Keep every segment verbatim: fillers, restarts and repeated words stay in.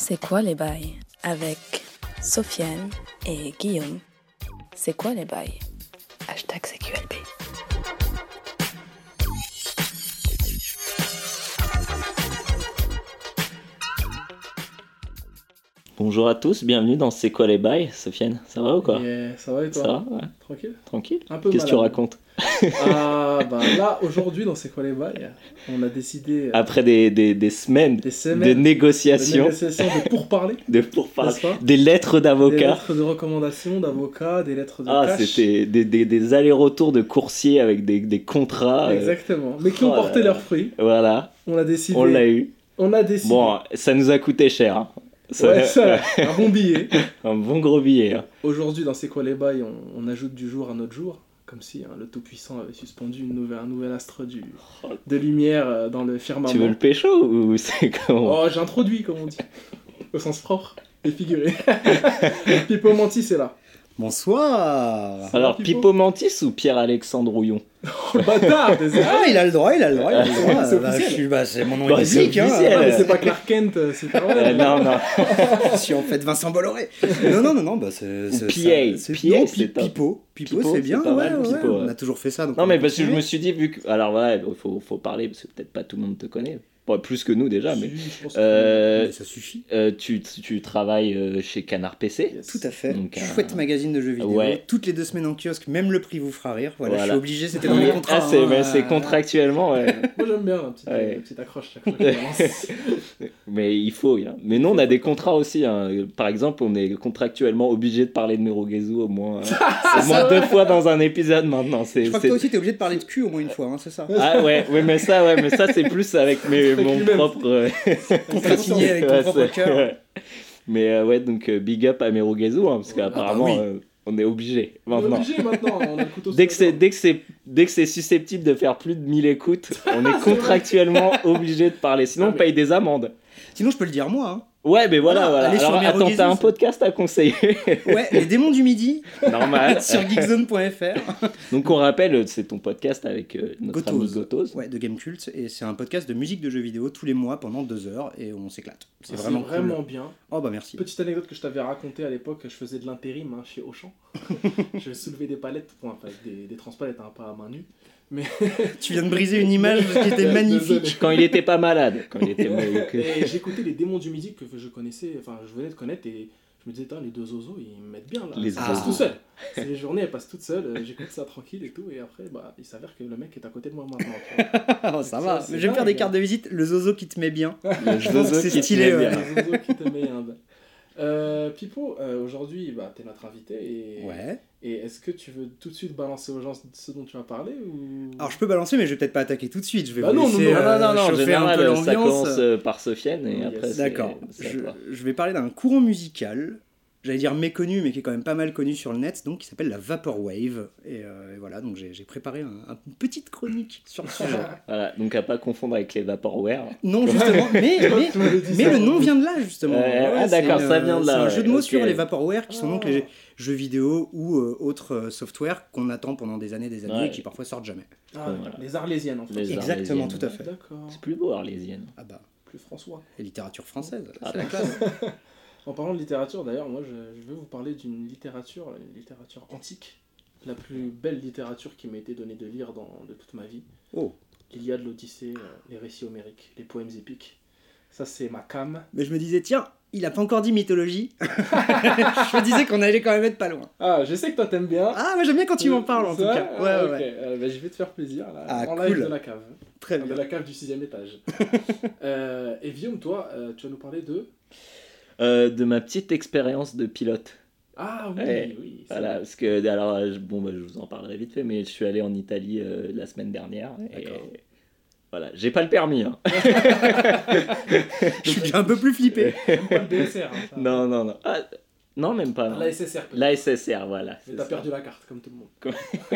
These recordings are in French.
C'est quoi les bails? Avec Sofiane et Guillaume. C'est quoi les bails? Hashtag C Q L B. Bonjour à tous, bienvenue dans C'est quoi les bails? Sofiane, ça va ou quoi? Yeah, ça va et toi? Ça va, ouais. Tranquille? Tranquille. Un peu Qu'est-ce que tu malade. racontes? Ah bah là, aujourd'hui, dans C'est quoi les bails, on a décidé... euh, Après des, des, des semaines, Des de semaines de négociations, négociations, de pourparlers, de pourparlers, n'est-ce pas? des lettres Des d'avocats. lettres de recommandation, d'avocats, des lettres de Ah, cash. c'était des, des, des allers-retours de coursiers avec des, des contrats. euh, Exactement. Mais qui ont oh porté là là. leurs fruits. Voilà, On a décidé... on l'a eu. On a décidé... Bon, ça nous a coûté cher. hein. Ça- Ouais, ça, un bon billet. un bon gros billet. hein. Aujourd'hui, dans C'est quoi les bails, on, on ajoute du jour à notre jour. Comme si hein, le Tout-Puissant avait suspendu une nouvelle, un nouvel astre du, de lumière euh, dans le firmament. Tu veux le pécho ou c'est comment? Oh, j'introduis, comme on dit. Au sens propre et figuré. Pipo Mantis est là. Bonsoir. Alors, Pipo Pipo Mantis ou Pierre-Alexandre Rouillon? Oh, le bâtard, désolé. Ah, il a le droit, il a le droit, il a le droit. C'est Bah, officiel. je suis- bah, c'est mon nom Bah, est c'est public, hein. officiel. Ah, mais c'est pas Clark Kent, euh, c'est pas Euh, vrai. non, non. Je suis en fait Vincent Bolloré. Non, non, non, non, bah c'est. c'est- P A, ça- c'est- P A, non, c'est Pi- top. Pipo. Pipo, Pipo, c'est bien, c'est pas ouais, mal, ouais, Pipo, on ouais. a toujours fait ça. donc Non, on mais va parce que je continuer. me suis dit, vu que. Alors voilà, il faut, faut parler, parce que peut-être pas tout le monde te connaît. Bon, plus que nous déjà, mais. Si, je pense que- Euh, Mais ça suffit. euh, tu, tu travailles euh, chez Canard P C. Yes. Tout à fait. Donc, un- Chouette magazine de jeux vidéo. Ouais. Toutes les deux semaines en kiosque, même le prix vous fera rire. Voilà, Voilà. je suis obligé, c'était dans les contrats. Ah, c'est hein, mais c'est euh, contractuellement, ouais. Moi j'aime bien la petite, Ouais. la petite accroche chaque fois que je balance. Mais il faut. hein. Mais nous, on a des contrats aussi. hein. Par exemple, on est contractuellement obligé de parler de Merogezu au moins, euh, au moins deux fois dans un épisode maintenant. C'est, Je crois que c'est- toi aussi, t'es obligé de parler de cul au moins une fois, hein, c'est ça. Ah ouais, ouais, mais ça, ouais, mais ça c'est plus avec mes, Avec mon lui-même. propre. euh, Contrat signé avec ton Ouais, propre c'est- cœur. ouais. Mais euh, ouais, donc euh, big up à Merogezu, hein, parce Ah bah qu'apparemment oui. euh, on est obligé On est maintenant. obligé maintenant, on a le couteau Dès que, sous la c'est, dès, que c'est, dès que c'est susceptible de faire plus de mille écoutes, on est contractuellement obligé de parler, sinon Ah, on mais- paye des amendes. Sinon, je peux le dire moi. Hein. Ouais, mais voilà, Voilà, voilà. allez sur Alors attends, Merogezu, t'as un c'est- podcast à conseiller, Ouais, les démons du midi normal. sur geekzone point f r. Donc on rappelle, c'est ton podcast avec euh, notre ami Gotoz. Gotoz. Ouais, de Game Cult, et c'est un podcast de musique de jeux vidéo tous les mois pendant deux heures, et on s'éclate. C'est C'est vraiment, vraiment, cool. bien. Oh bah merci. Petite anecdote que je t'avais racontée à l'époque, je faisais de l'intérim hein, chez Auchan. Je soulevais des palettes, bon, enfin des, des transpalettes, hein, pas à main nue. Mais Tu viens de briser une image qui était magnifique. Désolé. Quand il était pas malade, quand il était malade. Et j'écoutais les démons du midi que je connaissais, enfin je venais de connaître et je me disais, Tain, les deux zozos ils me mettent bien là, Les ça zozos. passe tout seul. C'est les journées elles passent toutes seules, euh, j'écoute ça tranquille et tout, et après bah, il s'avère que le mec est à côté de moi maintenant. tu vois. Oh, ça Ça, va. c'est Mais je vais me faire dingue, des cartes de visite, le zozo qui te met bien. Le Je pense Zozo que c'est qui te stylé, met ouais. bien. Les zozos qui te met un bain. Euh, Pipo, euh, aujourd'hui bah, t'es notre invité et, Ouais. et est-ce que tu veux tout de suite balancer aux gens ce dont tu vas parler ou... Alors je peux balancer, mais je vais peut-être pas attaquer tout de suite. Je vais Bah vous non, laisser non, non, euh, non, non, non, en chauffer un général, peu ça l'ambiance. commence euh, par Sofiane et Yes. après c'est... D'accord. c'est à Je, toi. je vais parler d'un courant musical. J'allais dire méconnu, mais qui est quand même pas mal connu sur le net, donc qui s'appelle la Vaporwave. Et, euh, et voilà, donc j'ai j'ai préparé un- un- une petite chronique sur le sujet. Voilà, donc à pas confondre avec les Vaporware. Non, justement, mais, mais, Tu m'avais dit mais ça. le nom vient de là, justement. Ouais, ah, c'est d'accord, une- ça vient de là, C'est un ouais, jeu de mots ok. sur les Vaporware, qui sont donc Ah. les jeux vidéo ou euh, autres euh, software qu'on attend pendant des années des années Ouais. et qui parfois sortent jamais. Ah, Voilà. les arlésiennes en fait. Les Exactement, Arlésiennes. tout à fait. D'accord, C'est plus beau, Arlésienne. Ah bah, plus François. et littérature française, Ah c'est la bah. classe. En parlant de littérature, d'ailleurs, moi je, je vais vous parler d'une littérature, une littérature antique, la plus belle littérature qui m'a été donnée de lire dans, de toute ma vie. Oh. L'Iliade, l'Odyssée, euh, les récits homériques, les poèmes épiques. Ça, c'est ma cam. Mais je me disais, tiens, il a pas encore dit mythologie. Je me disais qu'on allait quand même être pas loin. Ah, je sais que toi t'aimes bien. Ah, mais j'aime bien quand tu m'en parles en tout C'est cas. vrai Ouais, Ah, ouais, ok. ouais. Euh, bah, je vais te faire plaisir là, Ah, en live cool. de la cave. Très De bien. la cave du sixième étage. euh, et Guillaume, toi, euh, tu vas nous parler de. Euh, de ma petite expérience de pilote. Ah oui, Ouais. oui. c'est Voilà, vrai. parce que, alors, euh, je- bon, bah, je vous en parlerai vite fait, mais je suis allé en Italie euh, la semaine dernière. Et D'accord. voilà, j'ai pas le permis. Hein. Je suis déjà un peu plus flippé. Même pas le B S R. Hein, ça. Non, non, non. Ah, non, même pas. Ah, non. la S S R. peut-être. La S S R, voilà. Mais c'est t'as ça. perdu la carte, comme tout le monde.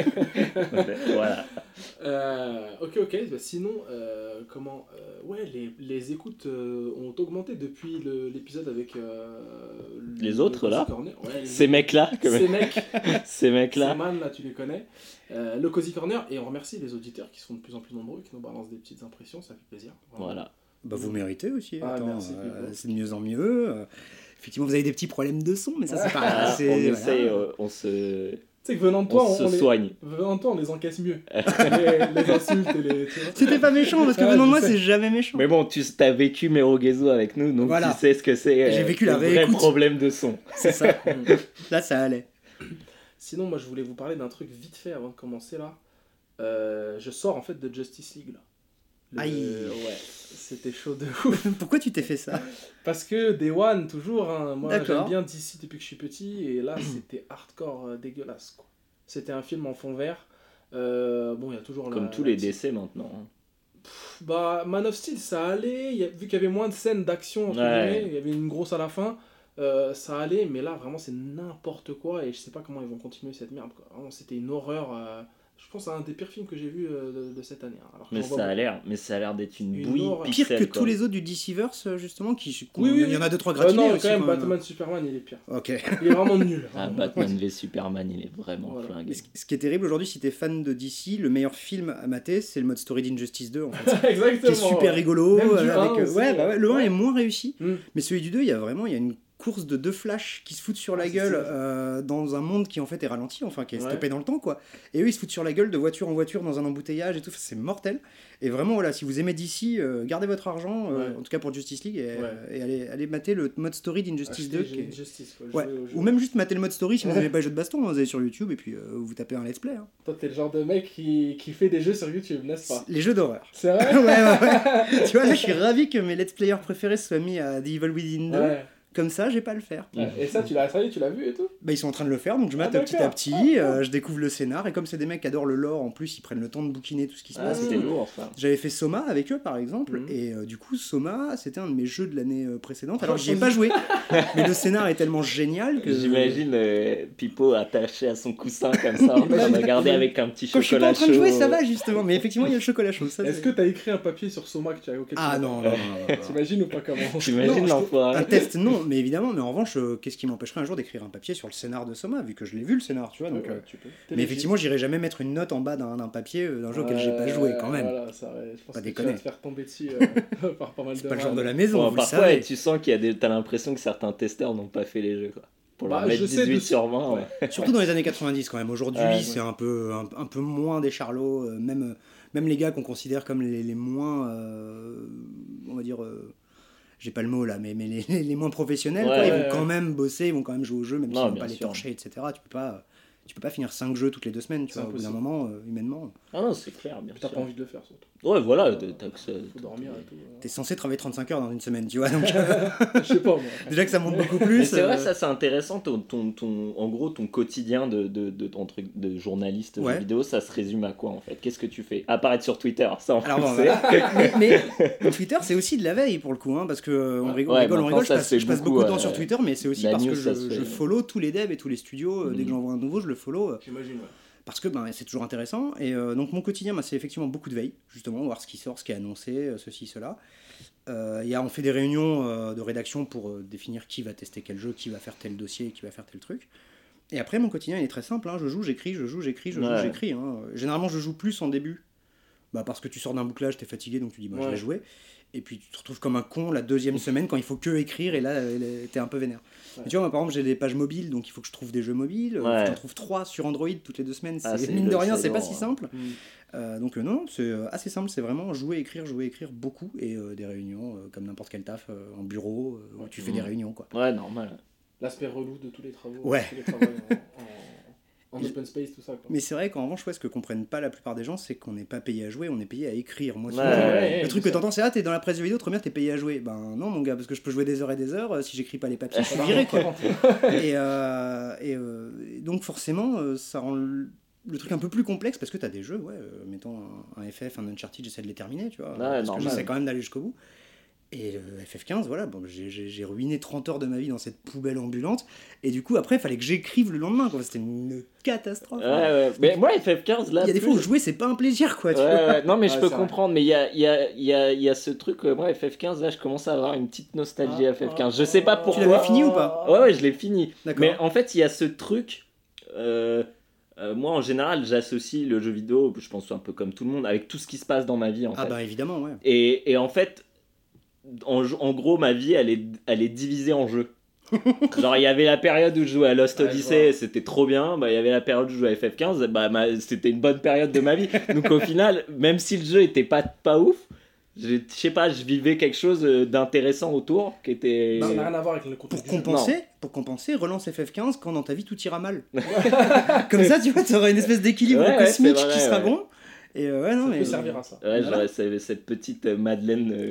Voilà. Euh, ok, ok. Bah, sinon, euh, comment euh, ouais, les, les écoutes euh, ont augmenté depuis le- l'épisode avec euh, Les le autres, Cozy là Corner. Ouais, les- Ces mecs-là, quand même. Ces mecs, Ces mecs-là. ces man là, tu les connais. Euh, le Cozy Corner, et on remercie les auditeurs qui sont de plus en plus nombreux, qui nous balancent des petites impressions, ça fait plaisir. Vraiment. Voilà. Bah, vous méritez aussi. Ah, Attends, merci, euh, Pipo. c'est de mieux en mieux. Euh, effectivement, vous avez des petits problèmes de son, mais ça, c'est pas Ah, grave. c'est- on voilà. essaye, euh, on se, Tu sais que venant de toi, on on, se on les... soigne. venant de toi, on les encaisse mieux. les, les insultes et les. Tu vois. C'était pas méchant, parce que Ouais, venant de je moi, sais. c'est jamais méchant. Mais bon, tu as vécu Merogezo avec nous, donc Voilà. tu sais ce que c'est. J'ai euh, vécu la le vrai réécoute. problème de son. C'est ça. Là, ça allait. Sinon, moi, je voulais vous parler d'un truc vite fait avant de commencer là. Euh, je sors en fait de Justice League là. Le- Aïe. Ouais, c'était chaud de ouf. Pourquoi tu t'es fait ça? Parce que Day One, toujours, hein, moi D'accord. j'aime bien D C depuis que je suis petit, et là c'était hardcore euh, dégueulasse quoi. C'était un film en fond vert. Euh, bon, il y a toujours la- Comme tous la les petite- décès maintenant. hein. Bah, Man of Steel, ça allait, il y a- vu qu'il y avait moins de scènes d'action, entre Ouais. guillemets, il y avait une grosse à la fin, euh, ça allait, mais là vraiment c'est n'importe quoi, et je sais pas comment ils vont continuer cette merde quoi. Vraiment, c'était une horreur. euh, Je pense que c'est un des pires films que j'ai vu euh, de, de cette année. hein. Alors, Mais j'en vois ça a beaucoup. l'air, mais ça a l'air d'être une Une bouillie horreur. Pire pixel, que quoi. tous les autres du DCverse, justement, qui. Oui, oui, il y en a deux, trois Euh, gratinés non, aussi. quand même, quand Batman Superman il est pire. Ok. Il est vraiment nul. Ah, vraiment. Batman v Superman, il est vraiment Voilà. flingué. Mais ce ce qui est terrible aujourd'hui, si t'es fan de D C, le meilleur film à mater, c'est le mode story d'Injustice deux, en fait. Exactement. Qui est super rigolo. Même du euh, un avec, euh, aussi, ouais, bah ouais, le un ouais. est moins réussi. Mm. Mais celui du deux, il y a vraiment il y a une course de deux flashs qui se foutent sur Ah, la c'est gueule stylé. euh, dans un monde qui en fait est ralenti, enfin qui est Ouais. stoppé dans le temps quoi. Et eux ils se foutent sur la gueule de voiture en voiture dans un embouteillage et tout, c'est mortel. Et vraiment voilà, si vous aimez D C, euh, gardez votre argent, euh, Ouais. en tout cas pour Justice League, et, Ouais. et allez, allez mater le mode story d'Injustice Acheter deux. Qui est- Justice, quoi. Ouais. Jouer au jeu. Ou même juste mater le mode story si vous n'aimez pas les jeux de baston, hein, vous allez sur YouTube et puis euh, vous tapez un let's play. hein. Toi, t'es le genre de mec qui, qui fait des jeux sur YouTube, n'est-ce pas? Les jeux d'horreur. C'est vrai? ouais, ouais, ouais. Tu vois, là je suis ravi que mes let's players préférés soient mis à The Evil Within deux. Ouais. Comme ça, j'ai pas à le faire. Ouais. Et ça, tu l'as ça y est, tu l'as vu et tout? Bah, ils sont en train de le faire, donc je mate Ah, petit à d'accord. petit, Ah, euh, je découvre le scénar, et comme c'est des mecs qui adorent le lore, en plus, ils prennent le temps de bouquiner tout ce qui se Ah, passe. et c'était tout. lourd ça. J'avais fait Soma avec eux, par exemple, Mhm. et euh, du coup, Soma, c'était un de mes jeux de l'année euh, précédente, alors j'y ai pas joué, mais le scénar est tellement génial que... J'imagine euh, Pipo attaché à son coussin comme ça, en train de regarder avec un petit Quand je suis pas chocolat en train de chaud. jouer, ça va, justement, mais effectivement, il y a le chocolat chaud, ça, Est-ce c'est- que t'as écrit un papier sur Soma que tu as auquel tu Ah l'as- non, non, non, non, non. T'imagines ou pas comment? T'imagines Non, je- l'enfoiré. Un test, non, mais évidemment, mais en revanche, euh, qu'est-ce qui m'empêcherait un jour d'écrire un papier sur le scénar de Soma, vu que je l'ai vu le scénar, tu vois, donc... Ouais, euh, tu peux. Mais effectivement, j'irai jamais mettre une note en bas d'un d'un papier euh, d'un jeu auquel j'ai pas joué quand même. Voilà, ça, ouais, je pense Pas que déconner. tu vas te faire tomber dessus euh, par pas mal de C'est pas le rats. genre de la maison, Bon, vous le parfois, savez. tu sens qu'il y a des... t'as l'impression que certains testeurs n'ont pas fait les jeux, quoi. Pour leur Bah, mettre je sais dix-huit de- sur vingt, ouais. Surtout dans les années quatre-vingt-dix quand même. Aujourd'hui, Ouais, ouais. c'est un peu, un, un peu moins des charlots. euh, même, euh, même les gars qu'on considère comme les, les moins, euh, on va dire, euh, j'ai pas le mot là, mais, mais les, les- les moins professionnels, Ouais, quoi, ils ouais, vont ouais. quand même bosser, ils vont quand même jouer au jeu, même Non, s'ils vont bien pas les sûr. torcher, et cetera. Tu peux pas, tu peux pas finir cinq jeux toutes les deux semaines, tu C'est vois, au bout d'un impossible. moment, euh, humainement. Ah non, c'est clair, bien Puis T'as sûr. pas envie de le faire surtout. Ouais, voilà, t'as que ça. Faut dormir et tout. euh. T'es censé travailler trente-cinq heures dans une semaine, tu vois, donc euh, Je sais pas moi. déjà que ça monte beaucoup Mais plus. c'est vrai, euh, ça c'est intéressant, ton, ton, ton, en gros ton quotidien de, de, de, entre- de journaliste Ouais. jeux vidéo, ça se résume à quoi en fait? Qu'est-ce que tu fais? Apparaître sur Twitter, ça on Alors le bon, sait. voilà. mais, mais Twitter, c'est aussi de la veille pour le coup, hein, parce que euh, on rigole, on Ouais, rigole, on maintenant, rigole, je ça passe, se fait je passe beaucoup, beaucoup de temps euh, sur Twitter, mais c'est aussi la parce news, que ça je, se fait. je follow tous les devs et tous les studios, euh, dès que Mhm. j'en vois un nouveau, je le follow, euh, J'imagine, ouais. parce que ben, c'est toujours intéressant. Et euh, donc mon quotidien, ben, c'est effectivement beaucoup de veille, justement, voir ce qui sort, ce qui est annoncé, euh, ceci, cela. Euh, il y a, on fait des réunions euh, de rédaction pour euh, définir qui va tester quel jeu, qui va faire tel dossier, qui va faire tel truc. Et après, mon quotidien, il est très simple, hein, je joue, j'écris, je joue, j'écris, je joue, Ouais. j'écris. hein. Généralement, je joue plus en début. Bah parce que tu sors d'un bouclage, t'es fatigué, donc tu dis bah, je Ouais. vais jouer. Et puis tu te retrouves comme un con la deuxième semaine quand il faut que écrire et là euh, t'es un peu vénère. Ouais. Mais tu vois, moi par exemple j'ai des pages mobiles, donc il faut que je trouve des jeux mobiles. Ouais. Euh, J'en trouve trois sur Android toutes les deux semaines. Ah, C'est, c'est mine de le- rien, c'est c'est pas lourd, si ouais. simple. Mm. Euh, donc euh, non, c'est euh, assez simple, c'est vraiment jouer, écrire, jouer, écrire beaucoup et euh, des réunions euh, comme n'importe quel taf euh, en bureau euh, où tu fais Mhm. des réunions quoi. Ouais, normal. L'aspect relou de tous les travaux. Ouais. Tous les travaux en, en, en open space, tout ça. Quoi. Mais c'est vrai qu'en revanche, ouais, ce que comprennent pas la plupart des gens, c'est qu'on n'est pas payé à jouer, on est payé à écrire. Moi, Ouais, souvent, ouais, ouais, le truc c'est que ça. t'entends, c'est ah, t'es dans la presse vidéo, trop bien, t'es payé à jouer. Ben non, mon gars, parce que je peux jouer des heures et des heures, euh, si j'écris pas les papiers, je suis viré, quoi. et, euh, et, euh, et donc, forcément, euh, ça rend le, le truc un peu plus complexe parce que t'as des jeux, ouais, euh, mettons un, un F F, un Uncharted, j'essaie de les terminer, tu vois. parce normal. que j'essaie quand même d'aller jusqu'au bout. Et le F F quinze, voilà, bon, j'ai, j'ai, j'ai ruiné trente heures de ma vie dans cette poubelle ambulante. Et du coup, après, il fallait que j'écrive le lendemain, quoi. C'était une catastrophe. Ouais, ouais. Mais moi, F F quinze, là. Il y a des plus- fois où jouer, c'est pas un plaisir, quoi. Tu Ouais, vois. ouais. Non, mais je Ouais, peux c'est vrai. comprendre, mais il y a, il y, a, il y, a, il y a ce truc, euh, moi, F F quinze, là, je commence à avoir une petite nostalgie Ah, F F quinze. Je sais pas tu pourquoi. Tu l'avais fini ou pas Ouais, ouais, je l'ai fini. D'accord. Mais en fait, il y a ce truc. euh, euh, moi, en général, j'associe le jeu vidéo, je pense un peu comme tout le monde, avec tout ce qui se passe dans ma vie, en Ah fait. bah évidemment, ouais. Et, et en fait, en, en gros, ma vie, elle est, elle est divisée en jeux. Genre, il y avait la période où je jouais à Lost Ouais, Odyssey, c'était trop bien. Bah, il y avait la période où je jouais à F F quinze, bah, ma- c'était une bonne période de ma vie. Donc, au final, même si le jeu était pas, pas ouf, je je sais pas, je vivais quelque chose d'intéressant autour qui était. Ça n'a rien à voir avec le contenu Pour du jeu. compenser, pour compenser, relance F F quinze quand dans ta vie tout ira mal. Comme ça, tu vois, tu auras une espèce d'équilibre Ouais, ouais, cosmique c'est vrai, qui sera ouais. bon. Et euh, ouais, non, Ça mais peut servir à ça. Ouais, Voilà. j'aurais cette, cette petite euh, Madeleine euh,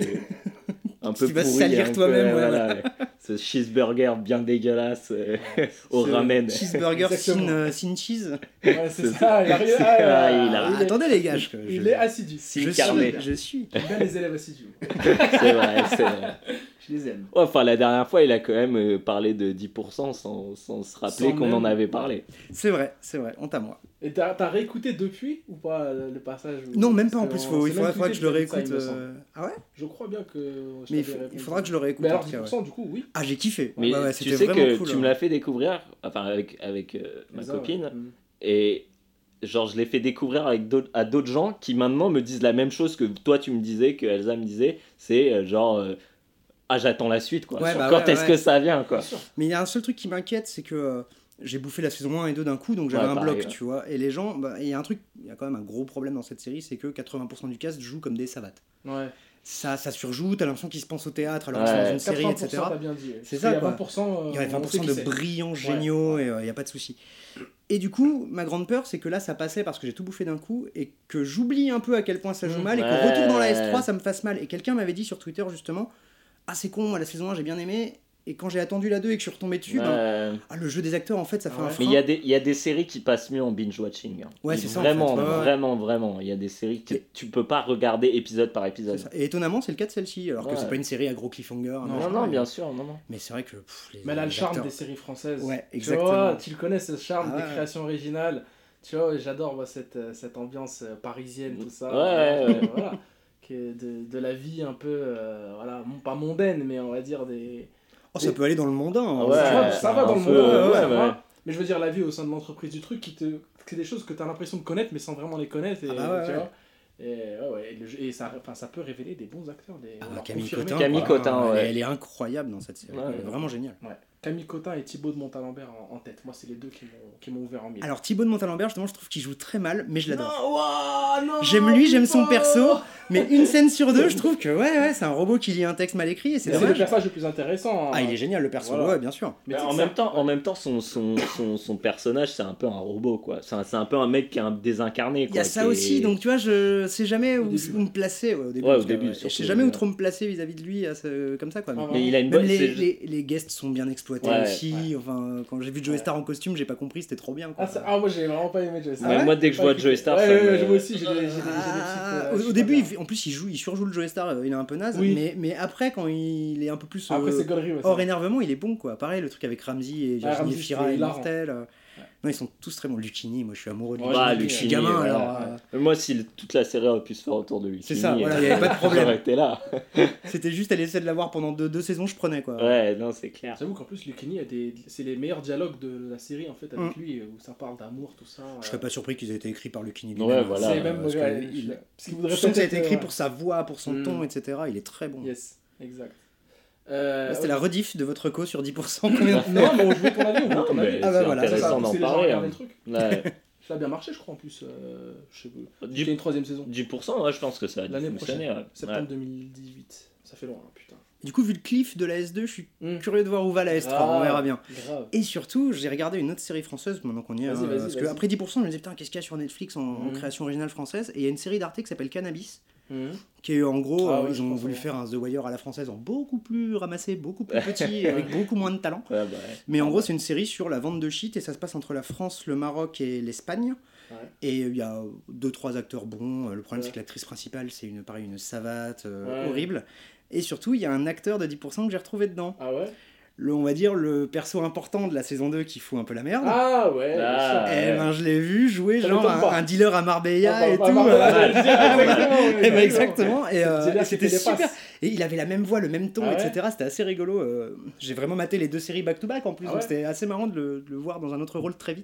un peu Tu vas pourrie. salir un peu, toi-même, euh, ouais, voilà, ouais. Ce cheeseburger bien dégueulasse euh, au C'est- ramen. cheeseburger sin, Exactement. euh, sin cheese. Ouais, c'est C'est- ça. Il, arrive, c'est- ah, ah, il, il a- il est, Attendez les gars, je, il je- est assidu. Si je carné. suis, je suis. J'aime bien les élèves assidus. C'est vrai, c'est vrai. Je les aime. Ouais, enfin, la dernière fois, il a quand même euh, parlé de dix pour cent sans, sans se rappeler Sans qu'on en même- avait parlé. C'est vrai, c'est vrai, honte à moi. Et t'as, t'as réécouté depuis ou pas le passage où- Non, même pas en c'est plus, en- faut, il c'est faudra, même faudra que je le tweeté ça, réécoute. il me semble. euh, Ah ouais. Je crois bien que. je Mais il, t'avais faut- il répondu. faudra que je le réécoute. Mais alors en tout cas, ouais. dix pour cent, du coup, oui. Ah, j'ai kiffé. Mais Ouais, ouais, tu c'était sais vraiment que cool. tu ouais. me l'as fait découvrir, enfin, avec, avec euh, ma Ça, ouais. copine, Mm. et genre, je l'ai fait découvrir avec d'autres, à d'autres gens qui maintenant me disent la même chose que toi, tu me disais, que Elsa me disait, c'est euh, genre. euh, ah, j'attends la suite, quoi. Ouais, bah Quand ouais, est-ce ouais. que ça vient, quoi. Bien sûr. Mais il y a un seul truc qui m'inquiète, c'est que euh, j'ai bouffé la saison un et deux d'un coup, donc j'avais Ouais, un pareil, bloc, ouais. tu vois. Et les gens, bah, il y a un truc, il y a quand même un gros problème dans cette série, c'est que quatre-vingts pour cent du cast jouent comme des savates. Ouais. Ça, ça surjoue, t'as l'impression qu'ils se pensent au théâtre alors Ouais. qu'ils sont dans une série, quatre-vingts pour cent, et cetera. t'as bien dit. ouais. C'est Parce ça, qu'il y a quoi. vingt pour cent. euh, Il y aurait on vingt pour sait cent qui de c'est. brillants, Ouais. géniaux, et il n'y a pas de souci. Et du coup, ma grande peur, c'est que là, ça passait parce que j'ai tout bouffé d'un coup, et que j'oublie un peu à quel point ça joue Mmh. mal, et Ouais. qu'au retour dans la S trois, ça me fasse mal. Et quelqu'un m'avait dit sur Twitter, justement, ah c'est con, moi la saison un j'ai bien aimé, et quand j'ai attendu la deux et que je suis retombé dessus, ben, Ouais. ah, le jeu des acteurs, en fait, ça fait Ouais. un Mais frein. il y, a des- il y a des séries qui passent mieux en binge-watching. hein. Ouais, Et c'est ça, en Vraiment, fait. Ouais, ouais. vraiment, vraiment. Il y a des séries que Et- tu peux pas regarder épisode par C'est épisode. ça. Et étonnamment, c'est le cas de celle-ci, alors que Ouais. c'est pas une série à gros cliffhanger. Non, Non, machin, non, mais- bien sûr, non, non. Mais c'est vrai que. pff, les, Mais elle a le les charme acteurs- des séries françaises. Ouais, Tu exactement. vois, tu le connais, ce charme Ah des ouais. créations originales. Tu vois, j'adore moi, cette, euh, cette ambiance euh, parisienne, tout ça. Ouais, ouais, ouais. Euh, voilà. Qui est de, de la vie un peu, euh, voilà, mon- pas mondaine, mais on va dire des. Oh, ça peut aller dans le mondain. hein. Ouais, ça va, ça va un dans le peu, monde, ouais, ça ouais, va. ouais. Mais je veux dire, la vie au sein de l'entreprise du truc, qui te, c'est des choses que tu as l'impression de connaître, mais sans vraiment les connaître. Et, Ah bah ouais, tu ouais. vois. Et, ouais, ouais, et, le jeu- et ça, enfin, ça peut révéler des bons acteurs. Des, Ah, alors, Camille confirmés. Cotin, Camille quoi. Cotin, elle, ouais. est, elle est incroyable dans cette série. Ouais, Elle est ouais. vraiment géniale. Ouais. Camille Cotin et Thibaut de Montalembert en, en tête. Moi, c'est les deux qui m'ont, qui m'ont ouvert en mille. Alors Thibaut de Montalembert, justement, je trouve qu'il joue très mal, mais je l'adore. Non, ouah, non, J'aime lui, j'aime son putain. perso, mais une scène sur deux, je trouve que ouais, ouais, c'est un robot qui lit un texte mal écrit et c'est Mais c'est le dommage. personnage le plus intéressant. hein. Ah, il est génial le perso, Voilà. ouais, bien sûr. Mais Mais tu en, sais même que temps, ça- en même temps, son, son, son, son personnage, c'est un peu un robot, quoi. C'est un, c'est un peu un mec qui est un désincarné, quoi. Il y a ça qui est- aussi, donc tu vois, je sais jamais Au où, début, où me placer. Ouais, au début, Ouais, au en tout cas, début, ouais. surtout, Je sais jamais où ouais. trop me placer vis-à-vis de lui, à ce- comme ça, quoi. Ah, Mais il a une Même bonne. les, c'est- les, les guests sont bien exploités Ouais, aussi. ouais. Enfin, quand j'ai vu Joey Ouais. Star en costume, j'ai pas compris, c'était trop bien. Quoi. Ah, ça- ah, moi j'ai vraiment pas aimé Joey Star. Mais ouais moi, dès que je Pas vois kiffé. Joey Star, ouais, ça ouais, me- ouais, moi aussi j'ai des, j'ai des, j'ai des Ah, petites, euh, au, je au sais début, pas il fait- en plus, il joue, il surjoue le Joey Star, euh, il est un peu naze, Oui. mais, mais après, quand il est un peu plus Ah, après euh, c'est gaulerie aussi. hors énervement, il est bon quoi. Pareil, le truc avec Ramsey et Virginie Ramsey, Fira c'était et hilarant. Mortel. euh, Ouais. Non, ils sont tous très bons. Lucchini, moi je suis amoureux de Ouais, Lucchini Ah, depuis que je suis Lucchini, gamin. voilà, alors, ouais. euh, Moi, si le- toute la série aurait pu se faire autour de lui. C'est ça, voilà, il y avait pas de problème. J'aurais été là. C'était juste à l'essai de l'avoir pendant deux, deux saisons, je prenais quoi. Ouais, non, c'est clair. J'avoue qu'en plus Lucchini a des, c'est les meilleurs dialogues de la série en fait avec Mm. lui où ça parle d'amour tout ça. Je serais pas surpris qu'ils aient été écrits par Lucchini Ouais, lui-même. voilà. C'est euh, même parce que ouais, il- je- parce qu'il Je voudrait sens que ça a été peut-être, écrit euh, pour sa voix, pour son Mm. ton, et cetera. Il est très bon. Yes, exact. Euh, Là, C'était la ok. rediff de votre co sur dix pour cent. Combien de- Non, mais on jouait ton avis, on Non, jouait ton mais avis. Ah bah c'est voilà, Ça, ça a intéressant poussé d'en les gens à parler. regarder hein. le truc. Ouais. Ça a bien marché, je crois en plus. Euh, je sais pas. dix Il y a une troisième saison. dix pour cent, ouais, je pense que ça a dû L'année fonctionner. prochaine, ouais. septembre Ouais. deux mille dix-huit. Ça fait loin, hein, putain. Du coup, vu le cliff de la S deux, je suis Mm. curieux de voir où va la S trois. Ah, On verra bien. Grave. Et surtout, j'ai regardé une autre série française, maintenant qu'on y est. Vas-y, hein, vas-y, parce vas-y. que après dix pour cent, je me disais, putain, qu'est-ce qu'il y a sur Netflix en, en Mhm. création originale française. Et il y a une série d'Arte qui s'appelle Cannabis, Mhm. qui est en gros, Ah euh, ouais, ils je ont pense voulu savoir. faire un The Wire à la française en beaucoup plus ramassé, beaucoup plus petit, et avec beaucoup moins de talent. Ouais, bah, ouais. Mais en gros, c'est une série sur la vente de shit et ça se passe entre la France, le Maroc et l'Espagne. Ouais. Et il y a deux trois acteurs bons. Le problème, Ouais. c'est que l'actrice principale, c'est une, pareil, une savate euh, Ouais. horrible. Et surtout, il y a un acteur de dix pour cent que j'ai retrouvé dedans. Ah ouais Le, on va dire le perso important de la saison deux qui fout un peu la merde. Ah ouais Ah, bien sûr. Et ouais. ben, je l'ai vu jouer Ça genre m'étonne un, pas. un dealer à Marbella Ah, et bah, tout. bah, euh, bah, bah, exactement, Eh ben, exactement. Et, euh, C'est bien et c'était qu'il fait des super. passes. Et il avait la même voix, le même ton, Ah ouais et cetera. C'était assez rigolo. euh, J'ai vraiment maté les deux séries back-to-back en plus. Ah Donc ouais c'était assez marrant de le, de le voir dans un autre rôle très vite.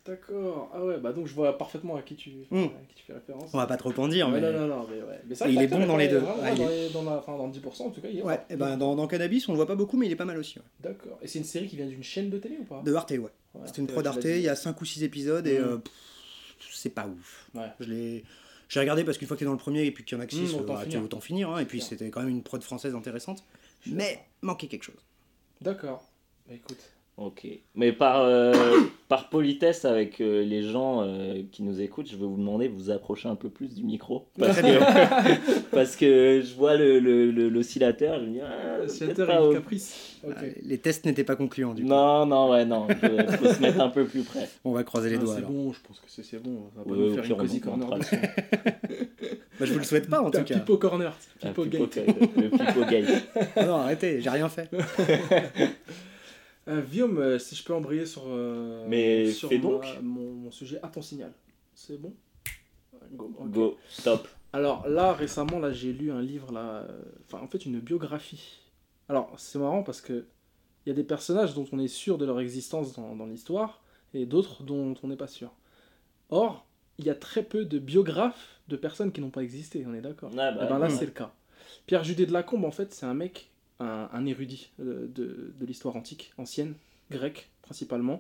D'accord. Ah ouais, bah donc je vois parfaitement à qui tu, Mm. à qui tu fais référence. On va pas trop en dire, Ouais, mais... non, non, non, mais ouais. Mais ça, Et il est l'acteur bon dans les deux. vraiment Ah, il dans, est- les- dans, la, enfin, dans dix pour cent en tout cas, il est Ouais, fort. et ben dans, dans Cannabis, on le voit pas beaucoup, mais il est pas mal aussi. Ouais. D'accord. Et c'est une série qui vient d'une chaîne de télé ou pas? De Arte, ouais. Ouais, C'était une Arte, prod tu l'as Arte, dit. il y a cinq ou six épisodes, et Mm. euh, pff, c'est pas ouf. Ouais. Je l'ai... J'ai regardé parce qu'une fois que t'es dans le premier et puis qu'il y en a que Mm, six, euh, autant bah, finir. tu- autant finir. Hein, et puis Sûr. c'était quand même une prod française intéressante, Je suis mais d'accord. manquait quelque chose. D'accord. Bah écoute. Ok. Mais par, euh, par politesse avec euh, les gens euh, qui nous écoutent, je vais vous demander de vous approcher un peu plus du micro. Parce que, parce que je vois le, le, le- l'oscillateur, je me dis, ah, Le peut-être Seattle pas et au- le Caprice. Ok. Ah, les tests n'étaient pas concluants du coup. Non, non, ouais, non. Il faut, faut se mettre un peu plus près. On va croiser les Ah, doigts c'est alors. bon, je pense que c'est, c'est bon. On va pas Ouais, nous au faire pire, une on cozy corner augmentera dessus. Bah, je vous le souhaite pas en T'as tout cas. Pipo Corner. Un Pipo pipo- Gate. le pipo gay. Ah non, arrêtez, j'ai rien fait. Euh, Guillaume, euh, si je peux embrayer sur, euh, Mais sur fais ma- donc. mon, mon sujet à ton signal. C'est bon? Ouais, Go. ok. Go, top. Alors là, récemment, là, j'ai lu un livre, là, euh, enfin, en fait, une biographie. Alors, c'est marrant parce que il y a des personnages dont on est sûr de leur existence dans, dans l'histoire et d'autres dont on n'est pas sûr. Or, il y a très peu de biographes de personnes qui n'ont pas existé, on est d'accord? Ah, bah, Et ben là, ouais. c'est le cas. Pierre Judet de Lacombe, en fait, c'est un mec, un, un érudit euh, de, de l'histoire antique, ancienne, grecque principalement.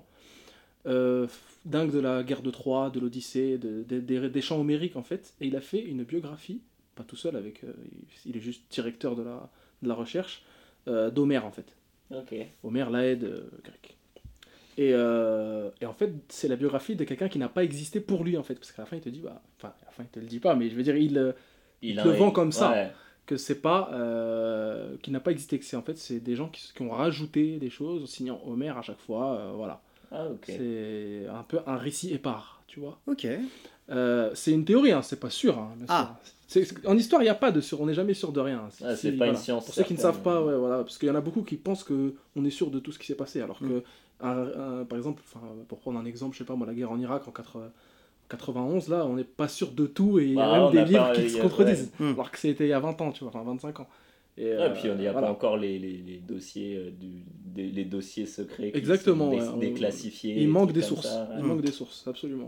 Euh, dingue de la guerre de Troie, de l'Odyssée, de, de- des, des chants homériques, en fait. Et il a fait une biographie, pas tout seul, avec, euh, il, il est juste directeur de la, de la recherche, euh, d'Homère, en fait. Ok. Homère, l'Aède euh, grec. Et, euh, et en fait, c'est la biographie de quelqu'un qui n'a pas existé pour lui, en fait. Parce qu'à la fin, il te dit, bah, enfin, à la fin, il te le dit pas, mais je veux dire, il, euh, Il a le un- vend comme ça. Ouais. que c'est pas, euh, qui n'a pas existé, que c'est en fait, c'est des gens qui, qui ont rajouté des choses en signant Homère à chaque fois, euh, voilà. Ah, ok. C'est un peu un récit épars, tu vois. Ok. Euh, c'est une théorie, hein, c'est pas sûr. Hein, bien Ah. sûr. C'est- c'est- en histoire, il n'y a pas de sûr, on n'est jamais sûr de rien. Si- Ah, c'est si- pas une voilà. science Pour ceux qui ne certaine. savent pas, ouais, voilà, parce qu'il y en a beaucoup qui pensent que on est sûr de tout ce qui s'est passé, alors que, Mm. un- un- par exemple, enfin, pour prendre un exemple, je sais pas moi, la guerre en Irak en quatre- quatre-vingt-onze, là, on n'est pas sûr de tout et il y a Bah, on même des n'a livres pas- qui il y se a- contredisent, ouais. Mm. alors que c'était il y a vingt ans, tu vois, enfin vingt-cinq ans. Et, Ouais, euh, puis il n'y a voilà. pas encore les, les, les dossiers euh, du, des, les dossiers secrets qui Exactement, sont dé- ouais, on- déclassifiés. Il manque trucs des comme sources, ça, il ouais. manque des sources, absolument.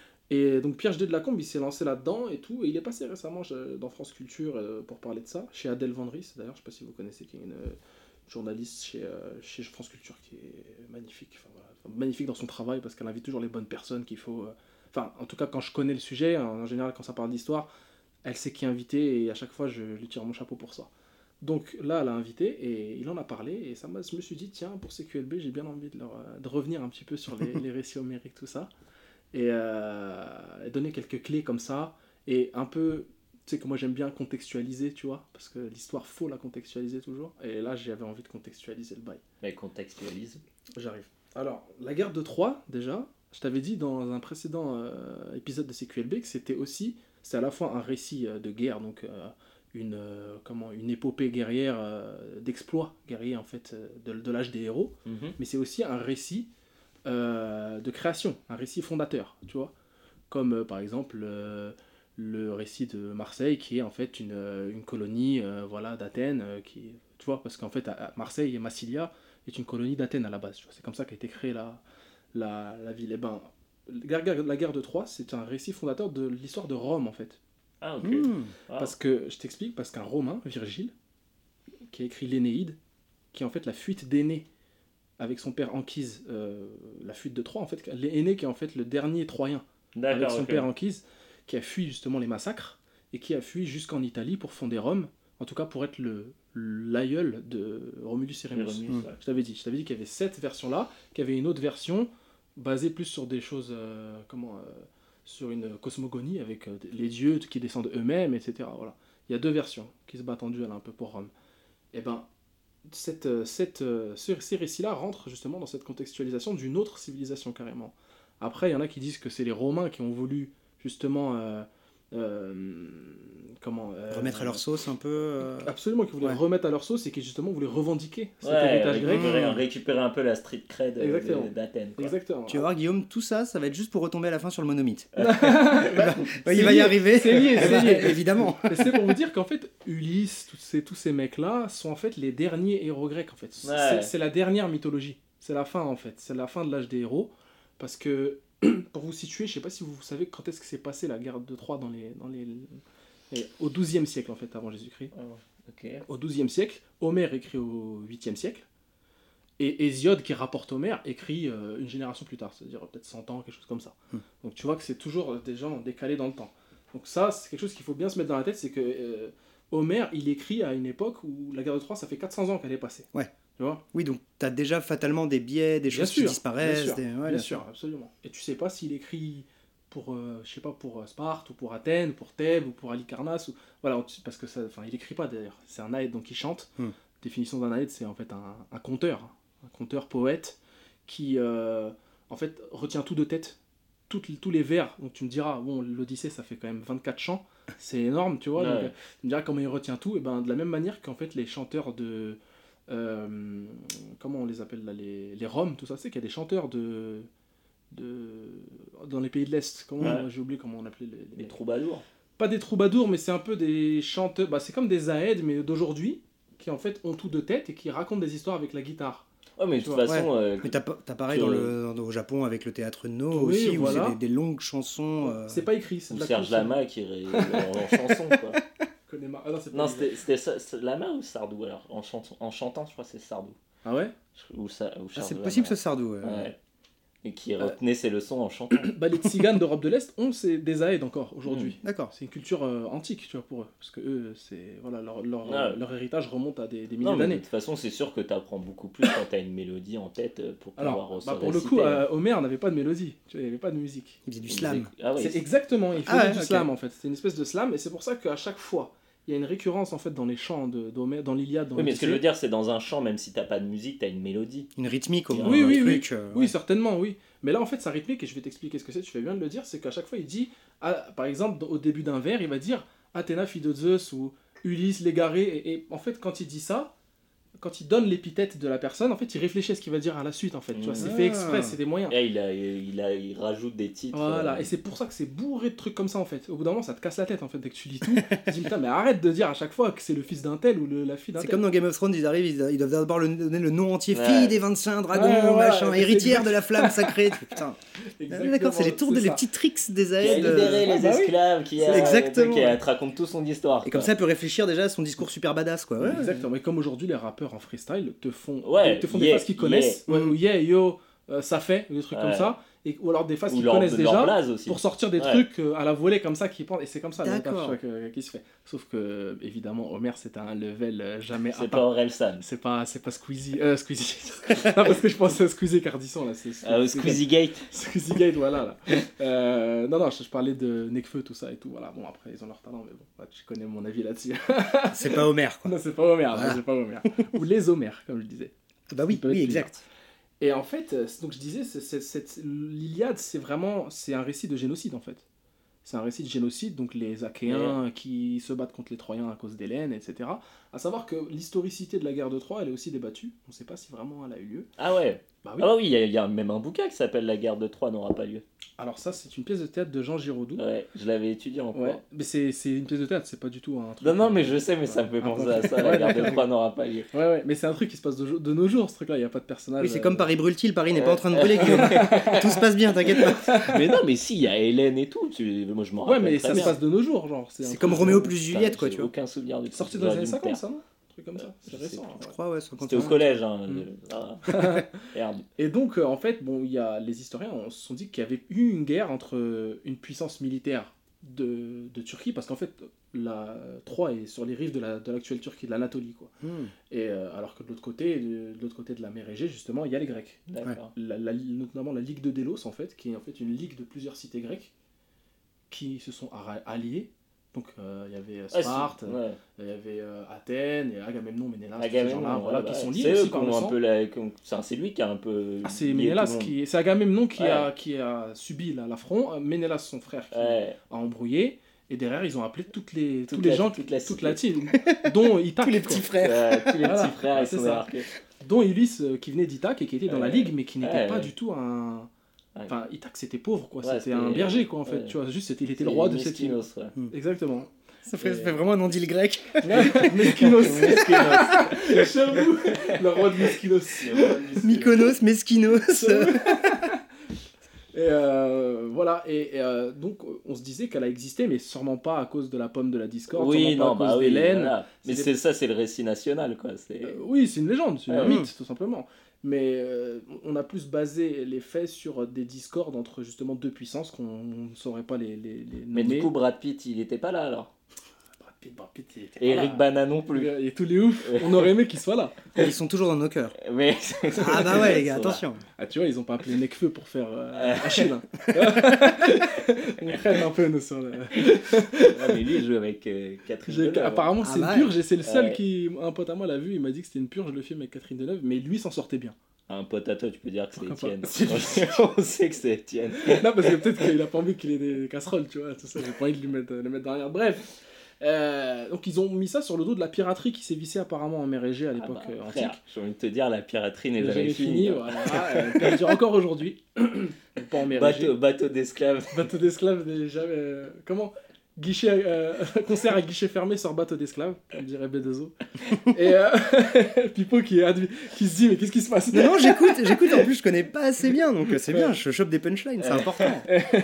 Et donc Pierre Judet de Lacombe, il s'est lancé là-dedans et tout, et il est passé récemment je- dans France Culture euh, pour parler de ça, chez Adèle Vendris, d'ailleurs, je sais pas si vous connaissez, qui est une euh, journaliste chez, euh, chez France Culture qui est magnifique, enfin, voilà, enfin, magnifique dans son travail parce qu'elle invite toujours les bonnes personnes qu'il faut... euh, Enfin, en tout cas, quand je connais le sujet, en, en général, quand ça parle d'histoire, elle sait qui inviter et à chaque fois, je lui tire mon chapeau pour ça. Donc là, elle a invité et il en a parlé et ça m'a, je me suis dit, tiens, pour C Q L B, j'ai bien envie de, leur, euh, de revenir un petit peu sur les, les récits homériques, tout ça, et, euh, et donner quelques clés comme ça, et un peu, tu sais que moi j'aime bien contextualiser, tu vois, parce que l'histoire, faut la contextualiser toujours, et là j'avais envie de contextualiser le bail. Mais contextualise. J'arrive. Alors, la guerre de Troie, déjà, je t'avais dit dans un précédent euh, épisode de C Q L B que c'était aussi, c'est à la fois un récit euh, de guerre, donc euh, une, euh, comment, une épopée guerrière euh, d'exploits guerriers en fait, euh, de, de l'âge des héros, Mhm. mais c'est aussi un récit euh, de création, un récit fondateur, tu vois, comme euh, par exemple euh, le récit de Marseille qui est en fait une, euh, une colonie euh, voilà, d'Athènes, euh, qui, tu vois, parce qu'en fait à, à Marseille et Massilia est une colonie d'Athènes à la base, tu vois, c'est comme ça qu'a été créée la, la, la ville. Et ben, la guerre, la guerre de Troie, c'est un récit fondateur de l'histoire de Rome en fait. Ah, ok. Hmm. Ah. Parce que, je t'explique, parce qu'un Romain, Virgile, qui a écrit l'Énéide, qui est en fait la fuite d'Énée avec son père Anchise, euh, la fuite de Troie, en fait, l'Énée qui est en fait le dernier Troyen, avec D'accord, son ok. père Anchise, qui a fui justement les massacres, et qui a fui jusqu'en Italie pour fonder Rome, en tout cas pour être le l'aïeul de Romulus et Rémus. Rémus, Mm. ouais. Je t'avais dit, je t'avais dit qu'il y avait cette version-là, qu'il y avait une autre version basée plus sur des choses, euh, comment, euh, sur une cosmogonie avec euh, les dieux qui descendent eux-mêmes, et cetera. Voilà. Il y a deux versions qui se battent en duel un peu pour Rome. Et ben, cette, euh, cette, euh, ce- ces récits-là rentrent justement dans cette contextualisation d'une autre civilisation carrément. Après, il y en a qui disent que c'est les Romains qui ont voulu justement euh, euh, comment euh, Remettre à leur sauce un peu. euh, absolument, qui voulaient Ouais. remettre à leur sauce et qui justement voulaient revendiquer cet Ouais, héritage grec. récupérer, récupérer un peu la street cred de- Exactement. de- d'Athènes. quoi. Exactement. Tu vas voir, Guillaume, tout ça, ça va être juste pour retomber à la fin sur le monomythe. Bah, il c'est va lié, y arriver. c'est lié, c'est Bah, lié. Évidemment. Et c'est pour vous dire qu'en fait, Ulysse, tous ces, tous ces mecs-là sont en fait les derniers héros grecs en fait. C'est- Ouais. C'est la dernière mythologie. C'est la fin en fait. C'est la fin de l'âge des héros. Parce que pour vous situer, je sais pas si vous savez quand est-ce que s'est passée la guerre de Troie dans les, dans les, les- au douzième siècle en fait, avant Jésus-Christ. Ah, ok. Au douzième siècle, Homère écrit au huitième siècle, et Hésiode, qui rapporte Homère, écrit euh, une génération plus tard, c'est-à-dire peut-être cent ans, quelque chose comme ça. Hmm. Donc tu vois que c'est toujours euh, des gens décalés dans le temps. Donc ça, c'est quelque chose qu'il faut bien se mettre dans la tête, c'est que euh, Homère, il écrit à une époque où la guerre de Troie, ça fait quatre cents ans qu'elle est passée. Ouais. Tu vois? Oui, donc t'as déjà fatalement des biais, des Bien choses sûr, qui disparaissent. Bien sûr, des- ouais, bien sûr, absolument. Et tu sais pas s'il écrit pour, euh, je sais pas, pour euh, Sparte, ou pour Athènes, ou pour Thèbes, ou pour Halicarnasse, ou... voilà, parce que ça, enfin, il écrit pas d'ailleurs, c'est un aède, donc il chante. Hmm. Définition d'un aède, c'est en fait un, un conteur, un conteur poète, qui, euh, en fait, retient tout de tête, toutes, tous les vers, donc tu me diras, bon, l'Odyssée, ça fait quand même vingt-quatre chants, c'est énorme, tu vois, Ouais. donc, euh, tu me diras comment il retient tout, et ben de la même manière qu'en fait, les chanteurs de... euh, comment on les appelle là, les, les Roms, tout ça, c'est qu'il y a des chanteurs de, de dans les pays de l'Est. Comment Ouais. j'ai oublié comment on appelait les, les- Les troubadours. pas des troubadours, mais c'est un peu des chanteurs. Bah, c'est comme des aèdes, mais d'aujourd'hui, qui en fait ont tout de tête et qui racontent des histoires avec la guitare. Ouais, mais de Tu toute vois, façon, euh, Mais t'as, pas- t'as pareil Que- dans le, dans- au Japon avec le théâtre No Oui, aussi, où voilà. c'est des, des longues chansons. euh, C'est pas écrit, c'est ou de la Serge console. Lama qui ré- en, en chanson, quoi. Je connais ma- Ah non, c'est pas Non, écrit. c'était c'était ça- c'est Lama ou Sardou alors en, chanson, en chantant, je crois que c'est Sardou. Ah ouais. Ou ça, ou Ah, Charles c'est Lama. possible ce Sardou. ouais. Ouais. Et qui retenait ses leçons en chantant. Bah, les tziganes d'Europe de l'Est ont ces- des aèdes encore aujourd'hui. D'accord. C'est une culture euh, antique, tu vois, pour eux. Parce que eux, c'est, voilà, leur, leur, Ah ouais. leur héritage remonte à des, des milliers Non, mais de d'années. toute façon, c'est sûr que tu apprends beaucoup plus quand tu as une mélodie en tête euh, pour pouvoir Alors, se bah, pour le réciter. coup, euh, Homère n'avait pas de mélodie, tu vois, il n'y avait pas de musique. Il faisait du Il slam. faisait- Ah ouais, C'est c'est- exactement, il faisait Ah ouais, du ok. slam en fait. C'était une espèce de slam, et c'est pour ça qu'à chaque fois, il y a une récurrence en fait dans les chants de- d'Homère, dans l'Iliade, dans Oui, mais ce que je veux l'Odyssée. dire, c'est dans un chant, même si t'as pas de musique, t'as une mélodie. Une rythmique au Oui, moins. oui, un oui, truc, euh, Oui, ouais. certainement, oui. Mais là, en fait, sa rythmique, et je vais t'expliquer ce que c'est, tu fais bien de le dire, c'est qu'à chaque fois, il dit, ah, par exemple, au début d'un vers, il va dire Athéna, fille de Zeus, ou Ulysse, l'égaré, et, et en fait, quand il dit ça, quand il donne l'épithète de la personne, en fait, il réfléchit à ce qu'il va dire à la suite, en fait. Tu vois, c'est Ah. fait exprès, c'est des moyens. Et il, a, il, a, il rajoute des titres. Voilà, euh, et c'est pour ça que c'est bourré de trucs comme ça en fait. Au bout d'un moment, ça te casse la tête en fait dès que tu lis tout. Tu te dis putain, mais arrête de dire à chaque fois que c'est le fils d'un tel ou le- la fille d'un C'est tel. comme dans Game of Thrones, ils arrivent, ils, ils doivent d'abord le- donner le nom entier, Ouais. fille des vingt-cinq dragons, Ouais, ouais, machin, ouais, héritière c'est de la flamme sacrée. Tu fais, Putain. Exactement, D'accord, c'est les tours de les ça. petits tricks des Qui a aèdes. libéré Ah, les bah oui. esclaves, qui C'est a, exactement. qui a- te raconte tout son histoire. Et comme quoi. ça, elle peut réfléchir déjà à son discours super badass, quoi. Ouais. Exactement. Et comme aujourd'hui, les rappeurs en freestyle te font, Ouais, te font des yeah, phases qu'ils connaissent. yeah. Ouais, ou yeah, yo, euh, ça fait, ou des trucs Ouais. comme ça. Et, ou alors des phases Ou qu'ils leur, connaissent leur déjà. blaze aussi. Pour sortir des Ouais. trucs euh, à la volée comme ça qui pendent. Et c'est comme ça le D'accord. montage, tu vois, que- qui se fait. Sauf que, évidemment, Homer, c'est un level euh, jamais C'est à pas Orelsan. C'est pas, c'est pas Squeezie. Euh, Squeezie. non, parce que je pensais à Squeezie Cardisson là. C'est, c'est- Euh, c'est- Squeezie Gate. Squeezie Gate, voilà. Là. Euh, non, non, je, je parlais de Nekfeu, tout ça et tout. Voilà, bon, après, ils ont leur talent, mais bon, bah, tu connais mon avis là-dessus. C'est pas Homer, quoi. non, c'est pas Homer, Voilà. non, c'est pas Homer. Ou les Homères, comme je disais. Bah oui, Ça peut être oui, plusieurs. exact. Et en fait, euh, donc je disais, c'est, c'est- c'est- l'Iliade, c'est vraiment, c'est un récit de génocide en fait. C'est un récit de génocide, donc les Achéens qui se battent contre les Troyens à cause d'Hélène, et cetera. À savoir que l'historicité de la guerre de Troie, elle est aussi débattue. On ne sait pas si vraiment elle a eu lieu. Ah ouais. Bah oui. Ah bah oui, il y, a- il y a même un bouquin qui s'appelle La guerre de Troie n'aura pas lieu. Alors ça, c'est une pièce de théâtre de Jean Giraudoux. Ouais, je l'avais étudié en Ouais, cours. mais c'est, c'est une pièce de théâtre, c'est pas du tout un truc. Non, non, mais je sais, mais ça me fait Ah, penser bon. à ça. La Ouais, guerre de d'accord. Troie n'aura pas lieu. Ouais, ouais, mais c'est un truc qui se passe de, jo- de nos jours, ce truc-là, il n'y a pas de personnage. Oui, c'est euh, comme Paris brûle-t-il, Paris n'est Ouais. pas en train de brûler, Guillaume. Tout se passe bien, t'inquiète pas. Mais non, mais si, il y a Hélène et tout. Tu... Moi, je m'en Ouais, rappelle. mais très ça bien. se passe de nos jours, genre. C'est, un C'est truc comme de- Roméo plus Putain, Juliette, quoi, j'ai tu vois. aucun souvenir du Sorti truc. dans les J'aurais années dû me cinquante, taire. ça, non Un truc comme ça, c'est Je sais récent. plus. ouais. Je crois, ouais, cinquante C'était au collège. Hein. Mm. Ah. Merde. Et donc, euh, en fait, bon, il y a, les historiens on- se sont dit qu'il y avait eu une guerre entre euh, une puissance militaire de, de Turquie, parce qu'en fait, la Troie est sur les rives de, la, de l'actuelle Turquie, de l'Anatolie, quoi. Hmm. Et euh, alors que de l'autre côté, de, de l'autre côté de la mer Égée, justement, il y a les Grecs. D'accord. La- la- notamment la Ligue de Délos, en fait, qui est en fait une ligue de plusieurs cités grecques qui se sont ara- alliées. Donc, euh, il y avait Ah, Sparte, c'est- ouais. il y avait euh, Athènes, et Agamemnon, Ménélas, tous ces Agamemnon, gens-là, voilà, ouais, qui bah, sont liés c'est eux aussi qui par le ont un sang. peu la. qui ont- enfin, c'est lui qui a un peu. Ah, c'est lié Ménélas tout le monde. qui. C'est Agamemnon qui, Ouais. a, qui a subi la- l'affront, euh, Ménélas, son frère, qui Ouais. a embrouillé, et derrière, ils ont appelé toutes les, Toute tous les la- gens, toute la toute cité. la team, dont Ithaque, Tous les quoi. petits frères. Ouais, tous les Voilà. petits frères, ils C'est sont ça. débarqués. Dont Ulysse, euh, qui venait d'Ithaque et qui était dans la Ouais. ligue, mais qui n'était Ouais, pas ouais. du tout un. Ouais. Enfin, Ithaque, c'était pauvre, quoi. Ouais, c'était c'était- un berger, quoi, en fait. ouais. Tu vois, juste, c'était, il était C'est le roi de cette île. Myskinos, ouais. Exactement. Ça fait, Et- ça fait vraiment un nom d'île grec. Mesquinos. Myskinos. J'avoue, le roi de Mesquinos. Mykonos, Meskinos. Et euh, voilà, et, et, euh, donc on se disait qu'elle a existé, mais sûrement pas à cause de la pomme de la discorde, Oui, sûrement non, pas à bah cause oui, des laines. voilà. Mais C'est c'est des- ça, c'est le récit national, quoi. C'est... Euh, oui, c'est une légende, c'est Ouais, un ouais. mythe, tout simplement. Mais euh, on a plus basé les faits sur des discordes entre justement deux puissances qu'on ne saurait pas les, les, les Mais nommer. du coup, Brad Pitt, il était pas là, alors. Brad Pitt, Brad Pitt, il était Et pas Eric là. Bana non plus. Et tous les ouf, on aurait aimé qu'ils soient là. Et ils sont toujours dans nos cœurs. Mais... Ah bah ouais, les gars, Ils sont là. attention. Ah, tu vois, ils ont pas appelé Nekfeu pour faire euh, Achille. Hein. On traîne un peu, nous, sur le... Ah, mais lui, il joue avec euh, Catherine J'ai- Deneuve. Apparemment, Ah c'est bah une purge, et c'est le seul ouais. qui. Un pote à moi l'a vu, il m'a dit que c'était une purge le film avec Catherine Deneuve, mais lui s'en sortait bien. Un pote à toi, tu peux dire que c'est Pourquoi Étienne. pas C'est On sait que c'est Étienne. Non, parce que peut-être qu'il a pas envie qu'il ait des casseroles, tu vois, tout ça, j'ai pas envie de lui mettre, le mettre derrière. Bref. Euh, donc ils ont mis ça sur le dos de la piraterie qui sévissait apparemment en mer Égée à Ah l'époque bah, euh, frère, antique. j'ai envie de te dire, la piraterie n'est Elle est jamais jamais finie. finie, voilà. Euh, elle perdure encore aujourd'hui. Pas en mer Égée. Bateau, bateau d'esclaves. Bateau d'esclaves n'est jamais. euh, Comment Guichet, euh, concert à guichet fermé sur bateau d'esclaves, comme dirait B deux O. Et euh, Pipo qui, est advi- qui se dit mais qu'est-ce qui se passe? Non, non, j'écoute, j'écoute, en plus je connais pas assez bien, donc c'est bien, je chope des punchlines, c'est important.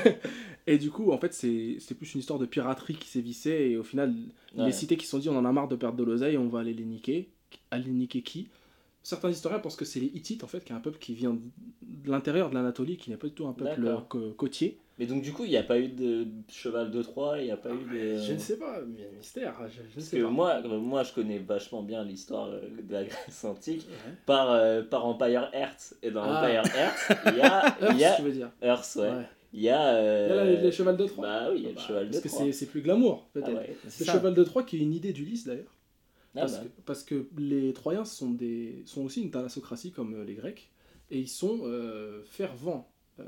Et du coup, en fait, c'est c'est plus une histoire de piraterie qui sévissait. Et au final, Ouais. les cités qui se sont dit on en a marre de perdre de l'oseille, on va aller les niquer. Aller niquer qui? Certains historiens pensent que c'est les Hittites, en fait, qui est un peuple qui vient de l'intérieur de l'Anatolie, qui n'est pas du tout un peuple D'accord. co- côtier. Mais donc, du coup, il n'y a pas eu de cheval de Troie, il n'y a pas eu de. Je ne sais pas, mais mystère, je, je ne Parce sais que pas. moi, euh, moi, je connais vachement bien l'histoire euh, de la Grèce antique Ouais. par, euh, par Empire Earth. Et dans Ah. Empire Earth, il y a. il y Hearst, a... tu veux dire. Earth, ouais. Ouais. Il y a. euh, Il y a là, les chevals de Troie. Bah oui, il y a le Bah, cheval de Parce que Troie. c'est- c'est plus glamour, Ah peut-être. ouais, C'est c'est le cheval de Troie qui est une idée d'Ulysse, d'ailleurs. Ah Parce, bah. que, parce que les Troyens sont, des, sont aussi une thalassocratie comme euh, les Grecs, et ils sont euh, fervents euh,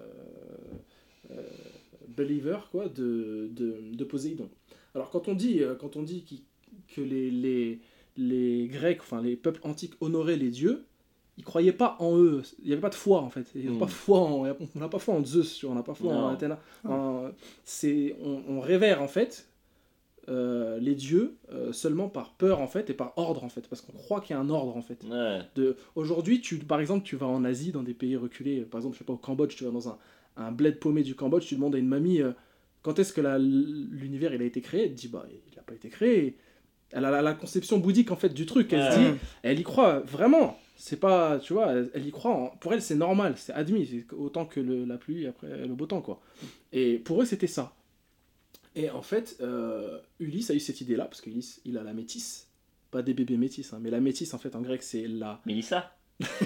euh, believers quoi, de, de, de Poséidon. Alors quand on dit, euh, quand on dit qui- que les, les, les Grecs, enfin les peuples antiques honoraient les dieux, ils croyaient pas en eux, il n'y avait pas de foi en fait, ils ont Mm. pas foi en, on n'a pas foi en Zeus, tu vois, on n'a pas foi en Non. Athéna. En- c'est, on, on révère en fait euh, les dieux euh, seulement par peur en fait et par ordre en fait, parce qu'on croit qu'il y a un ordre en fait. Ouais. De aujourd'hui, tu par exemple, tu vas en Asie dans des pays reculés, par exemple, je sais pas au Cambodge, tu vas dans un, un bled paumé du Cambodge, tu demandes à une mamie euh, quand est-ce que la- l'univers il a été créé, elle te dit bah il n'a pas été créé. Elle a la, la conception bouddhique en fait du truc, elle se Ouais. dit, elle y croit vraiment. C'est pas, tu vois, elle, elle y croit. en- pour elle, c'est normal, c'est admis, c'est autant que le- la pluie après le beau temps quoi. Et pour eux, c'était ça. Et en fait, euh, Ulysse a eu cette idée-là, parce qu'Ulysse, il a la métisse. Pas des bébés métis, hein, mais la métisse, en fait, en grec, c'est la, Mélissa.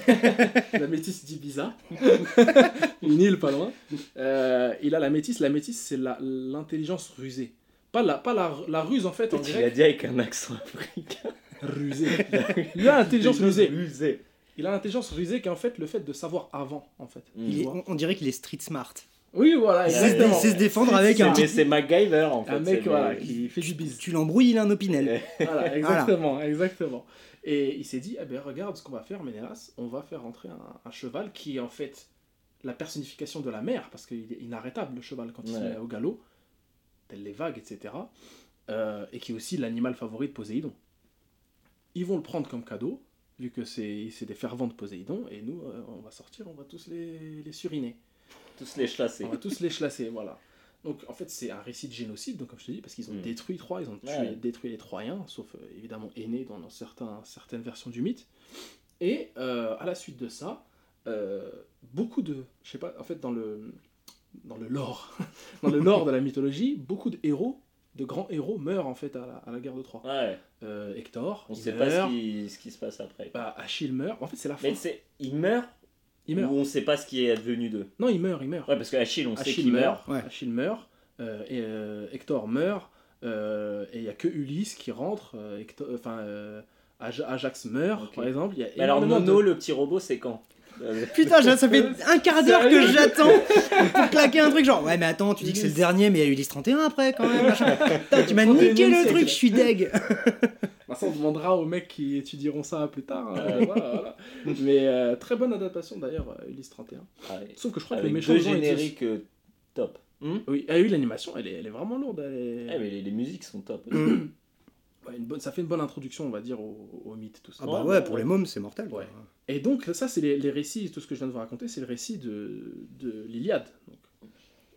la métisse d'Ibiza. Une île pas loin. Euh, il a la métisse. La métisse, c'est la- l'intelligence rusée. Pas, la, pas la, la ruse, en fait, en Tu l'as grec. dit avec un accent africain. Rusée. Il a l'intelligence rusée. Rusée. Il a l'intelligence rusée qui est en fait le fait de savoir avant, en fait. Mm. Il Tu est- vois. on, on dirait qu'il est street smart. Oui, voilà, Il sait, se dé- exactement. il sait se défendre avec un Mais petit... c'est MacGyver en fait. Un mec, c'est voilà, le- qui fait du bise. Tu l'embrouilles, il a un opinel. Voilà, exactement, exactement. Et il s'est dit, eh ben regarde ce qu'on va faire, Ménélas, on va faire rentrer un, un cheval qui est en fait la personnification de la mer, parce qu'il est inarrêtable le cheval quand il se Ouais. met au galop, telles les vagues, et cetera. Euh, et qui est aussi l'animal favori de Poséidon. Ils vont le prendre comme cadeau, vu que c'est c'est des fervents de Poséidon, et nous, euh, on va sortir, on va tous les, les suriner. Tous les chlasser. On va tous les chlasser, voilà. Donc en fait c'est un récit de génocide, donc comme je te dis, parce qu'ils ont Mm. détruit Troie, ils ont tué, Ouais. détruit les Troyens, sauf euh, évidemment Énée dans, dans certains, certaines versions du mythe. Et euh, à la suite de ça, euh, beaucoup de, je sais pas, en fait dans le, dans le lore, dans le lore de la mythologie, beaucoup de héros, de grands héros meurent en fait à la, à la guerre de Troie. Ouais. Euh, Hector, On il sait pas meurt, ce qui, ce qui se passe après. bah, Achille meurt, en fait c'est la fin. Mais c'est, il meurt Il meurt. ou on sait pas ce qui est advenu d'eux. Non, il meurt, il meurt. Ouais, parce que Achille, on sait Achille qu'il meurt, meurt. Ouais. Achille meurt, euh, et euh, Hector meurt, euh, et il n'y a que Ulysse qui rentre, euh, Hector- enfin euh, Aj- Ajax meurt Ok. par exemple. Il y a Mais alors énormément Nono, de- le petit robot, c'est quand Euh, Putain, ça ça fait un quart d'heure que Sérieux j'attends pour claquer un truc genre ouais mais attends tu dis que c'est le dernier mais il y a Ulysse trente et un après quand même machin. Putain, tu m'as niqué le siècle. truc, je suis deg. Bah, ça, on demandera aux mecs qui étudieront ça plus tard. hein, voilà, voilà. Mais euh, très bonne adaptation d'ailleurs, euh, Ulysse trente et un. ouais. Sauf que je crois que le Avec méchant deux dedans est Zeus. génériques euh, top. Hmm Oui, ah oui, l'animation, elle est, elle est vraiment lourde. Elle est- Ouais, mais les, les musiques sont top. Mm. Ouais, une bonne, ça fait une bonne introduction, on va dire, au, au mythe, tout ça. Ah bah Ouais, ouais, ouais, pour ouais. les mômes c'est mortel. quoi. Ouais. Et donc, ça, c'est les, les récits, tout ce que je viens de vous raconter, c'est le récit de, de l'Iliade. Donc,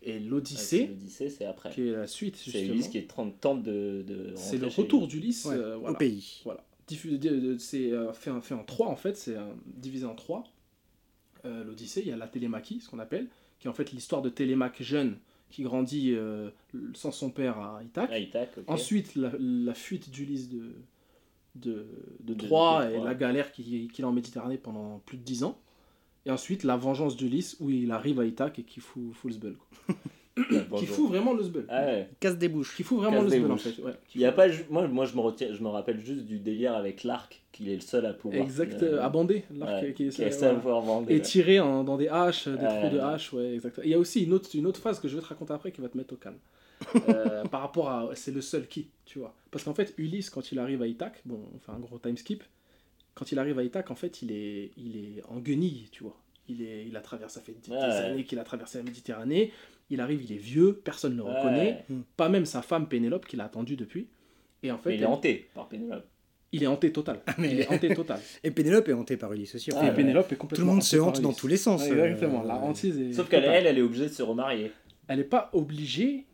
Et Ah, c'est l'Odyssée, l'Odyssée, c'est après. qui est la suite, C'est justement, Ulysse qui est trente tente de, de c'est le rentrer chez retour lui. d'Ulysse. Ouais, euh, voilà. au pays. Voilà. Diffu- de- de- c'est euh, fait, en- fait en trois, en fait, c'est euh, divisé en trois. Euh, L'Odyssée, il y a la Télémaquie, ce qu'on appelle, qui est en fait l'histoire de Télémaque jeune qui grandit euh, sans son père à Ithaque. Ah, Ithaque, ok. Ensuite, la, la fuite d'Ulysse de, de, de De- Troie de et Troie. la galère qu'il qu'il a en Méditerranée pendant plus de dix ans. Et ensuite, la vengeance d'Ulysse où il arrive à Ithaque et qui fout, fout le sbeul. quoi. Ah, Qui bonjour. fout vraiment le sbeul. Ah ouais. Casse des bouches. Qui fout vraiment Casse le des sbeul en bouches. fait. Ouais. Qui Il y a fout- pas ju- moi moi je me retiens je me rappelle juste du délire avec l'arc qu'il est le seul à pouvoir. Exact, euh, à bander. l'arc ouais, qui est- qui est voilà. seul à pouvoir vendre. Et tirer en- dans des haches, des Ouais. trous de haches, ouais, exactement. Il y a aussi une autre, une autre phase que je vais te raconter après qui va te mettre au calme. Euh, par rapport à. C'est le seul qui, tu vois. Parce qu'en fait, Ulysse, quand il arrive à Ithaque, bon, on fait un gros time skip. Quand il arrive à Ithaque, en fait, il est, il est en guenille, tu vois. Il, est, il a traversé, ça fait des, des Ouais. années qu'il a traversé la Méditerranée. Il arrive, il est vieux, personne ne le Ouais. reconnaît. Pas même sa femme Pénélope qui l'a attendu depuis. Et en fait, Mais il est hanté par Pénélope. il est hanté total. mais- Il est hanté total. Et Pénélope est hantée par Ulysse aussi. Ah, enfin, Et ouais. Pénélope est Tout complètement le monde se hantée par hante dans Ulysse. tous les sens. Ouais, euh, exactement, la hantise est Sauf qu'elle totale. elle elle est obligée de se remarier. Elle n'est pas obligée,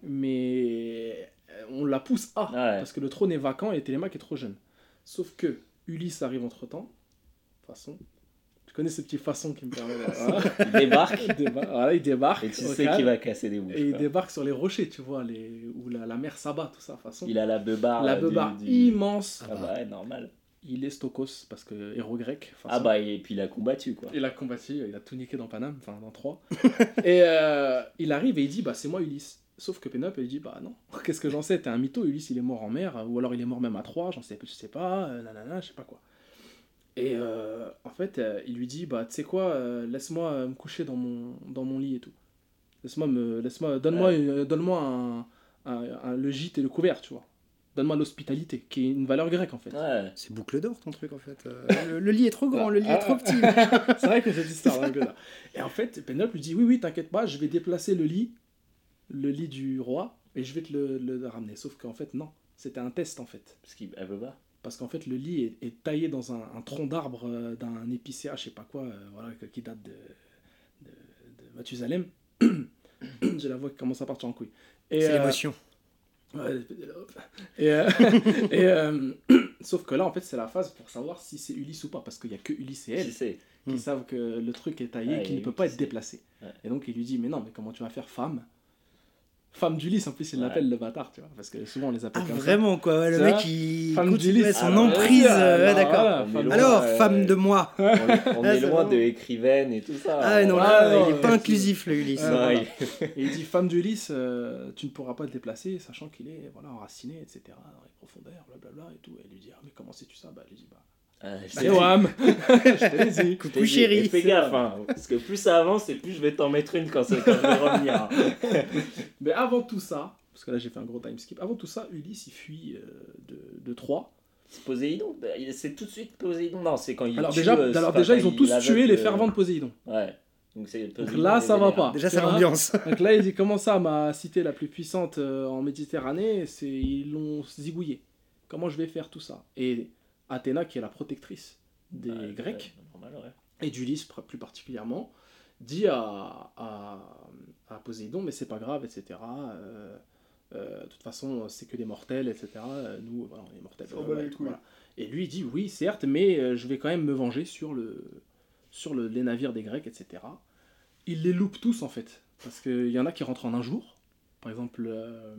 mais on la pousse à, Ouais. parce que le trône est vacant et Télémaque est trop jeune. Sauf que Ulysse arrive entre-temps, façon. Tu connais ce petit façon qui me permet de... Voilà. Il débarque Il déba- voilà, il débarque. et tu au sais calme, qu'il va casser des bouches. Et il quoi. débarque sur les rochers, tu vois, les... où la, la mer s'abat, tout ça, façon. Il a la beubare. La euh, beubare du- du- immense. Ah bah ouais, normal. Il est Stokos, parce que héros grec. façon. Ah bah et puis il a combattu quoi. Il a combattu, il a tout niqué dans Paname, enfin dans trois. et euh, il arrive et il dit bah c'est moi Ulysse. Sauf que Pénélope elle dit bah non, qu'est-ce que j'en sais, t'es un mytho, Ulysse il est mort en mer, ou alors il est mort même à Troie, j'en sais, je sais pas, euh, nanana, je sais pas quoi. Et euh, en fait euh, il lui dit bah tu sais quoi, euh, laisse-moi euh, me coucher dans mon, dans mon lit et tout. Laisse-moi me, laisse-moi, donne-moi, Ouais. une- donne-moi un, un- un- le gîte et le couvert, tu vois. Donne-moi l'hospitalité, qui est une valeur grecque en fait. Ouais. C'est boucle d'or ton truc en fait. Euh, le, le lit est trop grand, le lit est Ah. trop petit. C'est vrai que cette histoire là, là. Et en fait, Pénélope lui dit oui, oui, t'inquiète pas, je vais déplacer le lit, le lit du roi, et je vais te le, le ramener. Sauf qu'en fait, non, c'était un test en fait. Parce qu'il elle veut pas. Parce qu'en fait, le lit est, est taillé dans un, un tronc d'arbre euh, d'un épicéa, je sais pas quoi, euh, voilà, que- qui date de, de, de Mathusalem. J'ai la voix qui commence à partir en couille. Et, C'est euh, l'émotion. Ouais, Pénélope. Et, euh, et, euh, sauf que là, en fait, c'est la phase pour savoir si c'est Ulysse ou pas, parce qu'il y a que Ulysse et elle Qui sait. qui Hmm. savent que le truc est taillé, Ouais, qu'il ne et peut oui, pas qui être sait. déplacé. Ouais. Et donc il lui dit mais non, mais comment tu vas faire femme Femme d'Ulysse, en plus il Ouais. l'appelle le bâtard, tu vois, parce que souvent on les appelle Ah, comme vraiment quoi, ouais, le C'est mec vrai. il Femme continue d'Ulysse. à son Ah, bah, emprise. ouais, euh, ouais, alors, d'accord. voilà, On est femme- loin, Alors, euh, femme de moi. On est, on Ah, est c'est loin vraiment- de écrivaine et tout ça. Ah non, Ouais, là, non, il est ouais, pas c'est- inclusif le Ulysse. Ouais, Non, voilà. il- Et il dit femme d'Ulysse, euh, tu ne pourras pas te déplacer, sachant qu'il est voilà, enraciné, et cetera, dans les profondeurs, blablabla et tout. Et elle lui dit ah mais comment sais-tu ça Bah elle lui dit bah Ah, je c'est t'ai Wham Je te l'ai dit. dit, Coucou chérie. et fais gaffe, hein, parce que plus ça avance et plus je vais t'en mettre une quand, c'est- quand je vais revenir. hein. Mais avant tout ça, parce que là j'ai fait un gros time skip, avant tout ça, Ulysse il fuit euh, de, de Troie. C'est Poséidon, bah, il- c'est tout de suite Poséidon. Non, c'est quand il Alors tue, déjà, euh, alors c'est déjà quand ils ont il tous aveugle, tué les euh, fervents de Poséidon. Ouais. Donc c'est Donc Poséidon, là il est ça va vénère. pas. Déjà Tu c'est vois. l'ambiance. Donc là il dit comment ça, ma cité la plus puissante euh, en Méditerranée, c'est ils l'ont zigouillé. Comment je vais faire tout ça? Et Athéna qui est la protectrice des Ouais, Grecs, ouais, normal, ouais. et d'Ulysse pr- plus particulièrement, dit à, à, à Poséidon mais c'est pas grave, et cetera. Euh, euh, de toute façon c'est que des mortels, et cetera. Euh, Nous voilà, on est mortels. S'en euh, bat ouais, les tout, couilles. voilà. Et lui il dit oui certes, mais euh, je vais quand même me venger sur, le, sur le, les navires des Grecs, et cetera. Il les loupe tous en fait, parce qu'il y en a qui rentrent en un jour. Par exemple, euh,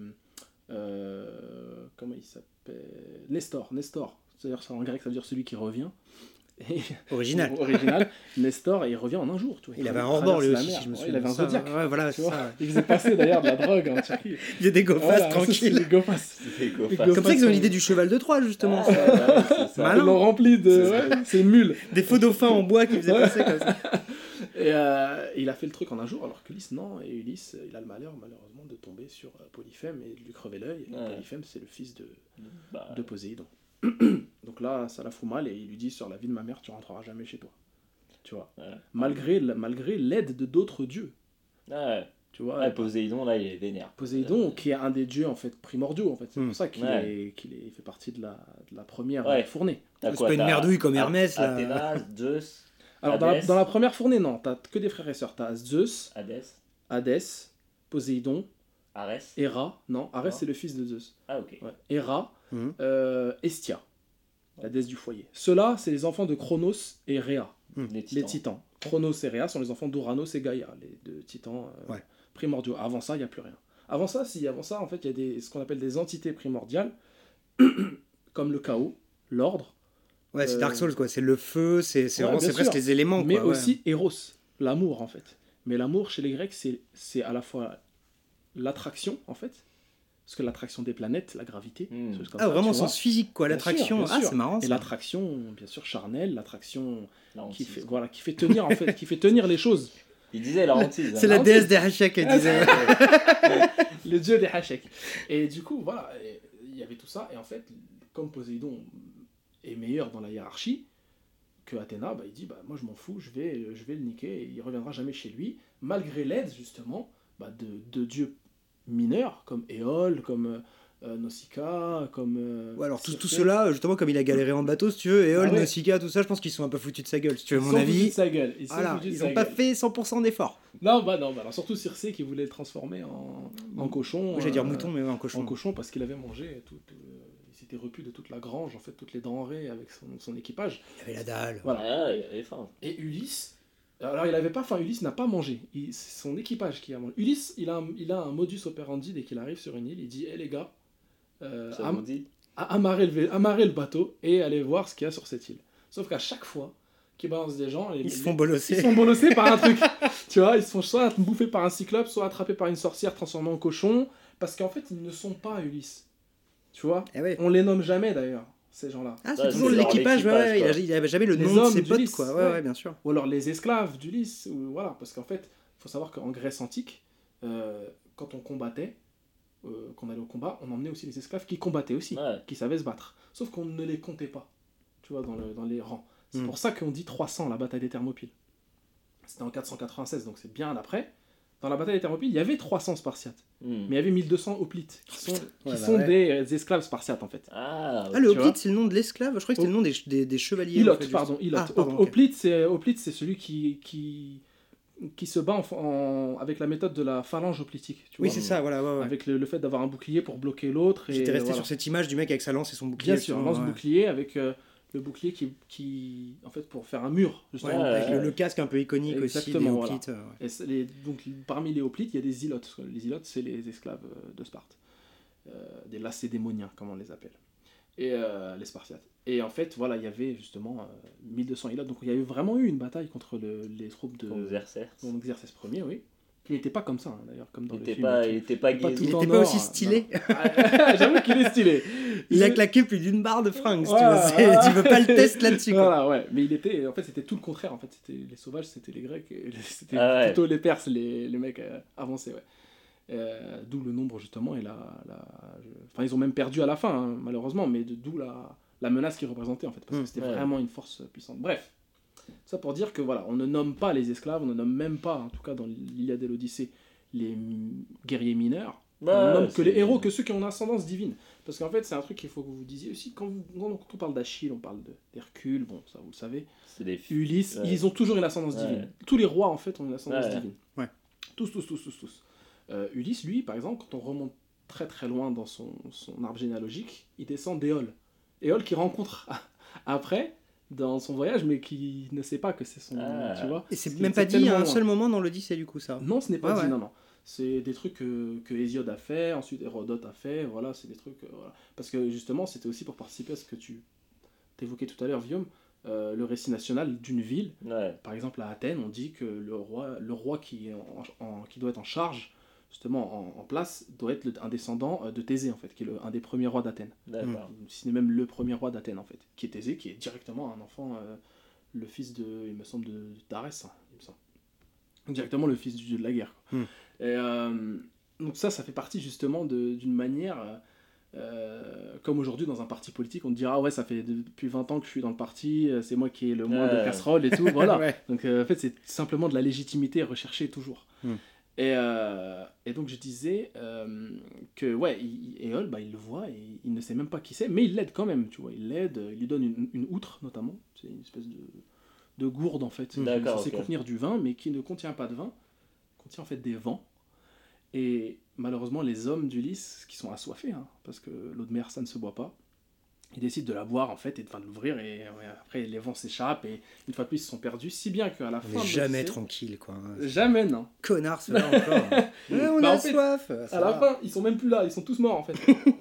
euh, comment il s'appelle Nestor, Nestor. C'est-à-dire ça en grec, ça veut dire celui qui revient. Et- Original. Original. Nestor, et il revient en un jour. Tu vois. Il avait un traverse hors-bord lui la aussi, mer. si je me Ouais, souviens. Il avait un Ça, zodiaque. Ouais, voilà, Tu c'est vois. ça. Il faisait passer d'ailleurs de la drogue en Turquie. Il y a des go fast, Voilà, ça, tranquille. c'est les go fast. C'est go Les fast. go- Comme ça qu'ils ont façon- l'idée du cheval de Troie justement. Ah, ouais, ouais, c'est ça. Malin. Ils l'ont rempli de. C'est ça. ouais, c'est une mule. Des faux dauphins en bois qui faisaient passer comme ça. Et euh, il a fait le truc en un jour, alors qu'Ulysse, non. Et Ulysse, il a le malheur, malheureusement, de tomber sur euh, Polyphème et de lui crever l'œil. Et Ouais. Polyphème, c'est le fils de, Bah, de Poséidon. Donc là, ça la fout mal et il lui dit sur la vie de ma mère, tu rentreras jamais chez toi. Tu vois. ouais. Malgré, l- malgré l'aide de d'autres dieux. Ouais. Tu vois. Ouais, Poséidon, là, il est vénère. Poséidon, qui est un des dieux en fait primordiaux en fait. C'est Hmm. pour ça qu'il Ouais. est- qu'il est- il fait partie de la, de la première Ouais. euh, fournée. T'as C'est quoi, pas une t'as merdouille comme A- Hermès, là. Athéna, Zeus, Alors dans la, Hadès. dans la première fournée, non, t'as que des frères et sœurs. T'as Zeus, Hadès. Hadès, Poséidon, Arès. Héra, non, Arès Non. c'est le fils de Zeus. Ah, ok. Ouais. Héra, Mhm. euh, Hestia, la déesse du foyer. Ceux-là, c'est les enfants de Hmm. Chronos et Rhea, Les les titans. titans. Chronos et Rhea sont les enfants d'Uranos et Gaïa, les deux titans euh, Ouais. primordiaux. Avant ça, il n'y a plus rien. Avant ça, si, avant ça, en fait, il y a des, ce qu'on appelle des entités primordiales, comme le chaos, l'ordre, Ouais, c'est Euh, Dark Souls, quoi. C'est le feu, c'est c'est Ouais, vraiment, bien c'est presque sûr. les éléments, mais quoi. ouais. aussi Eros, l'amour, en fait. Mais l'amour, chez les Grecs, c'est c'est à la fois l'attraction, en fait, parce que l'attraction des planètes, la gravité, Hmm. des choses comme Ah, ça, vraiment tu vois. sens physique, quoi. Bien L'attraction. sûr, bien Ah, sûr. c'est marrant, Et ça. l'attraction, bien sûr, charnelle, l'attraction La qui hantise, fait, quoi. voilà, qui fait tenir, en fait, qui fait tenir les choses. Il disait la hantise. C'est hein. la Ah, déesse des Hacheks, elle Ah, disait. Le dieu des Hacheks. Et du coup, voilà, et il y avait tout ça. Et en fait, comme Poséidon est meilleur dans la hiérarchie que Athéna, bah, il dit bah, moi je m'en fous, je vais, je vais le niquer et il reviendra jamais chez lui, malgré l'aide justement bah, de, de dieux mineurs comme Éole, comme euh, Nausicaa, comme. euh, Ouais, alors tout, tout Circé. cela, justement, comme il a galéré en bateau, si tu veux, Éole, Ah ouais. Nausicaa, tout ça, je pense qu'ils sont un peu foutus de sa gueule, si tu veux, Ils mon sont foutus avis. de sa gueule. Ils sont Voilà, foutus de ils sa ont pas gueule. fait cent pour cent d'efforts. Non, bah non, bah alors surtout Circé qui voulait le transformer en, en cochon. Moi, j'allais dire euh, mouton, mais ouais, en cochon. En cochon parce qu'il avait mangé, tout, euh, il s'était repu de toute la grange, en fait, toutes les denrées avec son, son équipage. Il avait la dalle. Voilà. Ah, il avait faim. Et Ulysse, alors il avait pas faim, Ulysse n'a pas mangé, Il- c'est son équipage qui a mangé. Ulysse, il a un, il a un modus operandi dès qu'il arrive sur une île, il dit hé les gars, euh, Ça am- vous dit a- amarrez, le, vé- amarrez le bateau et allez voir ce qu'il y a sur cette île. Sauf qu'à chaque fois qu'il balance des gens, les- Ils se les- font ils bolosser. se font bolossés par un truc. Tu vois, ils se font soit bouffés par un cyclope, soit attrapés par une sorcière transformée en cochon, parce qu'en fait, ils ne sont pas Ulysse. Tu vois, Eh ouais. on les nomme jamais d'ailleurs, ces gens-là. Ah, c'est Ouais, toujours c'est genre l'équipage, ouais, l'équipage, ouais, il, a, quoi. il avait jamais le Les nom de hommes ses potes, d'Ulysse, quoi. Ouais, ouais. ouais, bien sûr. Ou alors les esclaves d'Ulysse, ou voilà, parce qu'en fait, il faut savoir qu'en Grèce antique, euh, quand on combattait, euh, qu'on allait au combat, on emmenait aussi les esclaves qui combattaient aussi, Ouais. qui savaient se battre. Sauf qu'on ne les comptait pas, tu vois, dans, le, dans les rangs. C'est Mm. pour ça qu'on dit trois cents, la bataille des Thermopyles. C'était en quatre cent quatre-vingt-seize, donc c'est bien après. Dans la bataille des Thermopyles, il y avait trois cents Spartiates, Hmm. mais il y avait mille deux cents hoplites, qui sont, qui Ouais, bah sont ouais. des, euh, esclaves spartiates en fait. Ah, Ah, le Tu vois. hoplite, c'est le nom de l'esclave. Je crois que c'était le nom des, des, des chevaliers. en Ilot, fait, juste. pardon, Ilot. Ah, pardon, Hop- ok. Hoplite, c'est Hoplite, c'est celui qui, qui, qui se bat en, en- avec la méthode de la phalange hoplitique. Tu Oui, vois, c'est ça, voilà. Ouais, ouais. avec le, le fait d'avoir un bouclier pour bloquer l'autre. et J'étais resté voilà. sur cette image du mec avec sa lance et son bouclier. Bien sûr, justement, ouais. lance-bouclier avec euh, le bouclier qui, qui, en fait, pour faire un mur, Ouais, justement. Ouais, avec ouais. le, le casque un peu iconique aussi des Exactement, voilà. hoplites. euh, ouais. Et c'est les- donc, parmi les hoplites, il y a des ilotes. Les ilotes, c'est les esclaves euh, de Sparte. Euh, des lacédémoniens, comme on les appelle. Et euh, les Spartiates. Et en fait, voilà, il y avait justement euh, mille deux cents ilotes. Donc il y a eu vraiment eu une bataille contre le- les troupes de Donc, Xerxes. donc Xerxès Ier, oui. Qui n'était pas comme ça, hein, d'ailleurs, comme dans Il le était film. pas, et il tout. était pas Il était pas gaisé. Il tout en était pas or, aussi hein, stylé. non. J'avoue qu'il est stylé. Il a claqué plus d'une barre de fringues, si tu Ouais, veux. c'est- ouais. Tu veux pas le test là-dessus, quoi. Voilà, ouais. Mais il était, en fait, c'était tout le contraire. En fait, c'était les sauvages, c'était les Grecs, et les- c'était Ah ouais. plutôt les Perses, les, les mecs euh, avancés, ouais. Euh, d'où le nombre justement et la, la je- enfin ils ont même perdu à la fin hein, malheureusement, mais de- d'où la, la menace qu'ils représentaient en fait, parce que Mm, c'était ouais. vraiment une force puissante. Bref, ça pour dire que voilà, on ne nomme pas les esclaves, on ne nomme même pas, en tout cas dans l'Iliade et l'Odyssée, les m- guerriers mineurs. Ouais, on nomme c'est- que les héros, que ceux qui ont une ascendance divine. Parce qu'en fait, c'est un truc qu'il faut que vous disiez aussi. Quand, vous- quand on parle d'Achille, on parle de- d'Hercule, bon, ça vous le savez. C'est des filles. Ulysse, Ouais. ils ont toujours une ascendance Ouais. divine. Tous les rois, en fait, ont une ascendance Ouais. divine. Ouais. Tous, tous, tous, tous, tous. Euh, Ulysse, lui, par exemple, quand on remonte très très loin dans son, son arbre généalogique, il descend d'Éole. Éole qui rencontre après dans son voyage, mais qui ne sait pas que c'est son. Ah. Tu vois. Et c'est C'est- même pas c'est dit à un tellement seul moment dans l'Odyssée, du coup, ça. Non, ce n'est pas Ouais, dit, ouais. non, non. C'est des trucs que, que Hésiode a fait, ensuite Hérodote a fait, voilà, c'est des trucs... euh, voilà. Parce que justement, c'était aussi pour participer à ce que tu évoquais tout à l'heure, Guillaume, euh, le récit national d'une ville. Ouais. Par exemple, à Athènes, on dit que le roi, le roi qui, est en- en- qui doit être en charge, justement en, en place, doit être le- un descendant euh, de Thésée, en fait, qui est le- un des premiers rois d'Athènes. D'accord. Si ce n'est même le premier roi d'Athènes, en fait, qui est Thésée, qui est directement un enfant, euh, le fils de, il me semble, de d'Arès, hein, il me semble. Directement le fils du dieu de la guerre. quoi. Hmm. Et, euh, donc ça, ça fait partie justement de- d'une manière, euh, euh, comme aujourd'hui dans un parti politique, on te dira, ah ouais, ça fait depuis vingt ans que je suis dans le parti, euh, c'est moi qui ai le moins de Ouais. casseroles et tout, voilà. Ouais. Donc euh, en fait, c'est simplement de la légitimité recherchée toujours. Hmm. Et, euh, et donc je disais euh, que, ouais, il- il- Éole, bah, il le voit et il ne sait même pas qui c'est, mais il l'aide quand même, tu vois, il l'aide, il lui donne une, une outre notamment, c'est une espèce de, de gourde en fait, qui est D'accord, censée ok. contenir du vin, mais qui ne contient pas de vin, contient en fait des vents. Et malheureusement, les hommes d'Ulysse, qui sont assoiffés, hein, parce que l'eau de mer, ça ne se boit pas, ils décident de la boire en fait et de, enfin, de l'ouvrir et ouais, après les vents s'échappent et une fois de plus ils se sont perdus, si bien qu'à la On fin n'est de jamais l'Odyssée- tranquille, quoi. Jamais, non. Connard, ceux-là encore. Ouais, on Bah, a en fait, soif. ça À la va. fin, ils sont même plus là, ils sont tous morts en fait.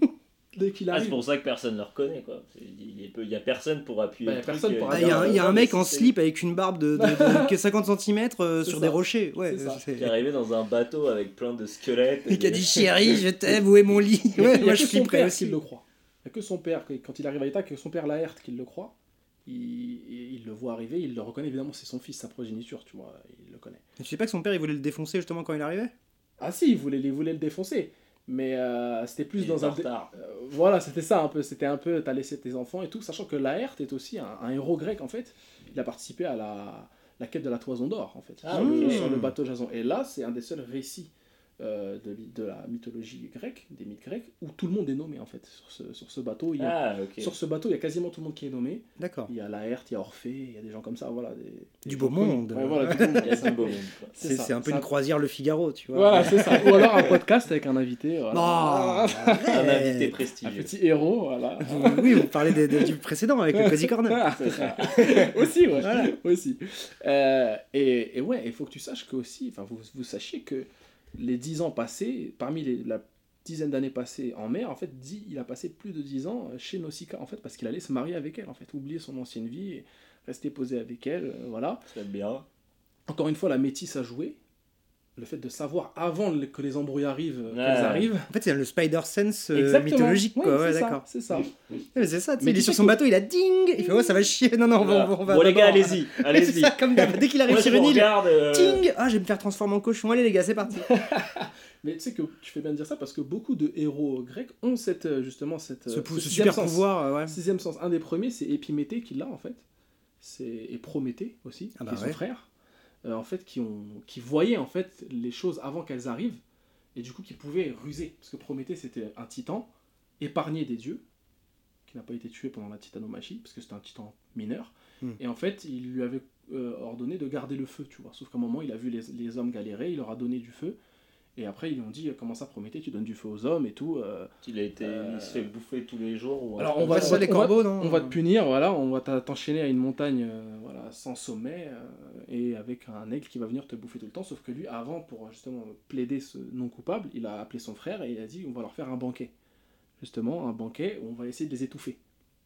Dès qu'il Ah, c'est arrive. pour ça que personne ne le reconnaît, quoi. C'est- Il y a- il y a personne pour appuyer Bah, le y a truc, personne euh, pour Ah, dire, il y a un, il y a un euh, mec en c'était- slip avec une barbe de, de, de, que cinquante centimètres C'est sur ça. des rochers. Ouais, C'est ça. c'est- qui est arrivé dans un bateau avec plein de squelettes. Et qui a et- dit chérie, je t'aime, où est mon lit? Il y a- Ouais, il y a moi que je son flipperais père aussi. qui le croit. Il n'y a que son père, que- quand il arrive à Ita, que son père Laerte qui le croit. Il, il, il le voit arriver, il le reconnaît évidemment, c'est son fils, sa progéniture, tu vois, il le connaît. Tu sais pas que son père il voulait le défoncer justement quand il arrivait? Ah si, il voulait, il voulait le défoncer, mais euh, c'était plus Il dans était un... en retard. Euh, voilà, c'était ça un peu, c'était un peu, t'as laissé tes enfants et tout, sachant que Laerte est aussi un, un héros grec en fait, il a participé à la, la quête de la Toison d'Or en fait, Ah, sur, le, ok. sur le bateau Jason. Et là, c'est un des seuls récits euh, de, li- de la mythologie grecque, des mythes grecs, où tout le monde est nommé en fait, sur ce, sur ce bateau. Il y a, Ah, ok. Sur ce bateau, il y a quasiment tout le monde qui est nommé. D'accord. Il y a Laerte, il y a Orphée, il y a des gens comme ça, voilà. Des, des Du gens beau connus. monde. Ouais, voilà, du beau monde. Il y a du beau monde, quoi. C'est ça, c'est un peu ça. une croisière Le Figaro, tu vois. Voilà, c'est ça. Ou alors un podcast avec un invité. Voilà. Non, Un arrête. invité Un prestigieux. petit héros, voilà. Vous- Oui, vous parlez des- des- du précédent avec le Cozy Corner. Ah, C'est ça. aussi, ouais. Voilà. Aussi. Euh, et, et ouais, il faut que tu saches que aussi, enfin, vous, vous sachiez que les dix ans passés, parmi les, la dizaine d'années passées en mer, en fait, dit, il a passé plus de dix ans chez Nausicaa, en fait, parce qu'il allait se marier avec elle, en fait, oublier son ancienne vie, et rester posé avec elle, euh, voilà. C'est bien. Encore une fois, la métisse a joué. Le fait de savoir avant le- que les embrouilles arrivent, euh, Ouais. qu'elles arrivent. En fait, c'est le Spider Sense euh, Exactement. mythologique, quoi. Ouais, Ouais, c'est ça, d'accord. c'est ça. Ouais, mais c'est ça, tu sais, Mais il est tu sur sais son que- bateau, il a ding. Il fait, oh, ça va chier. Non, non, on va, on va Bon, les gars, d'abord- allez-y. C'est Allez-y. ça, comme d'hab. Dès qu'il arrive Moi, sur je une vous île, regarde, euh, ting. Ah, je vais me faire transformer en cochon. Allez, les gars, c'est parti. Mais tu sais que tu fais bien de dire ça parce que beaucoup de héros grecs ont cette, euh, justement cette, Ce, euh, pou- ce ce sixième super sens. pouvoir, euh, ouais. Sixième sens. Un des premiers, c'est Épiméthée qui l'a en fait. C'est et Prométhée aussi, Ah bah qui est son ouais. frère. Euh, en fait, qui ont, qui voyaient en fait les choses avant qu'elles arrivent et du coup qui pouvaient ruser parce que Prométhée c'était un titan épargné des dieux qui n'a pas été tué pendant la titanomachie parce que c'était un titan mineur. Hmm. Et en fait, il lui avait euh, ordonné de garder le feu, tu vois. Sauf qu'à un moment, il a vu les, les hommes galérer, il leur a donné du feu. Et après, ils lui ont dit, comment ça, Prométhée, tu donnes du feu aux hommes et tout. euh, Il, a été... Euh, il se fait bouffer tous les jours. Ou un Alors, truc on va, comme ça, ça. on va- les on va- corbeaux, non on va te punir, voilà, on va t'a- t'enchaîner à une montagne euh, voilà, sans sommet euh, et avec un aigle qui va venir te bouffer tout le temps. Sauf que lui, avant, pour justement plaider ce non coupable, il a appelé son frère et il a dit, on va leur faire un banquet. Justement, un banquet où on va essayer de les étouffer.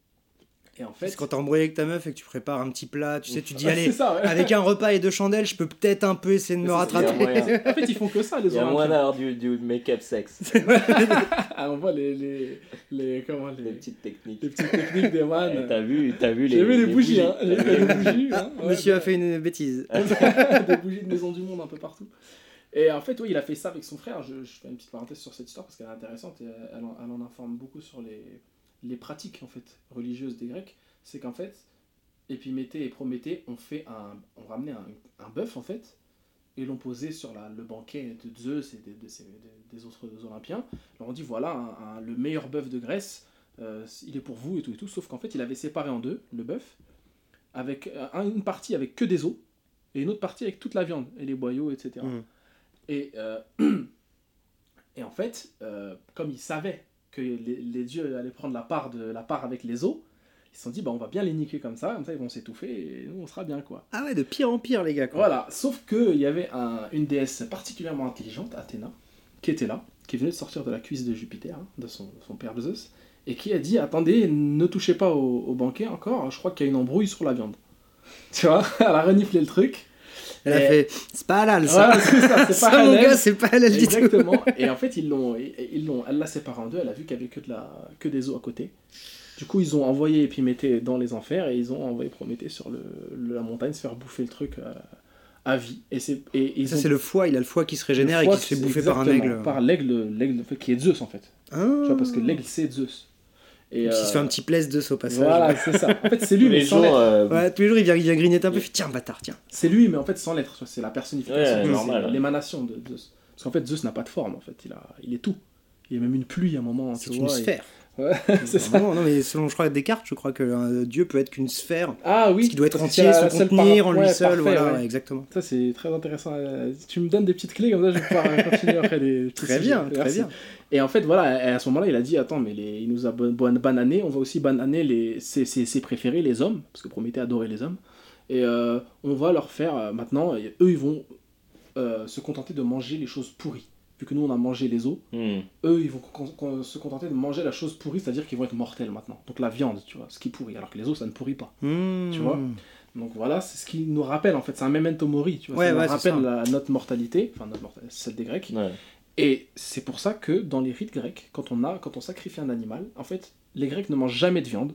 Et en fait, C'est quand t'es embrouillé avec ta meuf et que tu prépares un petit plat, tu sais, tu dis, Ah, allez, c'est ça, ouais. avec un repas et deux chandelles, je peux peut-être un peu essayer de me C'est ça, il y a rattraper. moyen. En fait, ils font que ça, les Il y a Olympiens. moins d'avoir du, du make-up sexe. Ah, on voit les, les, les, comment, les, Des petites techniques. les petites techniques des Eh, man. T'as vu, t'as vu les. J'ai vu les les bougies, hein. J'ai vu les bougies, hein. Ouais, Monsieur a fait une bêtise. des bougies de maison du monde un peu partout. Et en fait, oui, il a fait ça avec son frère. Je, je fais une petite parenthèse sur cette histoire parce qu'elle est intéressante et elle en, elle en informe beaucoup sur les, les pratiques en fait religieuses des Grecs. C'est qu'en fait, Épiméthée et Prométhée ont fait un, ont ramené un, un bœuf en fait et l'ont posé sur la, le banquet de Zeus et des, de ces- des- des autres Olympiens. Ils leur ont dit voilà un- un- le meilleur bœuf de Grèce, euh, il est pour vous et tout et tout. Sauf qu'en fait, il avait séparé en deux le bœuf avec euh, un- une partie avec que des os et une autre partie avec toute la viande et les boyaux, et cetera. Mm. Et, euh, et en fait, euh, comme ils savaient que les, les dieux allaient prendre la part, de, la part avec les os, ils se sont dit, bah, on va bien les niquer comme ça, comme ça ils vont s'étouffer et nous on sera bien quoi. Ah ouais, de pire en pire, les gars. Quoi. Voilà, sauf qu'il y avait un- une déesse particulièrement intelligente, Athéna, qui était là, qui venait de sortir de la cuisse de Jupiter, hein, de son, son père Zeus, et qui a dit, attendez, ne touchez pas au, au banquet encore, je crois qu'il y a une embrouille sur la viande. Tu vois, elle a reniflé le truc. Elle a Et- fait, c'est pas halal ça. Voilà, c'est ça, c'est Ça, pas mon halal. gars, c'est pas halal du tout. Exactement. Et en fait, ils l'ont, ils l'ont, elle l'a séparé en deux. Elle a vu qu'il y avait que de la, que des os à côté. Du coup, ils ont envoyé Épiméthée dans les enfers et ils ont envoyé Prométhée sur le, le- la montagne se faire bouffer le truc euh, à vie. Et c'est, et, et ils Ça, ont- c'est le foie, il a le foie qui se le régénère et foie qui se fait qui- bouffer par un exactement, aigle. Par l'aigle, l'aigle en fait, qui est Zeus en fait. Ah. Tu vois, parce que l'aigle c'est Zeus. Et Qui euh, se fait un petit plaise de au passage. Voilà, c'est ça. En fait, c'est lui, Tous mais les sans jours, lettres. euh, Ouais, tous les jours, il vient, il vient grignoter un peu, il fait tiens, bâtard, tiens. C'est lui, mais en fait sans lettres. tu vois, C'est la personnification, Ouais, c'est normal, ouais. l'émanation de Zeus. Parce qu'en fait, Zeus n'a pas de forme. En fait, il a, il est tout. Il y a même une pluie à un moment. C'est tu une vois, et- sphère. Ouais, c'est ça. Non, non, mais selon, je crois, Descartes, je crois qu'un Dieu peut être qu'une sphère. Ah oui. Ce qui doit être parce que entier, c'est la se seule contenir par- en lui ouais, seul. parfait, Voilà, ouais. ouais, exactement. Ça, c'est très intéressant. Euh, Tu me donnes des petites clés, comme ça, je vais pouvoir continuer après les. Très bien, très Merci. bien. Et en fait, voilà, à ce moment-là, il a dit attends, mais les... il nous a ban- ban- banané, on va aussi bananer les... ses, ses, ses préférés, les hommes, parce que Prométhée adorait les hommes. Et euh, on va leur faire euh, maintenant, et eux, ils vont euh, se contenter de manger les choses pourries. Vu que nous, on a mangé les os, Hmm. eux, ils vont con- con- se contenter de manger la chose pourrie, c'est-à-dire qu'ils vont être mortels maintenant. Donc la viande, tu vois, ce qui pourrit, alors que les os, ça ne pourrit pas. Mmh. Tu vois. Donc voilà, c'est ce qui nous rappelle, en fait, c'est un memento mori, tu vois, Ouais, ça ouais, nous c'est rappelle ça. la, notre mortalité, enfin notre mortalité, celle des Grecs. Ouais. Et c'est pour ça que dans les rites grecs, quand on, a, quand on sacrifie un animal, en fait, les Grecs ne mangent jamais de viande,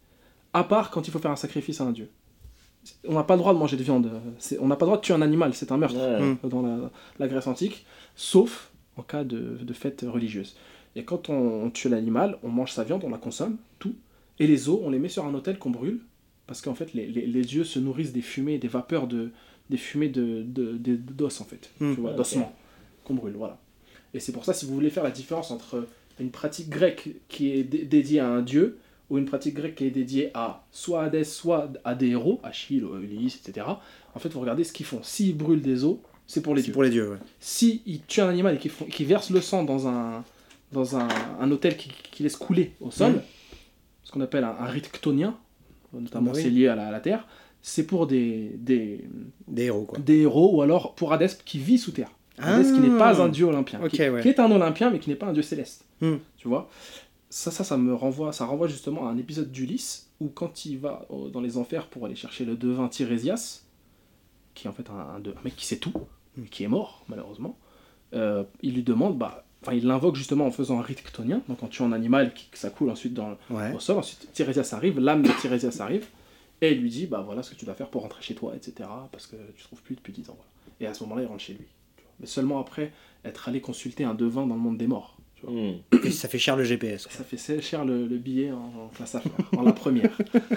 à part quand il faut faire un sacrifice à un dieu. On n'a pas le droit de manger de viande, c'est- on n'a pas le droit de tuer un animal, c'est un meurtre Ouais. Mm. dans la, la Grèce antique, sauf en cas de, de fête religieuse. Et quand on, on tue l'animal, on mange sa viande, on la consomme, tout, et les os, on les met sur un autel qu'on brûle, parce qu'en fait, les, les, les dieux se nourrissent des fumées, des vapeurs, de, des fumées de, de, de- d'os, en fait, Mm. tu vois, Ok. d'ossements, qu'on brûle, voilà. Et c'est pour ça, si vous voulez faire la différence entre une pratique grecque qui est dé- dédiée à un dieu, ou une pratique grecque qui est dédiée à soit Hadès, soit à des héros, Achille, Ulysse, et cetera, en fait, vous regardez ce qu'ils font. S'ils brûlent des os, c'est pour les C'est dieux. pour les dieux, ouais. S'ils tuent un animal et qu'ils font- qu'ils versent le sang dans un, dans un, un autel qui, qui laisse couler au sol, Mhm. ce qu'on appelle un, un rite chtonien, notamment Ah bah oui. c'est lié à la, à la terre, c'est pour des, des, Des héros, quoi. des héros, ou alors pour Hadès qui vit sous terre. Hadès qui n'est pas un dieu olympien, Ok, qui, ouais. qui est un olympien mais qui n'est pas un dieu céleste. Hmm. Tu vois, ça, ça, ça me renvoie, ça renvoie justement à un épisode d'Ulysse où quand il va euh, dans les enfers pour aller chercher le devin Tirésias, qui est en fait un, un, de- un mec qui sait tout, mais qui est mort malheureusement, euh, il lui demande, bah, enfin il l'invoque justement en faisant un rite chtonien, donc en tuant un animal, qui, que ça coule ensuite dans, Ouais. au sol, ensuite Tirésias arrive, l'âme de Tirésias arrive, et il lui dit, bah voilà ce que tu dois faire pour rentrer chez toi, et cetera, parce que tu trouves plus depuis dix ans, voilà. Et à ce moment-là, il rentre chez lui. Tu vois. Mais seulement après être allé consulter un devin dans le monde des morts. Tu vois. Hmm. Et ça fait cher le G P S. quoi. Ça fait sehr cher le, le billet en, en classe affaires, en la première.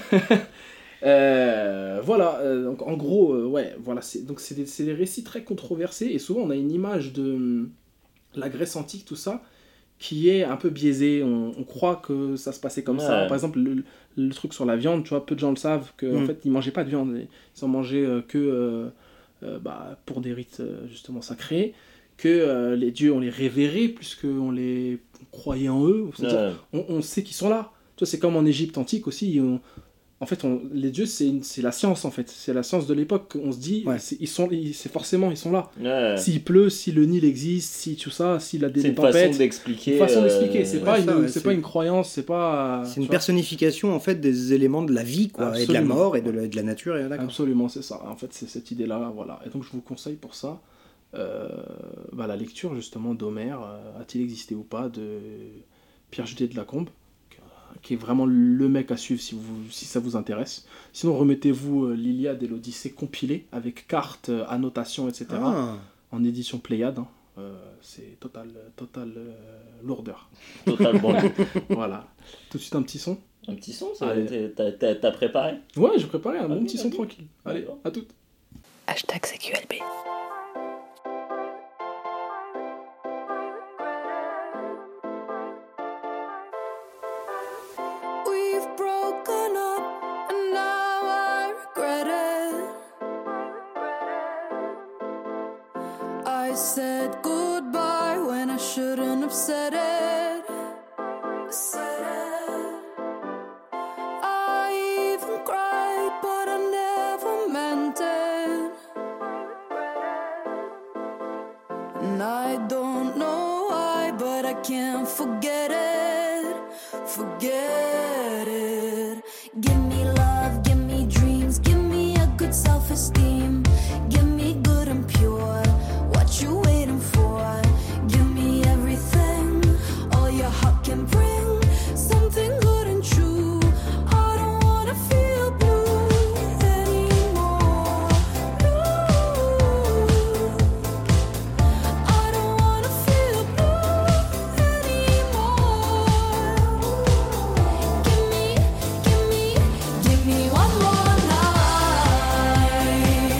Euh, voilà, euh, donc en gros, euh, ouais, voilà, c'est, donc c'est des, c'est des récits très controversés, et souvent on a une image de hum, la Grèce antique, tout ça, qui est un peu biaisée. On, on croit que ça se passait comme ça. Ouais. Par exemple, le, le truc sur la viande, tu vois, peu de gens le savent, qu'en Mm. fait, ils mangeaient pas de viande. Ils en mangeaient euh, que euh, euh, bah, pour des rites euh, justement sacrés, que euh, les dieux, on les révérait plus qu'on les on croyait en eux. C'est-à-dire, Ouais. on, on sait qu'ils sont là. Tu vois, c'est comme en Égypte antique aussi. on- en fait, on- les dieux, c'est, une- c'est la science, en fait. C'est la science de l'époque. On se dit, Ouais. c'est, ils sont, ils- c'est forcément, ils sont là. Ouais. S'il pleut, si le Nil existe, si tout ça, s'il a des, C'est des une façon tempêtes. d'expliquer. Une façon euh, d'expliquer. C'est ouais. pas, ça, une, ouais, c'est c'est- pas une croyance, c'est pas. C'est tu une vois. personnification en fait des éléments de la vie quoi, et de la Absolument. mort et de la, de la nature. Et d'accord. Absolument, c'est ça. En fait, c'est cette idée-là, voilà. Et donc, je vous conseille pour ça euh, bah, la lecture justement d'Homère, euh, a-t-il existé ou pas, de Pierre Judet de Lacombe, qui est vraiment le mec à suivre si, vous, si ça vous intéresse. Sinon, remettez-vous euh, l'Iliade et l'Odyssée compilée avec cartes, euh, annotations, et cetera. Ah. En édition Pléiade. Hein. Euh, c'est total, total euh, lourdeur. Totalement. Voilà. Tout de suite un petit son. Un petit son, ça, Allez. t'es- t'as, t'as, t'as préparé? Ouais, j'ai préparé un bon Ok, petit son vas-y. tranquille. Allez, D'accord. à toutes. Hashtag C Q L B. We've broken up and now I regret it. I said goodbye when I shouldn't have said it. Said it. I even cried, but I never meant it. And I don't know why, but I can't forget it. Forget it. Give me love, give me dreams, give me a good self-esteem. Give me good and pure. What you waiting for? Give me everything, all your heart can bring. Something good and true. I don't wanna feel blue anymore. Blue. I don't wanna feel blue anymore. Give me, give me, give me one more night.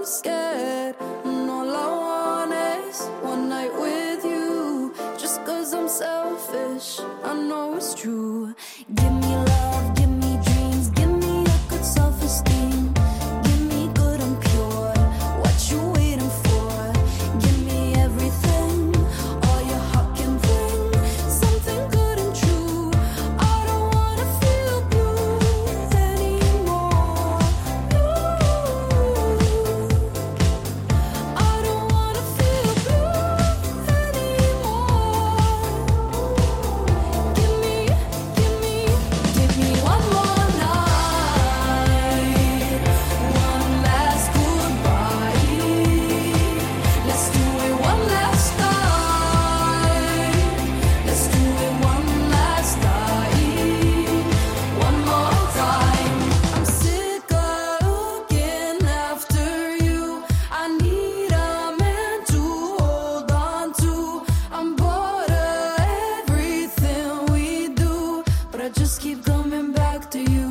scared. And all I want is one night with you. Just cause I'm selfish, I know it's true. Give me love, give me dreams, give me a good self-esteem. Give me good and pure, what you waiting for? Give me everything, all your heart can bring. Something good and true, I don't wanna feel blue anymore. I don't wanna feel blue anymore. Give me, give me, give me one more night, one last goodbye. Let's do it one last time. Let's do it one last time, one more time. I'm sick of looking after you. I need a man to hold on to. I'm bored of everything we do, but I just keep coming back to you.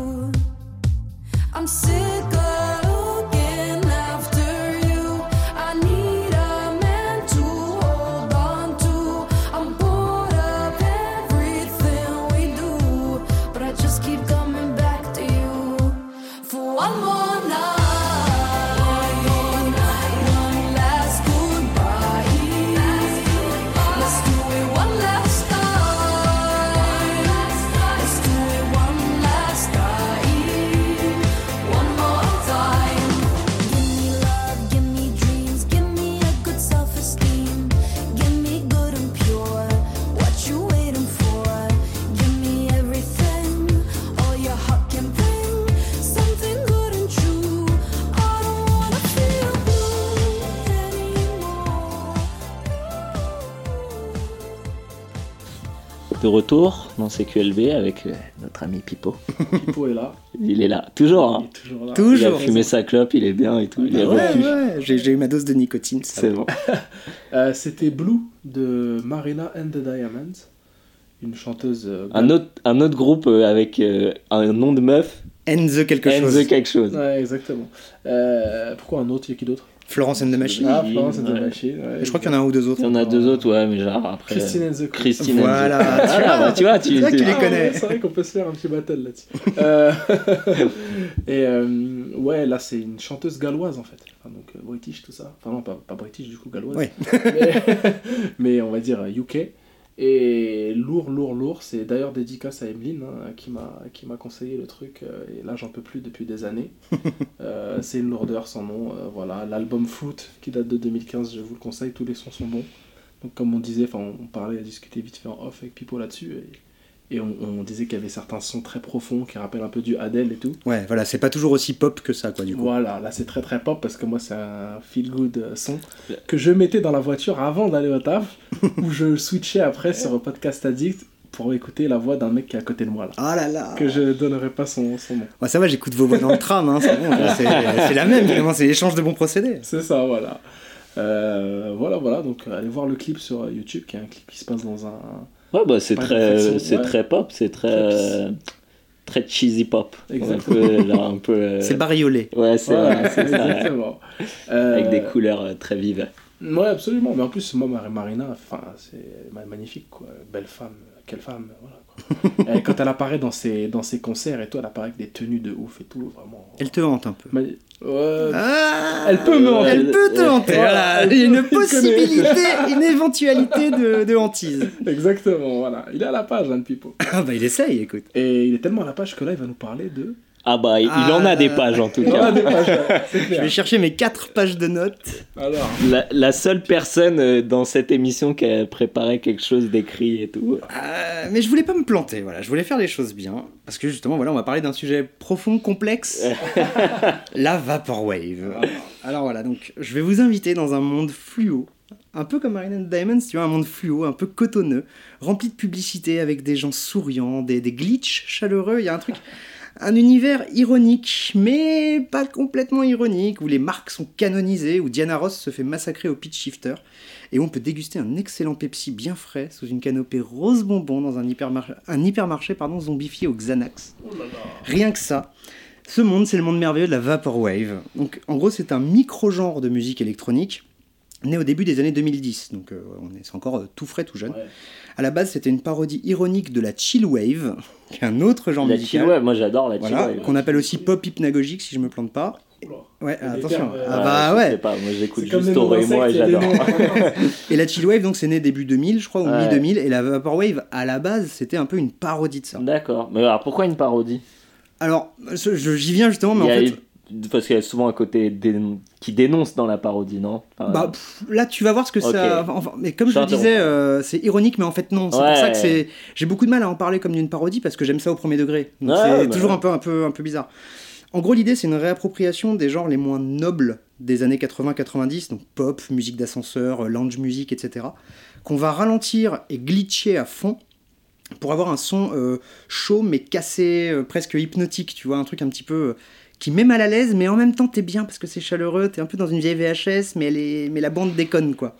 I'm sick of looking after you. I need a man to hold on to. I'm bored of everything we do, but I just keep coming back to you for one more night, one last goodbye. Let's do it one last time. Let's do it one last time, one more time. Give me love, give me dreams, give me a good self-esteem. Give me good and pure, what you waiting for? Give me everything, all your heart can bring. Something good and true, I don't wanna feel blue anymore. De retour dans C Q L B avec euh, notre ami Pipo. Pipo est là. Il est là, toujours. Il Hein. est toujours là. Il a Toujours. fumé sa clope, il est bien et tout. Il est Ouais, repu. ouais, j'ai, j'ai eu ma dose de nicotine. ça C'est va. bon. Euh, C'était Blue de Marina and the Diamonds, une chanteuse. euh, Un autre, un autre groupe euh, avec euh, un nom de meuf, Enze quelque Enze chose. quelque chose. Ouais, exactement. Euh, pourquoi un autre? Il y a qui d'autre? Florence and the Machine. Ah, Florence and the ouais. Machine. Ouais, Je crois qu'il y en a un ou deux autres. Il y en a deux autres, ouais, mais genre après. Christine euh, and the Queen. Christine Voilà, Enze. tu Voilà, vois. bah, tu vois, tu, C'est vrai que tu tu- les Ah connais. ouais, c'est vrai qu'on peut se faire un petit battle là-dessus. Euh, et euh, ouais, là c'est une chanteuse galloise en fait. Enfin, donc euh, British tout ça. Enfin non, pas, pas British du coup, galloise. Ouais. mais, mais on va dire euh, U K. Et lourd, lourd, lourd. C'est d'ailleurs dédicace à Emeline hein, qui m'a qui m'a conseillé le truc. euh, et là j'en peux plus depuis des années. Euh, c'est une lourdeur sans nom. euh, voilà, l'album Fruit qui date de deux mille quinze, je vous le conseille. Tous les sons sont bons. Donc comme on disait, enfin on parlait, à discuter vite fait en off avec Pipo là-dessus. Et, et on, on disait qu'il y avait certains sons très profonds qui rappellent un peu du Adele et tout. Ouais, voilà, c'est pas toujours aussi pop que ça, quoi, du coup. Voilà, là c'est très très pop parce que moi c'est un feel good euh, son que je mettais dans la voiture avant d'aller au taf où je switchais après sur un podcast addict pour écouter la voix d'un mec qui est à côté de moi là. Ah là là. Que je donnerai pas son, son nom. Ouais, ça va, j'écoute vos voix dans le tram, hein, c'est bon, c'est, c'est la même, finalement, c'est l'échange de bons procédés. C'est ça, voilà. Euh, voilà, voilà, donc euh, allez voir le clip sur euh, YouTube qui est un clip qui se passe dans un. Ouais, bah c'est Pas de très, réflexion, c'est ouais. très pop, c'est très, Très- euh, très cheesy pop. Exactement. Un peu, là, un peu. euh, C'est bariolé. Ouais, c'est Voilà, vrai, c'est ça. ouais. exactement. Euh, Avec des couleurs euh, très vives. Ouais, absolument. Mais en plus, moi, Mar- Marina, enfin, c'est ma- magnifique, quoi. Belle femme, quelle femme, voilà. Quoi. Et quand elle apparaît dans ses, dans ses concerts et tout, elle apparaît avec des tenues de ouf et tout, vraiment. Elle te hante un peu. Mani- Ouais. Ah, Elle peut me hanter. Elle peut te hanter. Voilà, Voilà, elle il y a peut- une il connaît. possibilité, une éventualité de, de hantise. Exactement, voilà. Il est à la page, hein, le Pipo. Ah bah il essaye, écoute. Et il est tellement à la page que là, il va nous parler de. Ah bah, il Ah. en a des pages en tout Il en a cas. des pages, ouais, c'est Je clair. vais chercher mes quatre pages de notes. Alors, La, la seule personne euh, dans cette émission qui a préparé quelque chose d'écrit et tout. Euh, mais je voulais pas me planter, voilà. Je voulais faire les choses bien. Parce que justement, voilà, on va parler d'un sujet profond, complexe. La Vaporwave. Alors voilà, donc je vais vous inviter dans un monde fluo. Un peu comme Marina and the Diamonds, tu vois, un monde fluo, un peu cotonneux, rempli de publicité avec des gens souriants, des, des glitches chaleureux. Il y a un truc, un univers ironique, mais pas complètement ironique, où les marques sont canonisées, où Diana Ross se fait massacrer au pitch shifter, et où on peut déguster un excellent Pepsi bien frais sous une canopée rose bonbon dans un, hypermar- un hypermarché pardon, zombifié au Xanax. Rien que ça. Ce monde, c'est le monde merveilleux de la Vaporwave. Donc, en gros, c'est un micro-genre de musique électronique né au début des années deux mille dix. Donc, euh, on est, c'est encore euh, tout frais, tout jeune. Ouais. À la base, c'était une parodie ironique de la chillwave, qui est un autre genre La musical. chillwave, moi j'adore la Voilà, chillwave. qu'on appelle aussi pop hypnagogique, si je me plante pas. Oula. Ouais, Il y a des attention. termes, euh, Ah Ouais, bah je ouais. sais pas, moi j'écoute C'est comme juste les noms Toré et moi et d'insectes, il y a des j'adore. noms. Et la chillwave, donc, c'est né début deux mille, je crois, ou Ouais. mi deux mille. Et la Vaporwave, à la base, c'était un peu une parodie de ça. D'accord. Mais alors pourquoi une parodie? Alors, ce- je- j'y viens justement, mais Il y en a- fait... Parce qu'il y a souvent un côté dé- qui dénonce dans la parodie, non? Enfin, Bah, pff, là, tu vas voir ce que Ok. ça. Enfin, mais comme Je je le t'interromps. disais, euh, c'est ironique, mais en fait, non. C'est Ouais. pour ça que c'est. J'ai beaucoup de mal à en parler comme d'une parodie parce que j'aime ça au premier degré. Donc Ouais, c'est ouais, bah toujours ouais. un, peu, un, peu, un peu bizarre. En gros, l'idée, c'est une réappropriation des genres les moins nobles des années quatre-vingts quatre-vingt-dix, donc pop, musique d'ascenseur, lounge music, et cetera, qu'on va ralentir et glitcher à fond pour avoir un son euh, chaud mais cassé, euh, presque hypnotique, tu vois, un truc un petit peu. euh, qui met mal à l'aise, mais en même temps t'es bien parce que c'est chaleureux, t'es un peu dans une vieille V H S, mais, elle est... mais la bande déconne, quoi.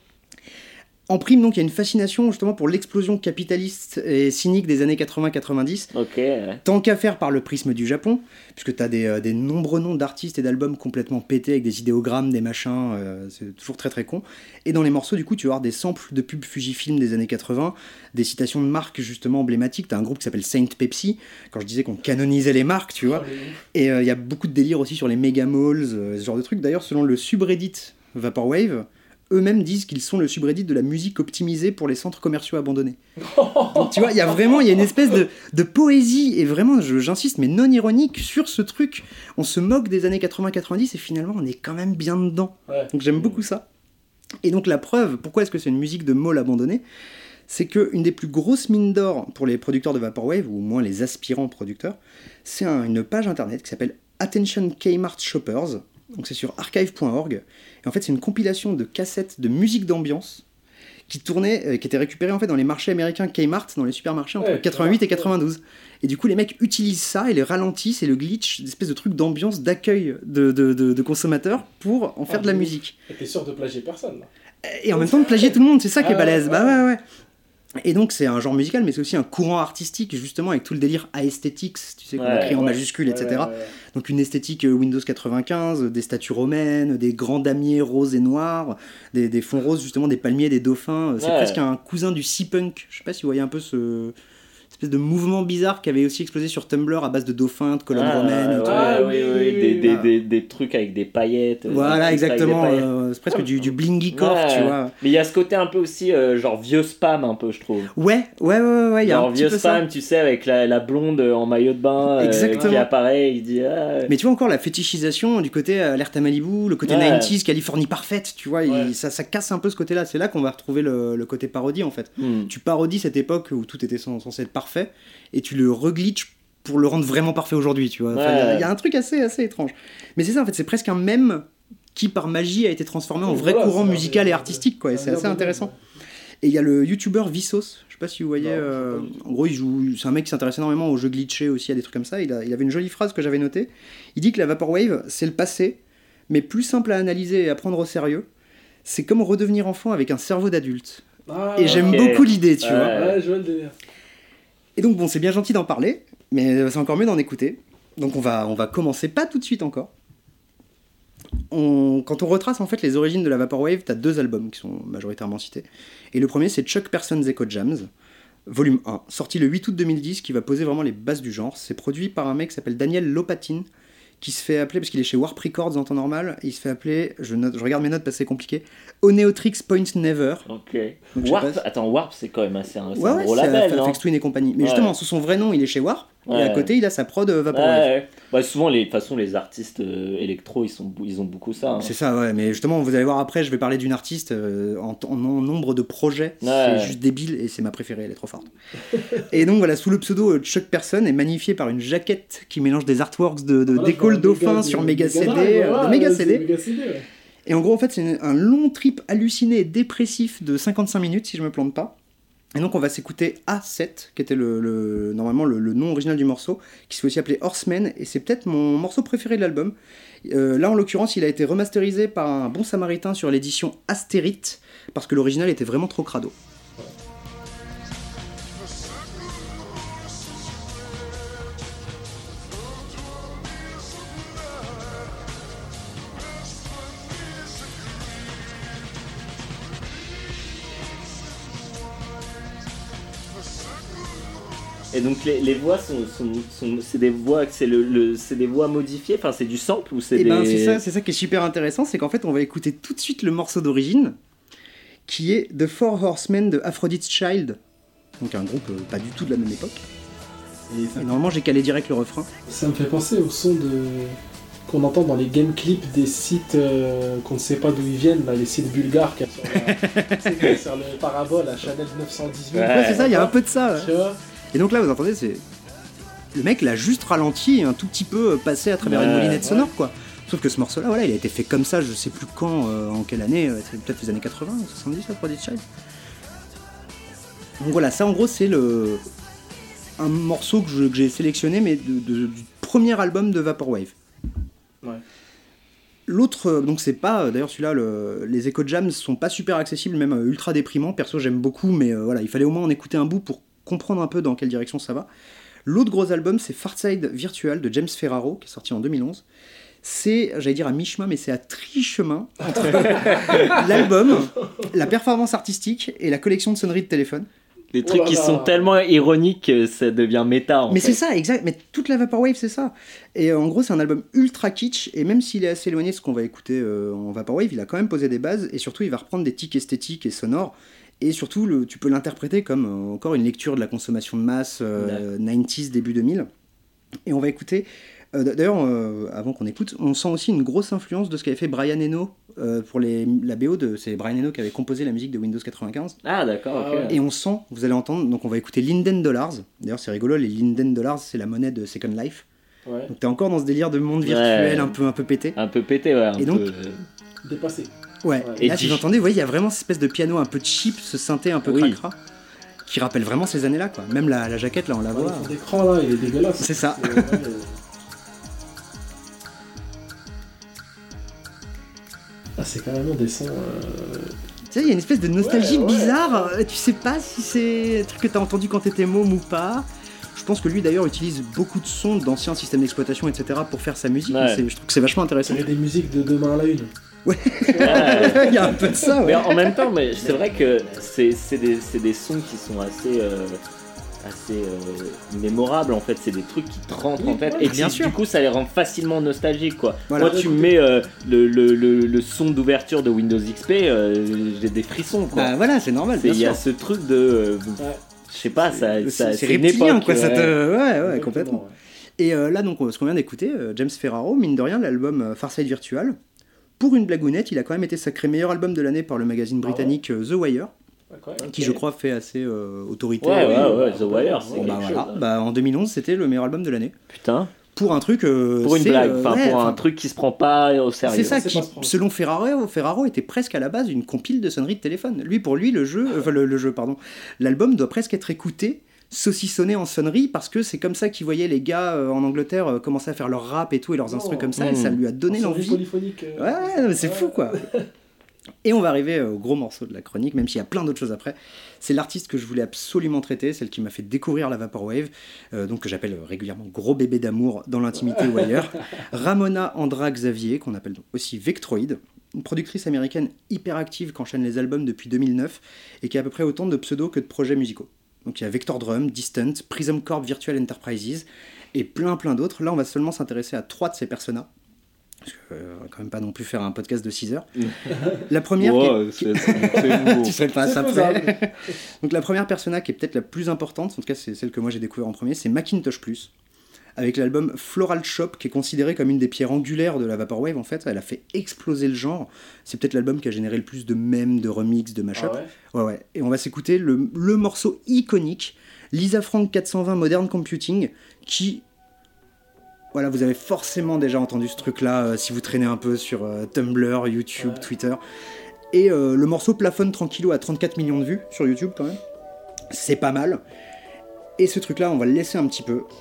En prime, donc, il y a une fascination justement pour l'explosion capitaliste et cynique des années quatre-vingts quatre-vingt-dix, Ok. ouais. tant qu'à faire par le prisme du Japon, puisque t'as des, euh, des nombreux noms d'artistes et d'albums complètement pétés avec des idéogrammes, des machins, euh, c'est toujours très très con. Et dans les morceaux, du coup, tu vas avoir des samples de pubs Fujifilm des années quatre-vingts, des citations de marques justement emblématiques. T'as un groupe qui s'appelle Saint Pepsi, quand je disais qu'on canonisait les marques, tu vois. Et il y a beaucoup de délire aussi sur les méga malls, euh, ce genre de trucs. D'ailleurs, selon le subreddit Vaporwave, eux-mêmes disent qu'ils sont le subreddit de la musique optimisée pour les centres commerciaux abandonnés. Donc tu vois, il y a vraiment il y a une espèce de, de poésie, et vraiment, je- j'insiste, mais non ironique sur ce truc. On se moque des années quatre-vingts quatre-vingt-dix et finalement, on est quand même bien dedans. Ouais. Donc j'aime beaucoup ça. Et donc la preuve, pourquoi est-ce que c'est une musique de mall abandonnée, c'est qu'une des plus grosses mines d'or pour les producteurs de Vaporwave, ou au moins les aspirants producteurs, c'est un- une page internet qui s'appelle Attention Kmart Shoppers. Donc c'est sur archive point org. Et en fait, c'est une compilation de cassettes de musique d'ambiance qui tournaient, euh, qui étaient récupérées en fait dans les marchés américains Kmart, dans les supermarchés entre Ouais, quatre-vingt-huit et ouais. quatre-vingt-douze. Et du coup, les mecs utilisent ça et les ralentissent et le glitch, d'espèce de truc d'ambiance, d'accueil de, de, de- de consommateurs pour en faire Ah, de la oui. musique. Et t'es sûr de plagier personne là. Et en même temps de plagier tout le monde, c'est ça qui est Ah, balèze. ouais. Bah ouais, ouais. Et donc c'est un genre musical, mais c'est aussi un courant artistique, justement, avec tout le délire aesthetics, tu sais, qu'on Ouais, écrit en Ouais, majuscules, ouais, et cetera. ouais, ouais. Donc une esthétique euh, Windows quatre-vingt-quinze, des statues romaines, des grands damiers roses et noirs, des, des fonds roses, justement, des palmiers, des dauphins. C'est Ouais. presque un cousin du sea-punk. Je sais pas si vous voyez un peu ce espèce de mouvement bizarre qui avait aussi explosé sur Tumblr à base de dauphins, de colonnes Ah, romaines. et ouais, tout. Ah, oui, oui, oui, oui, des, oui. des, Ah. des, des trucs avec des paillettes. euh, Voilà, des trucs avec exactement. des paillettes. euh, c'est presque du, du blingy core, Ouais. tu vois. Mais il y a ce côté un peu aussi, euh, genre vieux spam, un peu, je trouve. Ouais, ouais, ouais, ouais, ouais, il y a Genre un petit vieux peu ça. spam, tu sais, avec la, la blonde en maillot de bain euh, Exactement. qui apparaît, il dit. Ah, Mais tu vois encore la fétichisation du côté euh, alerte à Malibu, le côté Ouais. quatre-vingt-dix, Californie parfaite, tu vois, il- Ouais. ça, ça casse un peu ce côté-là. C'est là qu'on va retrouver le, le côté parodie en fait. hmm. Tu parodies cette époque où tout était cens- censé être parfait et tu le reglitches pour le rendre vraiment parfait aujourd'hui, tu vois. Enfin, Il y a- Ouais. il y, a un truc assez, assez étrange. Mais c'est ça en fait, c'est presque un mème qui par magie a été transformé en Oui, vrai voilà, courant c'est un- musical et artistique, quoi. Et c'est un assez bien intéressant. domaine. Et il y a le youtubeur Vsauce, je sais pas si vous voyez, Non, je sais euh, pas du tout. en gros il joue, c'est un mec qui s'intéresse énormément aux jeux glitchés aussi, à des trucs comme ça, il, a- il avait une jolie phrase que j'avais notée, il dit que la Vaporwave c'est le passé, mais plus simple à analyser et à prendre au sérieux, c'est comme redevenir enfant avec un cerveau d'adulte. Ah, Et j'aime ok. beaucoup l'idée, tu Ouais. vois. Ouais, je vois le délire. Et donc bon, c'est bien gentil d'en parler, mais c'est encore mieux d'en écouter, donc on va, on va commencer, pas tout de suite encore. On- quand on retrace en fait les origines de la Vaporwave, t'as deux albums qui sont majoritairement cités. Et le premier c'est Chuck Person's Echo Jams, volume un, sorti le huit août deux mille dix, qui va poser vraiment les bases du genre. C'est produit par un mec qui s'appelle Daniel Lopatin, qui se fait appeler, parce qu'il est chez Warp Records en temps normal, et il se fait appeler, je, note, je regarde mes notes parce que c'est compliqué, Oneotrix Point Never. Ok. Donc, je sais Warp, pas si- attends, Warp, c'est quand même assez un, c'est Ouais, un ouais, gros c'est label, non? Aphex Twin et compagnie. Mais Ouais. justement, sous son vrai nom, il est chez Warp, et Ouais. à côté, il a sa prod euh, Ouais, Vaporwave. ouais. Bah, souvent, les, de toute façon, les artistes euh, électro, ils, sont, ils ont beaucoup ça. hein. C'est ça, ouais, mais justement, vous allez voir après, je vais parler d'une artiste euh, en, en nombre de projets, Ouais. c'est juste débile et c'est ma préférée, elle est trop forte. Et donc voilà, sous le pseudo euh, Chuck Person est magnifié par une jaquette qui mélange des artworks de, de Voilà, décolle je vois un dauphins méga- sur des- méga des C D, Drive, euh, ouais, de méga ouais, C c'est D. méga C D, ouais. Et en gros, en fait, c'est une- un long trip halluciné et dépressif de cinquante-cinq minutes, si je me plante pas. Et donc, on va s'écouter A sept, qui était le, le- normalement le, le nom original du morceau, qui se fait aussi appeler Horseman, et c'est peut-être mon morceau préféré de l'album. Euh, là, en l'occurrence, il a été remasterisé par un bon samaritain sur l'édition Astérite, parce que l'original était vraiment trop crado. The Et donc les, les voix sont, sont, sont c'est des voix c'est le, le c'est des voix modifiées, enfin c'est du sample ou c'est Et des ben c'est ça, c'est ça qui est super intéressant, c'est qu'en fait on va écouter tout de suite le morceau d'origine, qui est The Four Horsemen de Aphrodite's Child, donc un groupe euh, pas du tout de la même époque. Et Et ça, normalement j'ai calé direct le refrain. ça me fait penser au son de qu'on entend dans les game clips des sites euh, qu'on ne sait pas d'où ils viennent, là, les sites bulgares qu'il y a sur, la- tu sais, qu'il y a sur le parabole à Chanel neuf cent dix-huit. Ouais. Ouais, c'est ça, il y a un peu de ça. Ouais. Tu vois. Et donc là vous entendez, c'est le mec l'a juste ralenti et un tout petit peu passé à travers une Ouais, moulinette ouais. sonore quoi. Sauf que ce morceau là, voilà, il a été fait comme ça, je sais plus quand, euh, en quelle année, euh, c'est peut-être les années quatre-vingts, soixante-dix, Aphrodite's Child. Donc voilà, ça en gros c'est le un morceau que, je- que j'ai sélectionné mais de- de- du premier album de Vaporwave. Ouais. L'autre, euh, donc c'est pas, euh, d'ailleurs celui-là, le- les Echo Jams sont pas super accessibles, même euh, ultra déprimants. Perso j'aime beaucoup, mais euh, voilà, il fallait au moins en écouter un bout pour comprendre un peu dans quelle direction ça va. L'autre gros album c'est Farside Virtual de James Ferraro, qui est sorti en deux mille onze. C'est, j'allais dire à mi-chemin, mais c'est à tri-chemin entre l'album, la performance artistique et la collection de sonneries de téléphone. des Oh trucs là qui là. sont tellement ironiques que ça devient méta en Mais fait. c'est ça, exact. Mais toute la Vaporwave, c'est ça. Et euh, en gros, c'est un album ultra kitsch. Et même s'il est assez éloigné de ce qu'on va écouter euh, en Vaporwave, il a quand même posé des bases. Et surtout, il va reprendre des tics esthétiques et sonores. Et surtout, le, tu peux l'interpréter comme euh, encore une lecture de la consommation de masse euh, quatre-vingt-dix, début deux mille. Et on va écouter. euh, D'ailleurs, euh, avant qu'on écoute, on sent aussi une grosse influence de ce qu'avait fait Brian Eno euh, pour les, la B O de. C'est Brian Eno qui avait composé la musique de Windows quatre-vingt-quinze. Ah d'accord, Ah ok. ouais. Et on sent, vous allez entendre, donc on va écouter Linden Dollars. D'ailleurs, c'est rigolo, les Linden Dollars, c'est la monnaie de Second Life. Ouais. Donc t'es encore dans ce délire de monde virtuel Ouais. un peu un peu pété. Un peu pété, ouais. Un Et donc- peu, euh, Dépassé. Ouais. Ouais. Et là, Edgy. tu entendez, vous voyez, il y a vraiment cette espèce de piano un peu cheap, ce synthé un peu Oui. cracra, qui rappelle vraiment ces années-là, quoi. Même la, la jaquette, là, on la Ouais, voit. le fond d'écran là, il est dégueulasse. C'est ça. ouais, euh, Ah, c'est carrément des sons. euh, Tu sais, il y a une espèce de nostalgie Ouais, ouais. bizarre. euh, Tu sais pas si c'est un truc que t'as entendu quand t'étais môme ou pas. Je pense que lui, d'ailleurs, utilise beaucoup de sons d'anciens systèmes d'exploitation, et cetera, pour faire sa musique. Ouais. Mais c'est- je trouve que c'est vachement intéressant. C'est des musiques de demain à la une. ouais. Il y a un peu de ça, Mais ouais. en même temps, mais c'est vrai que c'est c'est des, c'est des sons qui sont assez, euh, assez euh, mémorables en fait. C'est des trucs qui te rentrent en tête Ouais, et bien qui, sûr. du coup ça les rend facilement nostalgiques quoi. Voilà. Moi, tu me mets euh, le, le, le, le son d'ouverture de Windows X P, euh, j'ai des frissons quoi. Bah voilà, c'est normal, C'est- bien Il y a sûr. ce truc de. euh, Ouais. Je sais pas, ça. C'est ça c'est une reptilien, époque, quoi. Ça ouais. te... Ouais, ouais, Exactement, complètement. ouais. Et euh, là, donc, ce qu'on vient d'écouter, euh, James Ferraro, mine de rien, l'album euh, Farside Virtual. Pour une blagounette, il a quand même été sacré meilleur album de l'année par le magazine Ah ouais. britannique euh, The Wire, D'accord. qui je crois fait assez euh, autorité. Ouais, ouais, Oui, ouais, ouais, The Wire, c'est ouais, Bon, bah, quelque voilà. chose. Bah, en deux mille onze, c'était le meilleur album de l'année. Putain. Pour un truc. euh, Pour une c'est, blague, euh, enfin ouais, pour un enfin, truc qui se prend pas au sérieux. C'est ça C'est qui, pas se prendre. selon Ferraro, Ferraro était presque à la base une compile de sonneries de téléphone. Lui, pour lui, le jeu, euh, enfin le, le jeu, pardon, l'album doit presque être écouté, saucissonné en sonneries, parce que c'est comme ça qu'il voyait les gars euh, en Angleterre euh, commencer à faire leur rap et tout et leurs Oh. instruments comme ça, et Mmh. ça lui a donné En sonnerie l'envie. polyphonique. euh, Ouais, non, mais c'est ouais. fou quoi. Et on va arriver euh, au gros morceau de la chronique, même s'il y a plein d'autres choses après. C'est l'artiste que je voulais absolument traiter, celle qui m'a fait découvrir la Vaporwave, euh, donc que j'appelle régulièrement gros bébé d'amour dans l'intimité ou ailleurs. Ramona Andra Xavier, qu'on appelle donc aussi Vectroid, une productrice américaine hyper active qui enchaîne les albums depuis deux mille neuf et qui a à peu près autant de pseudos que de projets musicaux. Donc il y a Vector Drum, Distant, Prism Corp Virtual Enterprises et plein plein d'autres. Là on va seulement s'intéresser à trois de ces personas. Parce qu'on va quand même pas non plus faire un podcast de six heures. La première qui est- Wow, c'est- c'est beau. tu serais pas C'est ça faisable. près. Donc la première persona qui est peut-être la plus importante, en tout cas c'est celle que moi j'ai découvert en premier, c'est Macintosh Plus, avec l'album Floral Shop qui est considéré comme une des pierres angulaires de la Vaporwave en fait. Elle a fait exploser le genre. C'est peut-être l'album qui a généré le plus de mèmes, de remix, de mashup. Ah ouais. Ouais, ouais. Et on va s'écouter le, le morceau iconique, Lisa Frank quatre cent vingt Modern Computing, qui... Voilà, vous avez forcément déjà entendu ce truc-là euh, si vous traînez un peu sur euh, Tumblr, YouTube, Ouais. Twitter. Et euh, le morceau plafonne tranquillou à trente-quatre millions de vues sur YouTube quand même. C'est pas mal. Et ce truc-là, on va le laisser un petit peu.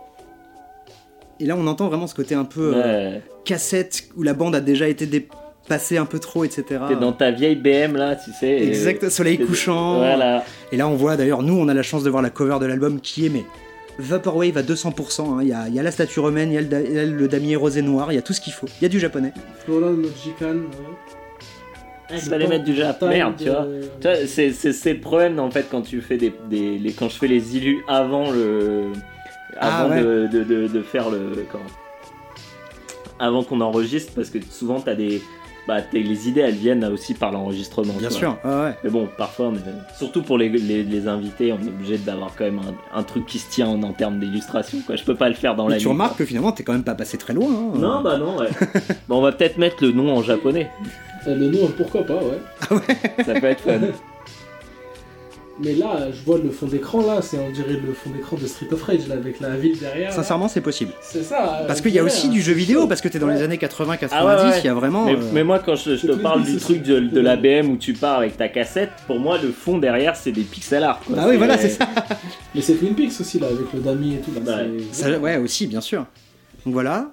Et là, on entend vraiment ce côté un peu euh, Ouais. cassette où la bande a déjà été dépassée un peu trop, et cetera. T'es dans ta vieille B M là, tu sais. et- Exact, soleil t'es- couchant. Voilà. Et là, on voit d'ailleurs, nous, on a la chance de voir la cover de l'album qui est, mais Vaporwave à deux cents pour cent. hein. Il y, a, il y a la statue romaine, il y a le, da- il y a le damier rosé noir, il y a tout ce qu'il faut. Il y a du japonais. Floral Mojikan. Ouais. Ah, il fallait mettre du Jap. Taille Merde, de- tu vois. Tu vois, c'est, c'est, c'est le problème en fait quand tu fais des, des les, quand je fais les illus avant le Ah, avant ouais. de, de, de, de faire le comment avant qu'on enregistre parce que souvent t'as des bah t'as, les idées elles viennent aussi par l'enregistrement. Bien tu sûr, vois. ouais, ouais. Mais bon, parfois, on est- surtout pour les, les, les invités, on est obligé d'avoir quand même un, un truc qui se tient en, en termes d'illustration. Quoi. Je peux pas le faire dans Mais la tu nuit, remarques quoi. que finalement, t'es quand même pas passé très loin. Hein. Non, bah non, ouais. Bon, on va peut-être mettre le nom en japonais. Euh, Le nom, pourquoi pas, ouais. Ça peut être fun. Mais là, je vois le fond d'écran, là, c'est on dirait le fond d'écran de Street of Rage, là, avec la ville derrière. là. Sincèrement, c'est possible. C'est ça. Parce on qu'il y a dirait, aussi hein. du jeu vidéo, parce que t'es dans Ouais. les années quatre-vingts quatre-vingt-dix, Ah ouais, ouais. il y a vraiment... Mais, euh, mais moi, quand je, je te C'est parle Twin du Peaks truc de, aussi. de l'A B M où tu pars avec ta cassette, pour moi, le fond derrière, c'est des pixel art. Quoi. Ah oui, voilà, c'est ça. Mais c'est Twin Peaks aussi, là, avec le Dami et tout. Là, Ouais. c'est- Ça, ouais, aussi, bien sûr. Donc voilà.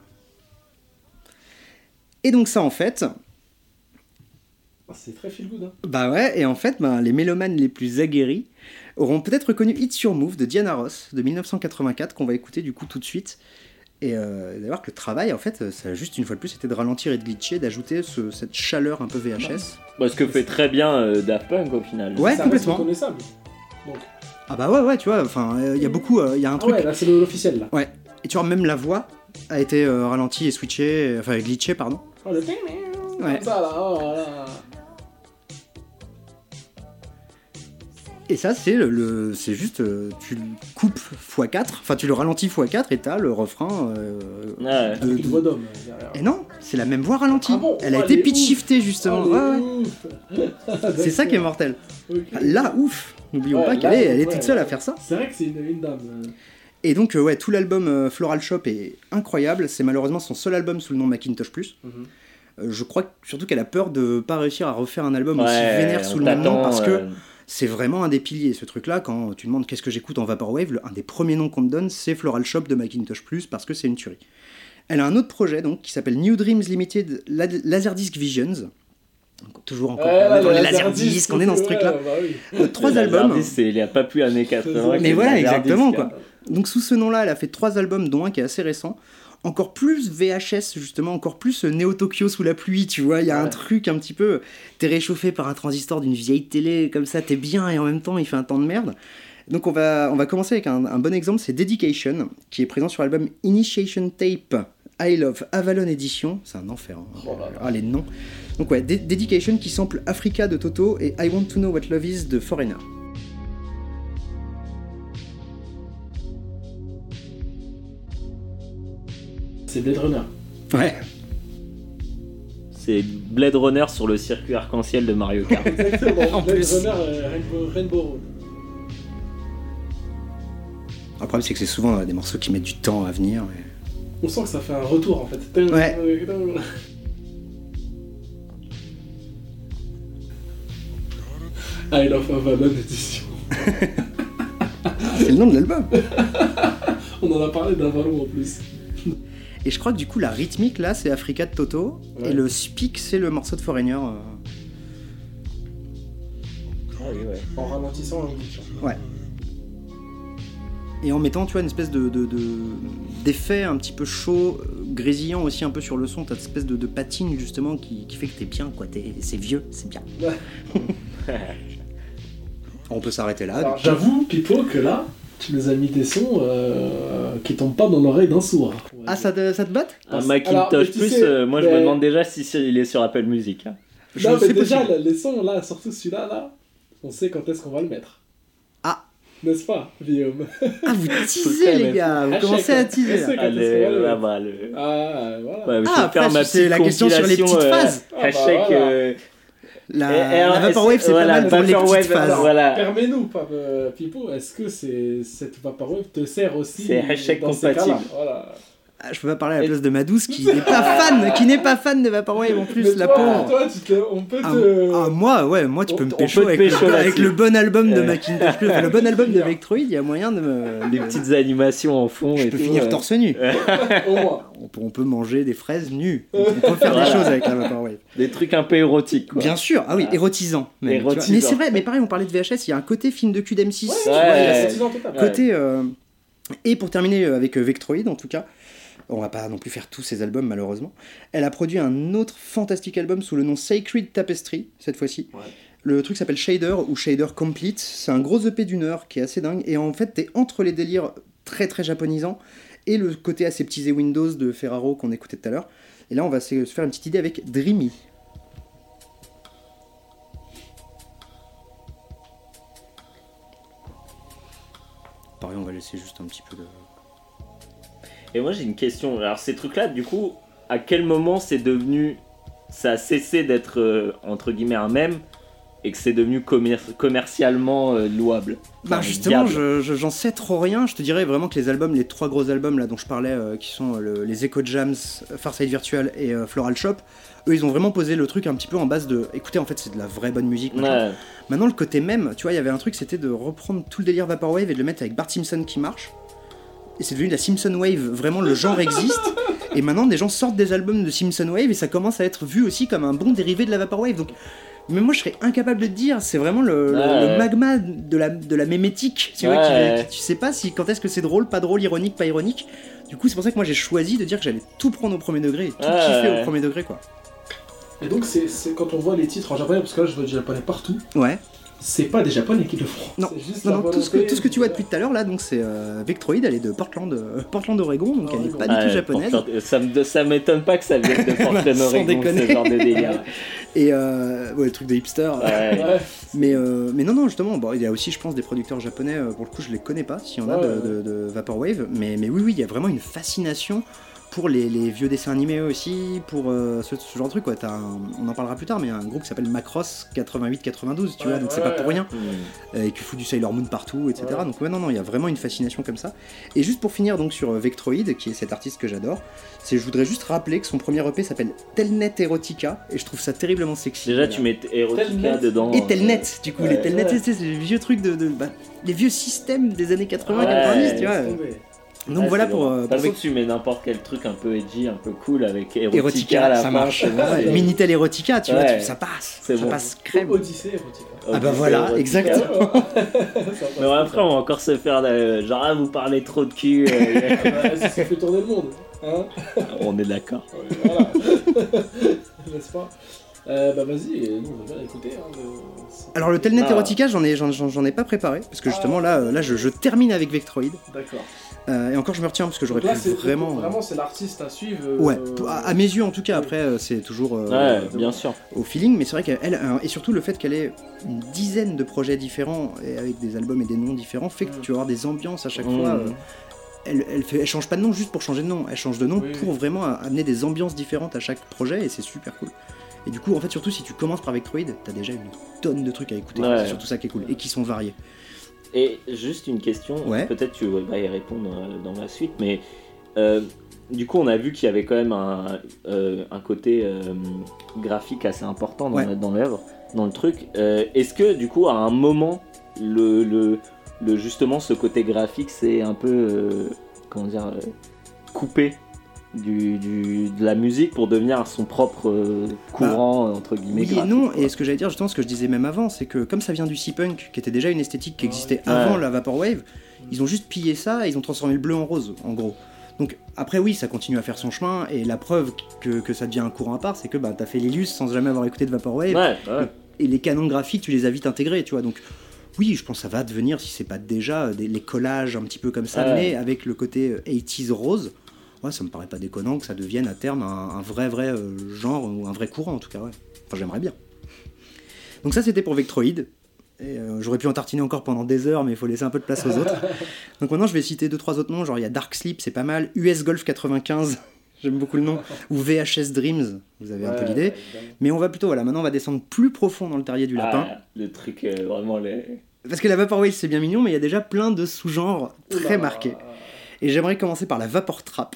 Et donc ça, en fait, Ah, c'est très feel good, hein. bah ouais, et en fait, ben, les mélomanes les plus aguerris auront peut-être reconnu It's Your Move de Diana Ross de mille neuf cent quatre-vingt-quatre, qu'on va écouter du coup tout de suite. Et euh, d'ailleurs que le travail, en fait, ça a juste une fois de plus été de ralentir et de glitcher, d'ajouter ce- cette chaleur un peu V H S. Bah, ce que fait très bien euh, Daft Punk au final. Ouais, Ça reste complètement. reconnaissable. Donc... Ah bah ouais, ouais, tu vois, enfin, il y a beaucoup, il y a un Ah truc... ouais, là, c'est le- l'officiel, là. Ouais. Et tu vois, même la voix a été euh, ralentie et switchée, euh, enfin glitchée, pardon. Oh, le... Ouais. Comme ça, là, oh là. Et ça, c'est le, le- c'est juste, euh, tu le coupes fois quatre, enfin tu le ralentis fois quatre et t'as le refrain. euh, Ouais. de- Avec une voix d'homme, euh, derrière. Et non, c'est la même voix ralentie. Ah bon Elle a Oh, été elle est pitch ouf. shiftée justement. Oh, Ouais, elle est ouais. ouf. C'est ça qui est mortel. Ok. Là, ouf. N'oublions Ouais, pas là, qu'elle est, elle est ouais, toute seule à ouais. faire ça. C'est vrai que c'est une, une dame. euh. Et donc, euh, ouais, tout l'album euh, Floral Shop est incroyable. C'est malheureusement son seul album sous le nom Macintosh Plus. Mhm. Euh, je crois que- surtout qu'elle a peur de pas réussir à refaire un album aussi Ouais, vénère sous on le même nom t'attend, parce que. euh, C'est vraiment un des piliers, ce truc-là. Quand tu demandes qu'est-ce que j'écoute en Vaporwave, le- un des premiers noms qu'on te donne, c'est Floral Shop de Macintosh Plus, parce que c'est une tuerie. Elle a un autre projet, donc, qui s'appelle New Dreams Limited La- Laserdisc Visions. Donc, toujours encore, Ouais, on est là, dans les le Laserdisc, on est dans ce ouais, truc-là. bah oui. Euh, Trois la albums. Laserdisc, c'est- il n'y a pas plus années quatre-vingts. Mais que voilà, la Laserdisc, exactement, hein. quoi. Donc sous ce nom-là, elle a fait trois albums, dont un qui est assez récent. Encore plus V H S, justement, encore plus euh, Neo Tokyo sous la pluie, tu vois. Il y a un Ouais. truc un petit peu. T'es réchauffé par un transistor d'une vieille télé, comme ça, t'es bien, et en même temps, il fait un temps de merde. Donc on va, on va commencer avec un, un bon exemple, c'est Dedication, qui est présent sur l'album Initiation Tape I Love Avalon Edition. C'est un enfer, hein. Oh là là. Ah, les noms. Donc ouais, De- Dedication qui sample Africa de Toto et I Want to Know What Love Is de Foreigner. C'est Blade Runner. Ouais. C'est Blade Runner sur le circuit arc-en-ciel de Mario Kart. Exactement. En Blade plus. Runner, euh, Rainbow, Rainbow Road. Le problème, c'est que c'est souvent euh, des morceaux qui mettent du temps à venir. mais- On sent que ça fait un retour en fait. Ouais. I Love Avalon Edition. C'est le nom de l'album. On en a parlé d'Avalon en plus. Et je crois que du coup, la rythmique là, c'est Africa de Toto. Ouais. Et le speak, c'est le morceau de Foreigner. euh, Ah oui, ouais. En ralentissant un glitch. Ouais. Et en mettant, tu vois, une espèce de, de, de- d'effet un petit peu chaud, euh, grésillant aussi un peu sur le son. T'as cette espèce de, de patine justement qui, qui fait que t'es bien, quoi. T'es- c'est vieux, c'est bien. On peut s'arrêter là. Alors du coup. j'avoue, Pipo, que là, tu nous as mis des sons euh, qui tombent pas dans l'oreille d'un sourd. Ah, ça te, ça te botte Un Alors, Macintosh mais tu Plus, sais, euh, moi je me mais- demande déjà si, si il est sur Apple Music. Hein. Je- Non mais c'est déjà, possible. là, les sons là, surtout celui-là, là, on sait quand est-ce qu'on va le mettre. Ah. N'est-ce pas, Guillaume? Ah, vous Tout teasez, ça, les mais- gars. Vous Ah, commencez à chèque, teaser. hein. là. C'est quand Allez, est-ce qu'on va le là, mettre bah, le... Ah, voilà. Ouais, mais je Ah, vais faire après, ma c'est petite la question sur les compilation, petites euh, phases. Ah, bah, hashtag, voilà. euh, La, et- et alors, la Vaporwave, est-ce- c'est voilà, pas mal pour les Vaporwave, petites phases. alors, voilà. Permets-nous, Pap- euh, Pipo, est-ce que c'est, cette Vaporwave te sert aussi C'est hashtag dans ces compatible. cas-là Voilà. Ah, je peux pas parler à la place de ma douce qui n'est pas fan, qui n'est pas fan de Vaporwave en plus, Mais la toi, pauvre. toi, tu te, on peut Ah, te... ah, moi, ouais, moi tu On- peux me on pécho peut te avec, pécho le, là-dessus. avec le bon album de Euh. Macintosh Plus. Enfin, le bon album de Vectroid, il y a moyen de me. Des petites animations en fond Je et peux tout, finir euh. torse nu. Au moins. On peut, on peut manger des fraises nues. On peut faire des Voilà. choses avec la Vaporwave. Des trucs un peu érotiques, quoi. Bien sûr, ah oui, Voilà. érotisant. même, tu vois. Érotisant. Mais c'est vrai, mais pareil, on parlait de V H S, il y a un côté film de cul d'M six. Ouais, tu ouais, vois, il y a ouais. ce c'est satisfaisant total. Ouais. côté. euh, Et pour terminer euh, avec euh, Vectroid, en tout cas, On va pas non plus faire tous ses albums malheureusement. Elle a produit un autre fantastique album sous le nom Sacred Tapestry, cette fois-ci. Ouais. Le truc s'appelle Shader ou Shader Complete. C'est un gros E P d'une heure qui est assez dingue. Et en fait, t'es entre les délires très très japonisants et le côté aseptisé Windows de Ferraro qu'on écoutait tout à l'heure. Et là, on va se faire une petite idée avec Dreamy. Pareil, on va laisser juste un petit peu de... Et moi j'ai une question. Alors ces trucs-là, du coup, à quel moment c'est devenu, ça a cessé d'être euh, entre guillemets un mème et que c'est devenu commer- commercialement euh, louable. Bah Enfin, justement, viable. je, je- j'en sais trop rien. Je te dirais vraiment que les albums, les trois gros albums là dont je parlais, euh, qui sont euh, le- les Echo Jams, Farside Virtual et euh, Floral Shop, eux ils ont vraiment posé le truc un petit peu en base de, écoutez en fait c'est de la vraie bonne musique. machin. Ouais. Maintenant le côté même, tu vois, il y avait un truc, c'était de reprendre tout le délire Vaporwave et de le mettre avec Bart Simpson qui marche. Et c'est devenu de la Simpson Wave, vraiment le genre existe. Et maintenant des gens sortent des albums de Simpson Wave et ça commence à être vu aussi comme un bon dérivé de la Vaporwave. Donc mais moi je serais incapable de te dire, c'est vraiment le, le- Ouais. le magma de la, de la mémétique, tu vois, qui- Ouais. qui- tu sais pas si quand est-ce que c'est drôle, pas drôle, ironique, pas ironique. Du coup c'est pour ça que moi j'ai choisi de dire que j'allais tout prendre au premier degré et tout Ouais. kiffer au premier degré quoi. Et donc, c'est, c'est quand on voit les titres en japonais, parce que là, je vois du japonais partout, Ouais. c'est pas des japonais qui le font. Non, C'est juste non, la non, tout, ce que, volonté tout ce que tu vois de- depuis tout à l'heure là, donc c'est euh, Vectroid, elle est de Portland, euh, Portland Oregon, donc elle est Oregon. pas du tout Ouais, japonaise. Portland- ça, me, ça m'étonne pas que ça vienne de Portland Sans Oregon, déconner. ce genre de délire. Et euh, ouais, le truc de hipster. Ouais. Ouais. Mais, euh, mais non, non, justement, bon, il y a aussi, je pense, des producteurs japonais, euh, pour le coup, je les connais pas, s'il y en a Ouais, de, ouais. de- de Vaporwave, mais, mais oui, oui, il y a vraiment une fascination pour les, les vieux dessins animés aussi, pour euh, ce, ce genre de truc, quoi. T'as un- on en parlera plus tard, mais il y a un groupe qui s'appelle Macross quatre-vingt-huit quatre-vingt-douze, tu Ouais, vois, donc ouais, c'est pas ouais, pour ouais. rien, Hmm. euh, et qui fout du Sailor Moon partout, et cetera. Ouais. Donc ouais, non, non, il y a vraiment une fascination comme ça. Et juste pour finir, donc, sur euh, Vectroid, qui est cet artiste que j'adore, c'est, je voudrais juste rappeler que son premier E P s'appelle Telnet Erotica, et je trouve ça terriblement sexy. Déjà, Voilà. tu mets Erotica Telnet. dedans. Et euh, Telnet, du coup, ouais. les Telnet, Ouais. c'est c'est les vieux trucs de. de- bah, les vieux systèmes des années quatre-vingts Ouais, quatre-vingt-dix, tu vois. Laisse tomber. Donc ouais, voilà c'est pour. bon. euh, De toute pour façon, Vec- tu mets n'importe quel truc un peu edgy, un peu cool avec Erotica, Erotica, à la ça fin, marche. c'est bon, Ouais, c'est bon. Minitel Erotica, tu vois, Ouais. tu- ça passe. C'est ça bon. passe crème. Odyssée érotique. Ah bah voilà, Erotica. exactement. Mais bon, après, on va encore se faire euh, genre, ah, vous parlez trop de cul. euh, Bah, ça fait tourner le monde. Hein. on est d'accord. Ouais, voilà. N'est-ce pas euh, Bah vas-y, nous on va bien écouter. Hein, de- Alors le Telnet Ah. Erotica, j'en ai, j'en, j'en- j'en ai pas préparé, parce que justement là, euh, là je, je termine avec Vectroid. D'accord. Euh, et encore, je me retiens parce que j'aurais Donc là, pu c'est vraiment. euh, Vraiment, c'est l'artiste à suivre. euh, Ouais, à, à mes yeux en tout cas, après euh, c'est toujours euh, Ouais, bien sûr. au feeling, mais c'est vrai qu'elle, euh, et surtout le fait qu'elle ait une dizaine de projets différents, et avec des albums et des noms différents, fait que Mm. tu vas avoir des ambiances à chaque Mm. fois. euh, elle, elle, fait, elle change pas de nom juste pour changer de nom, elle change de nom Oui, pour oui. vraiment amener des ambiances différentes à chaque projet, et c'est super cool. Et du coup, en fait, surtout si tu commences par Vectroid, t'as déjà une tonne de trucs à écouter, Ouais. c'est surtout ça qui est cool, et qui sont variés. Et juste une question, Ouais. peut-être tu vas y répondre euh, dans la suite, mais euh, du coup on a vu qu'il y avait quand même un, euh, un côté euh, graphique assez important dans, Ouais. la- dans l'œuvre, dans le truc. Euh, Est-ce que du coup à un moment, le, le, le- justement ce côté graphique c'est un peu, euh, comment dire, euh, coupé du, du, de la musique pour devenir son propre euh, courant, entre guillemets, Oui et graphique, non, quoi. et ce que j'allais dire, justement, ce que je disais même avant, c'est que comme ça vient du C-Punk, qui était déjà une esthétique qui Ouais. existait Ouais. avant la Vaporwave, ils ont juste pillé ça et ils ont transformé le bleu en rose, en gros. Donc après oui, ça continue à faire son chemin, et la preuve que, que ça devient un courant à part, c'est que bah, t'as fait l'Illus sans jamais avoir écouté de Vaporwave, Ouais, ouais. et les canons graphiques, tu les as vite intégrés, tu vois, donc... Oui, je pense que ça va devenir, si c'est pas déjà, des, les collages un petit peu comme ça, Ouais. mais avec le côté euh, eighties rose, ouais, ça me paraît pas déconnant que ça devienne à terme un, un vrai, vrai euh, genre, ou un vrai courant en tout cas, ouais. Enfin, j'aimerais bien. Donc ça, c'était pour Vectroid. Et euh, j'aurais pu en tartiner encore pendant des heures, mais il faut laisser un peu de place aux autres. Donc maintenant, je vais citer deux, trois autres noms, genre il y a Dark Sleep, c'est pas mal, U S Golf quatre-vingt-quinze, j'aime beaucoup le nom, ou V H S Dreams, vous avez un peu Ouais, l'idée. évidemment. Mais on va plutôt, voilà, maintenant on va descendre plus profond dans le terrier du lapin. Ah, le truc, euh, vraiment les... Parce que la Vaporwave c'est bien mignon, mais il y a déjà plein de sous-genres très Oula. marqués. Et j'aimerais commencer par la Vapor Trap,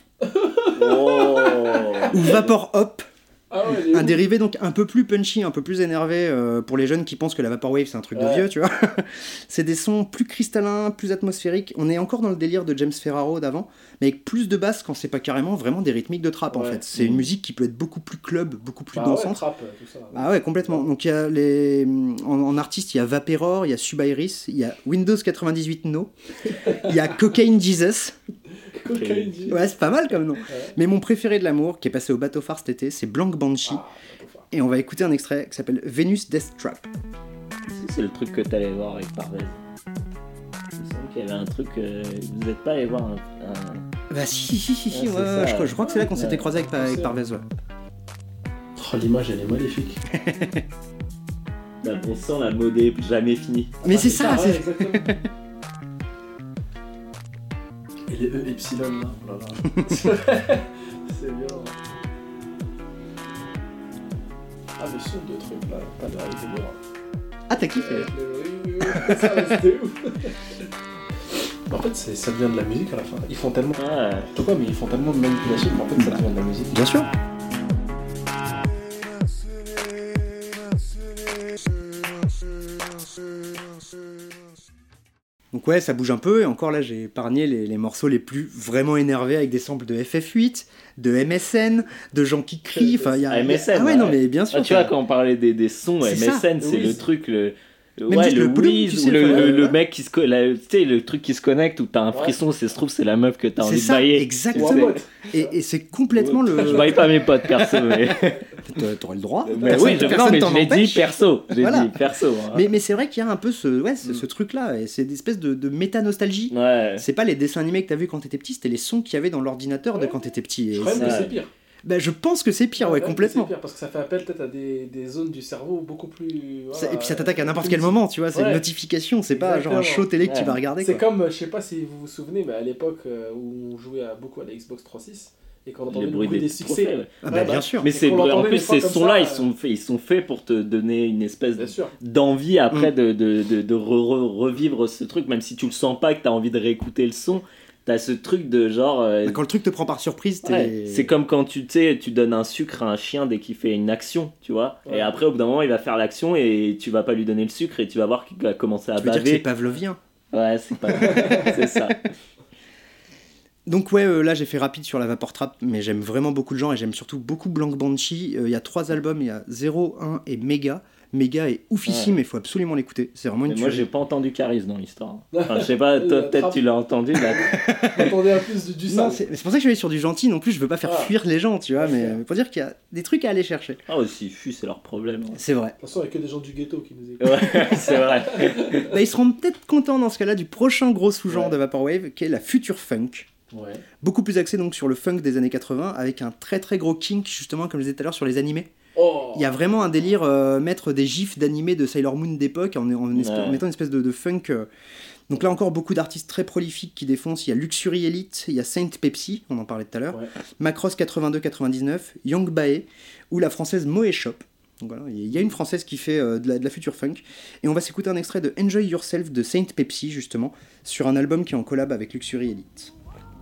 Oh. ou Vapor Hop, Ah ouais, il est un où dérivé donc un peu plus punchy, un peu plus énervé euh, pour les jeunes qui pensent que la Vaporwave c'est un truc de Ouais. vieux, tu vois. C'est des sons plus cristallins, plus atmosphériques. On est encore dans le délire de James Ferraro d'avant, mais avec plus de basse quand c'est pas carrément vraiment des rythmiques de trap en Ouais. fait. C'est une musique qui peut être beaucoup plus club, beaucoup plus Bah ouais, dansante. trap, tout ça. Ah ouais, complètement. Donc il y a les en, en artistes, il y a Vaporor, il y a Subairis, il y a Windows quatre-vingt-dix-huit No, il y a Cocaine Jesus. Cocaine Jeans. Ouais, c'est pas mal comme nom. Ouais. Mais mon préféré de l'amour, qui est passé au bateau phare cet été, c'est Blanc Banshee. Ah, Et on va écouter un extrait qui s'appelle Venus Death Trap. C'est le truc que t'allais voir avec Parvez. Il me semble qu'il y avait un truc. euh, Vous n'êtes pas allé voir un. un- Bah si, si, si, si, Ouais, ouais, c'est ouais, ça, je, crois, je crois que c'est là qu'on s'était ouais. croisé avec, avec C'est- Parvez, ouais. Oh, l'image, elle est maléfique. Là, on sent la modée jamais finie. Mais Ah, c'est ça, ouais, c'est... exactement. Et les E epsilon là, oh là là. C'est bien. Ah, le son de truc là, pas de il est lourd. Ah, t'as kiffé. Oui, oui, oui, ça c'était ouf. En fait, c'est- ça devient de la musique à la fin. Ils font tellement. Ouais. Je sais pas, mais ils font tellement de manipulation qu'en fait, ça devient de la musique. Bien sûr. Donc ouais, ça bouge un peu, et encore là j'ai épargné les, les morceaux les plus vraiment énervés avec des samples de F F huit, de M S N, de gens qui crient, enfin il y a... Ah, M S N, ah ouais, non ouais. mais bien sûr. Ah, tu vois, quand on parlait des, des sons, C'est M S N, ça, c'est le le whiz. truc, le. Même Ouais, juste le le boulot, whiz, tu ou sais, le, enfin, le, ouais, le ouais. mec qui se, co- la- tu sais, le truc qui se connecte où t'as un Ouais. frisson, c'est se trouve, c'est la meuf que t'as C'est envie de ça, bailler. exactement. Ouais. Et, et c'est complètement le... Je baille pas mes potes perso, mais. T'a- T'aurais le droit. mais Personne- oui, je, non, personne mais t'en je l'ai dit empêche. perso. J'ai Voilà. dit perso. hein. Mais, mais c'est vrai qu'il y a un peu ce, ouais, ce, Mm. ce truc-là, et c'est des espèces de, de méta-nostalgie. Ouais. C'est pas les dessins animés que t'as vu quand t'étais petit, c'était les sons qu'il y avait dans l'ordinateur de Ouais. quand t'étais petit. Et Je crois même c'est- que Ouais. c'est pire. bah, je pense que c'est pire, ouais, Ouais, complètement. C'est pire parce que ça fait appel peut-être à des, des zones du cerveau beaucoup plus. Ça- voilà, et puis ça t'attaque à n'importe plus- quel moment, tu vois, c'est Ouais. une notification, c'est pas genre un Exactement. show télé que tu Ouais. vas regarder. C'est Quoi. comme, je sais pas si vous vous souvenez, mais à l'époque euh, où on jouait à, beaucoup à la Xbox trois cent six et qu'on entendait Les le bruits bruit des, des succès. trophées, ouais. Ah, Ouais, bah, bah, bien sûr. Mais Et c'est qu'on en l'entendait plus des fois ces comme sons-là, ça, ils euh, sont faits, ils sont faits pour te donner une espèce Bien sûr. d'envie après Mm. de, de, de, de re- re- revivre ce truc, même si tu le sens pas, que t'as envie de réécouter le son. T'as ce truc de genre. euh, Bah, quand le truc te prend par surprise, t'es. ouais, c'est comme quand tu tu sais, tu donnes un sucre à un chien dès qu'il fait une action, tu vois. Ouais. Et après, au bout d'un moment, il va faire l'action et tu vas pas lui donner le sucre et tu vas voir qu'il va commencer à Tu veux dire que c'est baver. pavlovien. Ouais, c'est pas. c'est ça. Donc ouais, euh, là j'ai fait rapide sur la Vapor Trap, mais j'aime vraiment beaucoup de gens et j'aime surtout beaucoup Blanc Banshee. Euh, Il y a trois albums, il y a zéro, un et Méga. Méga est oufissime, il faut absolument l'écouter. C'est vraiment une Mais moi, tuerie. j'ai pas entendu Caris dans l'histoire. Enfin, je sais pas, toi, La peut-être trappe. tu l'as entendu. Là. J'entendais un plus du, du Non, sale. c'est c'est pour ça que je suis allé sur du gentil. Non plus, je veux pas faire Ah. fuir les gens, tu vois, Bien mais sûr. mais pour dire qu'il y a des trucs à aller chercher. Ah, aussi, fût, c'est leur problème. hein. C'est vrai. De toute façon, il n'y a que des gens du ghetto qui nous écoutent. Ouais, c'est vrai. Bah, ils seront peut-être contents dans ce cas-là du prochain gros sous-genre Ouais. de Vaporwave, qui est la Future Funk. Ouais. Beaucoup plus axé donc sur le funk des années quatre-vingts, avec un très très gros kink, justement, comme je disais tout à l'heure, sur les animés. Oh. Il y a vraiment un délire, euh, mettre des gifs d'animés de Sailor Moon d'époque en, en, espèce- Ouais. en mettant une espèce de, de funk. euh. Donc là encore, beaucoup d'artistes très prolifiques qui défoncent. Il y a Luxury Elite, il y a Saint Pepsi, on en parlait tout à l'heure, Ouais. Macross quatre-vingt-deux quatre-vingt-dix-neuf, Young Bae, ou la française Moe Shop. Donc voilà, il y a une française qui fait euh, de, la, de la future funk. Et on va s'écouter un extrait de Enjoy Yourself de Saint Pepsi, justement, sur un album qui est en collab avec Luxury Elite.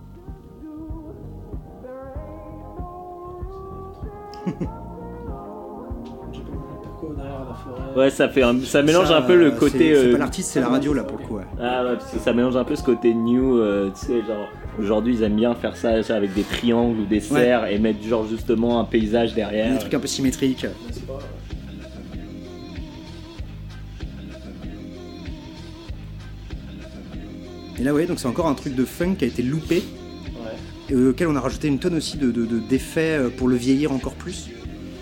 J'ai pas compris pourquoi derrière la forêt. Ouais, ça, fait un- ça mélange Ça, un peu le c'est- côté. C'est euh, pas l'artiste, c'est la radio là pour le coup. Ouais. Ah ouais, parce que ça mélange un peu ce côté new, euh, tu sais, genre, aujourd'hui ils aiment bien faire ça, ça avec des triangles ou des cerfs et mettre genre justement un paysage derrière. Des trucs un peu symétriques. N'est-ce pas? Et là, ouais, donc c'est encore un truc de funk qui a été loupé, Ouais. et auquel on a rajouté une tonne aussi de, de- de- d'effets euh, pour le vieillir encore plus.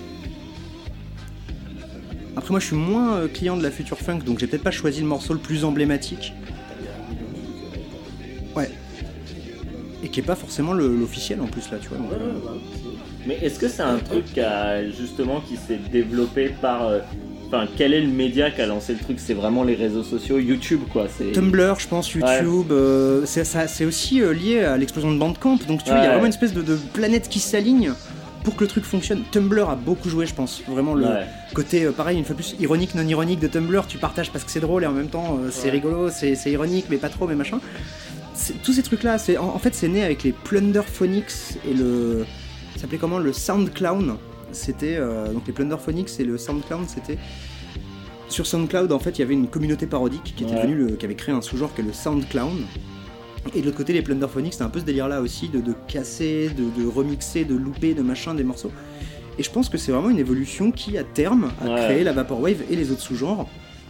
Après, moi je suis moins euh, client de la future funk, donc j'ai peut-être pas choisi le morceau le plus emblématique, Il y a un million de trucs, euh, ouais, et qui est pas forcément le- l'officiel en plus là, tu vois. donc, Ouais, euh, ouais, ouais. c'est- Mais est-ce que c'est un truc qui a, justement qui s'est développé par. euh, Enfin, quel est le média qui a lancé le truc? C'est vraiment les réseaux sociaux, YouTube quoi. C'est... Tumblr, je pense, YouTube, euh, c'est, ça, c'est aussi euh, lié à l'explosion de Bandcamp, donc tu vois, il y a Ouais. vraiment une espèce de, de planète qui s'aligne pour que le truc fonctionne. Tumblr a beaucoup joué, je pense, vraiment le Ouais. côté, euh, pareil, une fois plus ironique, non ironique de Tumblr, tu partages parce que c'est drôle et en même temps euh, c'est Ouais. rigolo, c'est, c'est ironique, mais pas trop, mais machin. C'est- tous ces trucs-là, c'est, en, en fait, c'est né avec les Plunderphonics et le. Ça s'appelait comment? Le SoundClown. C'était. euh, donc les Plunderphonics et le SoundClown, c'était. Sur SoundCloud, en fait, il y avait une communauté parodique qui était Ouais. venue, le- qui avait créé un sous-genre qui est le SoundClown. Et de l'autre côté, les Plunderphonics, c'était un peu ce délire-là aussi, de, de casser, de, de remixer, de louper, de machin, des morceaux. Et je pense que c'est vraiment une évolution qui, à terme, a Ouais. créé la Vaporwave et les autres sous-genres.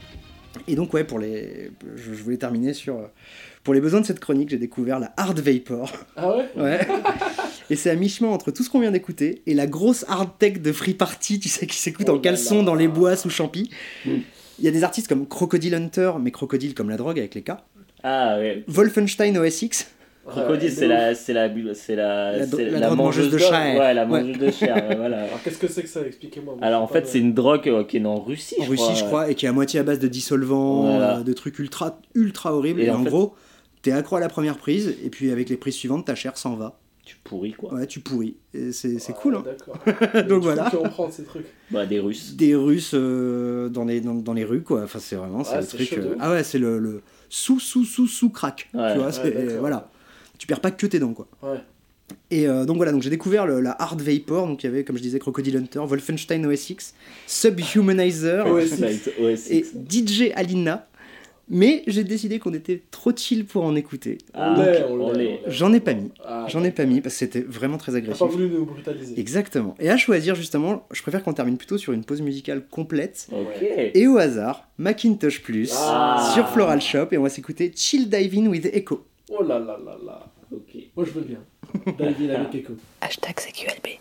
Et donc ouais, pour les, je, je voulais terminer sur, euh, pour les besoins de cette chronique, j'ai découvert la hard vapor. Ah ouais Ouais. Et c'est à mi-chemin entre tout ce qu'on vient d'écouter et la grosse hard tech de Free Party, tu sais, qui s'écoute Oh en là caleçon là. dans les bois sous champi. Mm. Il y a des artistes comme Crocodile Hunter, mais Crocodile comme la drogue avec les K. Ah ouais. Wolfenstein O S X. Crocodile, Ouais, c'est de la, ouf. c'est la, c'est la, La dro- c'est la drogue mangeuse de chair. Ouais, la Ouais. mangeuse de chair. ouais, voilà. Alors qu'est-ce que c'est que ça? Expliquez-moi. moi, Alors je en sais fait, pas, c'est une drogue euh, qui est en Russie, En je Russie, crois. je crois, et qui est à moitié à base de dissolvants, Voilà. euh, de trucs ultra, ultra horribles. Et, Et en, en fait- gros, t'es accro à la première prise, et puis avec les prises suivantes, ta chair s'en va. Tu pourris quoi. Ouais, tu pourris. Et c'est c'est Ouais, cool, hein. D'accord. Donc voilà. Qui en prend ces trucs. Bah des Russes. Des Russes euh, dans, les, dans, dans les rues, quoi. Enfin, c'est vraiment c'est Ouais, le c'est truc. chaud de euh, ouf. Ah ouais, c'est le, le sous, sous, sous, sous crack. Ouais. Tu vois, Ouais, c'est- d'accord. voilà. Tu perds pas que tes dents, quoi. Ouais. Et euh, donc voilà, donc j'ai découvert le- la hard vapor. Donc il y avait, comme je disais, Crocodile Hunter, Wolfenstein O S X, Subhumanizer O S X. et D J Alina. Mais j'ai décidé qu'on était trop chill pour en écouter. Ah, On l'est, ok, on on l'est, l'est. on l'est. J'en ai pas mis. Ah, J'en ai pas mis parce que c'était vraiment très T'as agressif. pas voulu nous brutaliser. Exactement. Et à choisir, justement, je préfère qu'on termine plutôt sur une pause musicale complète. Ok. Et au hasard, Macintosh Plus Ah. sur Floral Shop. Et on va s'écouter Chill Diving with Echo. Oh là là là là. Ok. Moi je veux bien. David avec Echo. Hashtag C Q L B.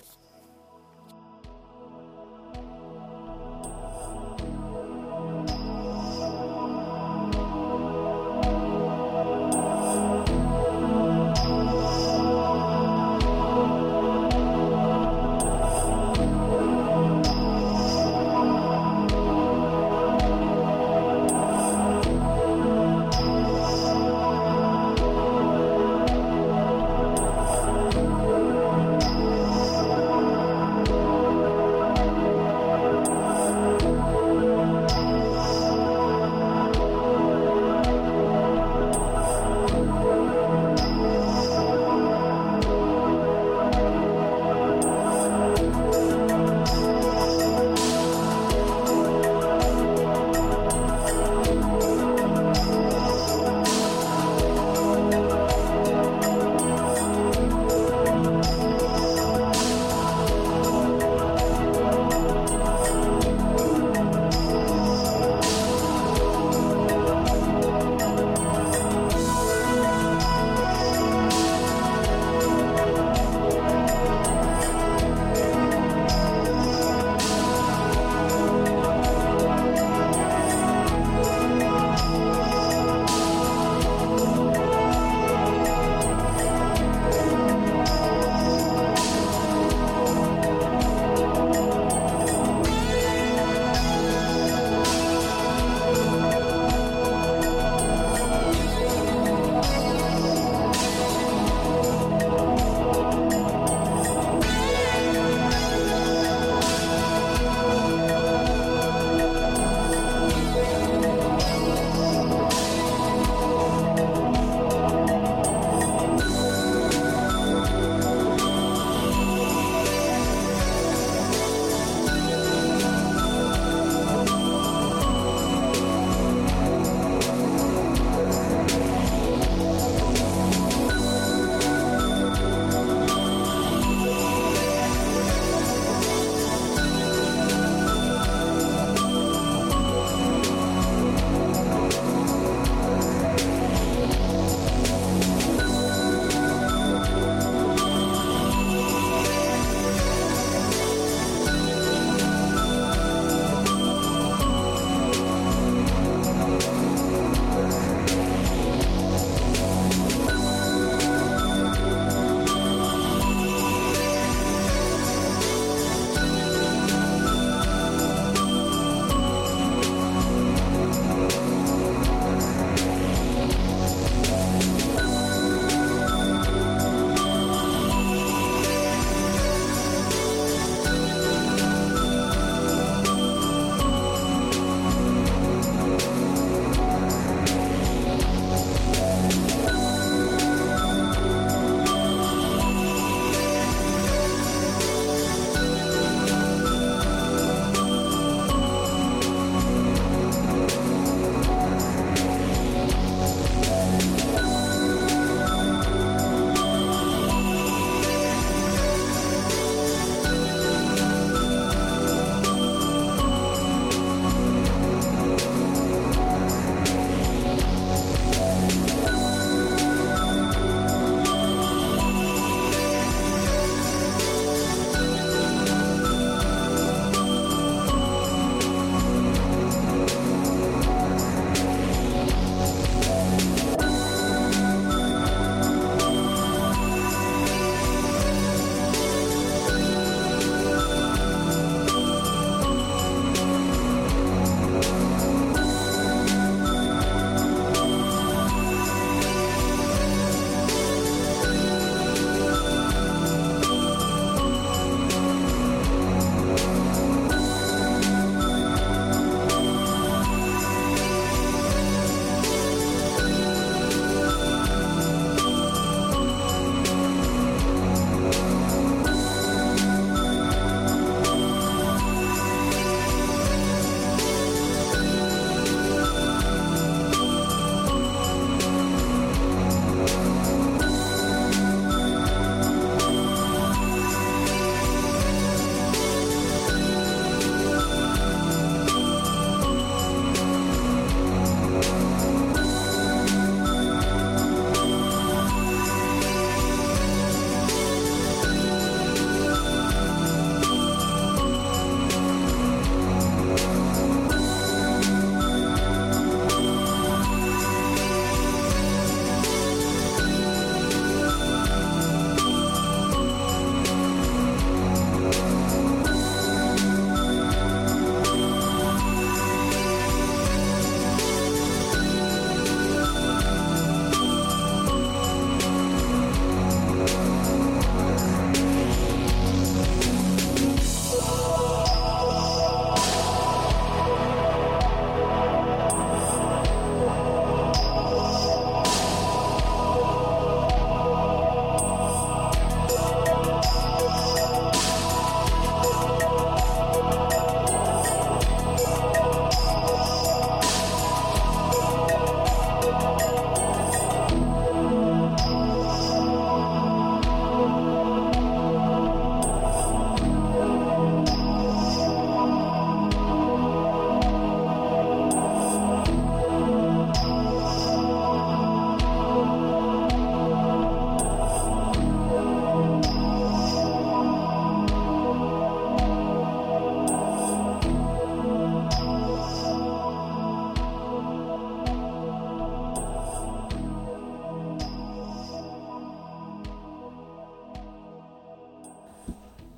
Thank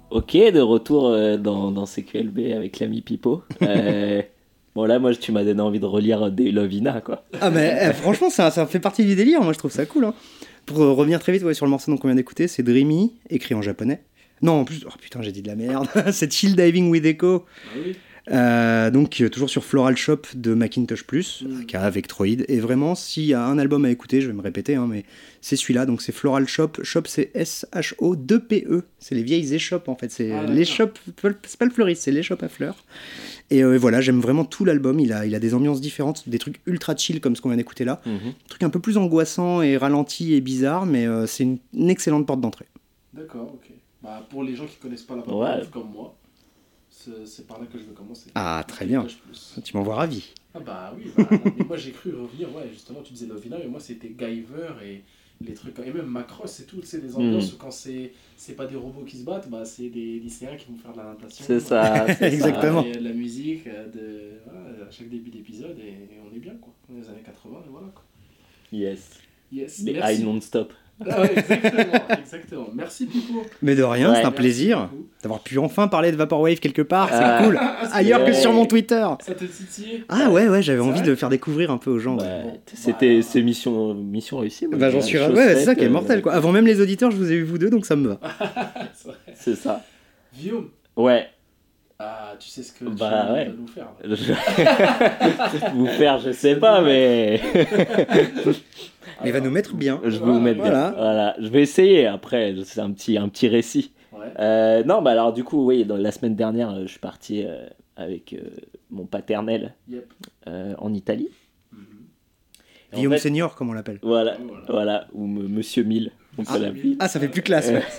Ok, de retour euh, dans, dans C Q L B avec l'ami Pipo. Euh, bon là, moi, tu m'as donné envie de relire des Lovina, quoi. Ah mais eh, franchement, ça, ça fait partie du délire, moi je trouve ça cool. Hein. Pour euh, revenir très vite ouais, sur le morceau qu'on vient d'écouter, c'est Dreamy, écrit en japonais. Non, en plus, oh putain, j'ai dit de la merde. C'est Chill Diving with Echo. Ah oui. Euh, donc euh, toujours sur Floral Shop de Macintosh Plus, Mm. qui a avec Troid. Et vraiment, s'il y a un album à écouter, je vais me répéter, hein, mais c'est celui-là. Donc c'est Floral Shop. Shop, c'est S H O deux P E. C'est les vieilles échoppes en fait. C'est Ah, les d'accord. shops. C'est pas le fleuriste, c'est l'échoppe à fleurs. Et euh, voilà, j'aime vraiment tout l'album. Il a, il a des ambiances différentes, des trucs ultra chill comme ce qu'on vient d'écouter là. Mhm. Des trucs un peu plus angoissants et ralentis et bizarres, mais euh, c'est une, une excellente porte d'entrée. D'accord, ok. Bah, pour les gens qui connaissent pas la Ouais. Vaporwave comme moi, c'est c'est par là que je vais commencer. Ah, très bien. Macintosh Plus. Tu m'en vois ravi. Ah bah oui, bah, mais moi j'ai cru revenir, ouais, justement, tu disais Lovina, mais moi c'était Guyver et les trucs, et même Macross et tout, tu sais, les ambiances Mm. où quand c'est c'est pas des robots qui se battent, bah c'est des lycéens qui vont faire de la natation. C'est ça, c'est Exactement. Et la musique euh, de, voilà, à chaque début d'épisode, et, et on est bien, quoi. On est les années quatre-vingts, et voilà, quoi. ça. Yes. Yes, Les merci. high non-stop. Ah ouais, exactement, exactement. Merci Pipo. Mais de rien, Ouais. c'est un Merci plaisir beaucoup. d'avoir pu enfin parler de Vaporwave quelque part. C'est Ah. cool. Ailleurs que Ouais. sur mon Twitter. Ça te titillait? Ah ouais, ouais, j'avais C'est envie vrai de faire découvrir un peu aux gens. ouais. Ouais, bon. c'était Bah, c'est mission, mission réussie. moi, Bah, j'en je suis dirais. ravi. Ouais, c'est ça Chaussette, qui est euh, mortel quoi. Avant même les auditeurs, je vous ai eu vous deux, donc ça me va. C'est vrai. C'est ça. Guillaume, Ouais. ah, tu sais ce que Bah, tu ouais. vas nous faire. là. Je- vous faire, je sais pas, mais Mais il va nous mettre bien. je vais vous mettre Voilà. bien. Voilà, je vais essayer. Après, c'est un petit, un petit récit. Ouais. Euh, non, bah alors du coup, oui, dans la semaine dernière, euh, je suis parti euh, avec euh, mon paternel Yep. euh, en Italie. Mhm. Et en Guillaume fait, Senior, comme on l'appelle. Voilà, Voilà. voilà, ou m- Monsieur Mille, on peut Ah, l'appeler. Ah, ça fait plus classe. ouais.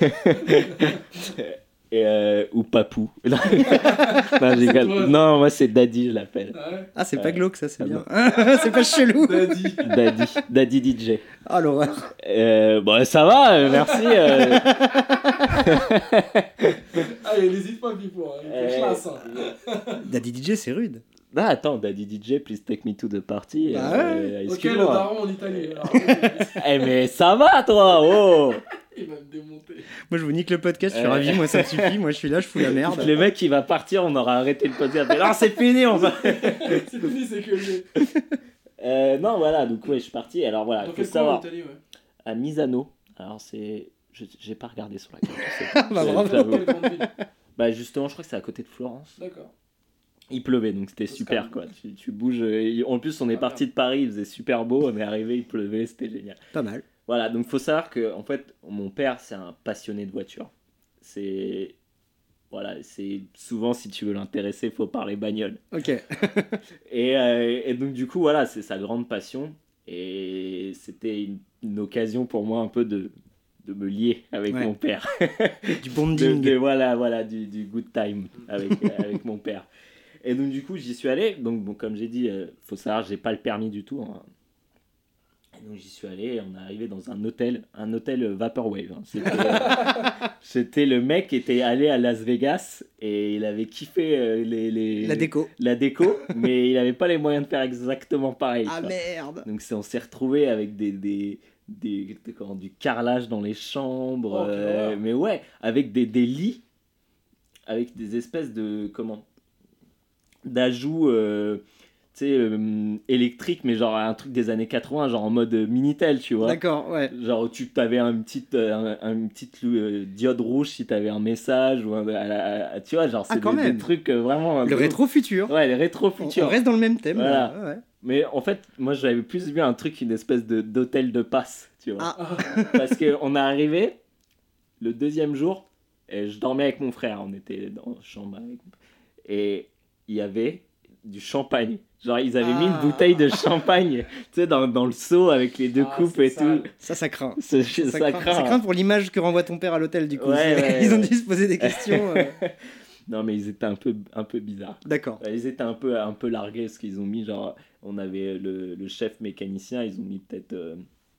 Et, euh, ou Papou. non, je rigole. toi. Non, moi c'est Daddy, je l'appelle. Ah ouais. Ah, c'est pas Ouais. glauque, ça, c'est Ah bien. C'est pas chelou. Daddy. Daddy, Daddy D J. Ah, l'horreur. Euh, bon, ça va, euh, merci. euh. Allez, n'hésite pas, Pipo. Hein. Il Euh, est classe. Hein. Daddy D J, c'est rude. Ah, attends, Daddy D J, please take me to the party. Bah euh, Ok, le excuse-moi. daron en Italie. Alors, Eh, mais ça va, toi, oh. il va me démonter. Moi, je vous nique le podcast, je suis Euh. ravi. Moi, ça me suffit. Moi, je suis là, je fous la merde. Le mec, il va partir, on aura arrêté le podcast. Non, c'est fini, on va. C'est fini, c'est que j'ai. Euh, non, voilà, donc ouais, je suis parti. Alors voilà, Dans il faut quel coin savoir. en Italie, ouais. À Misano, alors c'est. je- J'ai pas regardé sur la carte. je sais pas. Bah, Je- bravo. j'avoue. Quelle grande ville. Bah, justement, je crois que c'est à côté de Florence. D'accord. Il pleuvait, donc c'était Toscane. super quoi. Tu, tu bouges. euh, En plus, on est Ah, parti de Paris, il faisait super beau, on est arrivé, il pleuvait, c'était génial. Pas mal. Voilà, donc faut savoir que en fait, mon père, c'est un passionné de voiture. C'est. Voilà, c'est souvent si tu veux l'intéresser, faut parler bagnole. Ok. Et, euh, et donc, du coup, voilà, c'est sa grande passion. Et c'était une, une occasion pour moi un peu de, de me lier avec Ouais. mon père. Du de, bonding. de- voilà, voilà, du, du good time avec, avec mon père. Et donc, du coup, j'y suis allé. Donc, bon, comme j'ai dit, euh, faut savoir, j'ai pas le permis du tout. hein. Et donc, j'y suis allé et on est arrivé dans un hôtel, un hôtel euh, Vaporwave. hein. C'était, euh, c'était le mec qui était allé à Las Vegas et il avait kiffé euh, les, les, La déco. la déco, mais il avait pas les moyens de faire exactement pareil. Ah quoi. merde. Donc c'est, on s'est retrouvé avec des, des, des, des- comment, du carrelage dans les chambres, Oh, quelle euh, horreur. mais ouais, avec des, des lits, avec des espèces de comment, d'ajouts, euh, tu sais, euh, électriques, mais genre un truc des années quatre-vingts, genre en mode Minitel, tu vois. D'accord, ouais. Genre tu avais une petite, euh, un- une petite euh, diode rouge si tu avais un message, ou un- à la- à- tu vois, genre Ah, c'est quand des, même. des trucs euh, vraiment... Le rétro futur. Ouais, les rétro On, futurs. on reste dans le même thème. Voilà. Ouais, ouais. Mais en fait, moi j'avais plus vu un truc, une espèce de, d'hôtel de passe, tu vois. Ah. Parce qu'on est arrivé le deuxième jour, et je dormais avec mon frère, on était dans la chambre avec et il y avait du champagne. Genre ils avaient mis une Ah. bouteille de champagne, tu sais, dans, dans le seau avec les deux Ah, coupes c'est et sale. tout. Ça, ça craint. Ça, Ça, ça craint. craint. Ça craint pour l'image que renvoie ton père à l'hôtel, du coup. Ouais, C'est- ouais, ils ont ouais. dû se poser des questions. euh. Non mais ils étaient un peu, un peu bizarres. D'accord. Ils étaient un peu, un peu largués parce qu'ils ont mis genre, on avait le, le chef mécanicien, ils ont mis peut-être euh,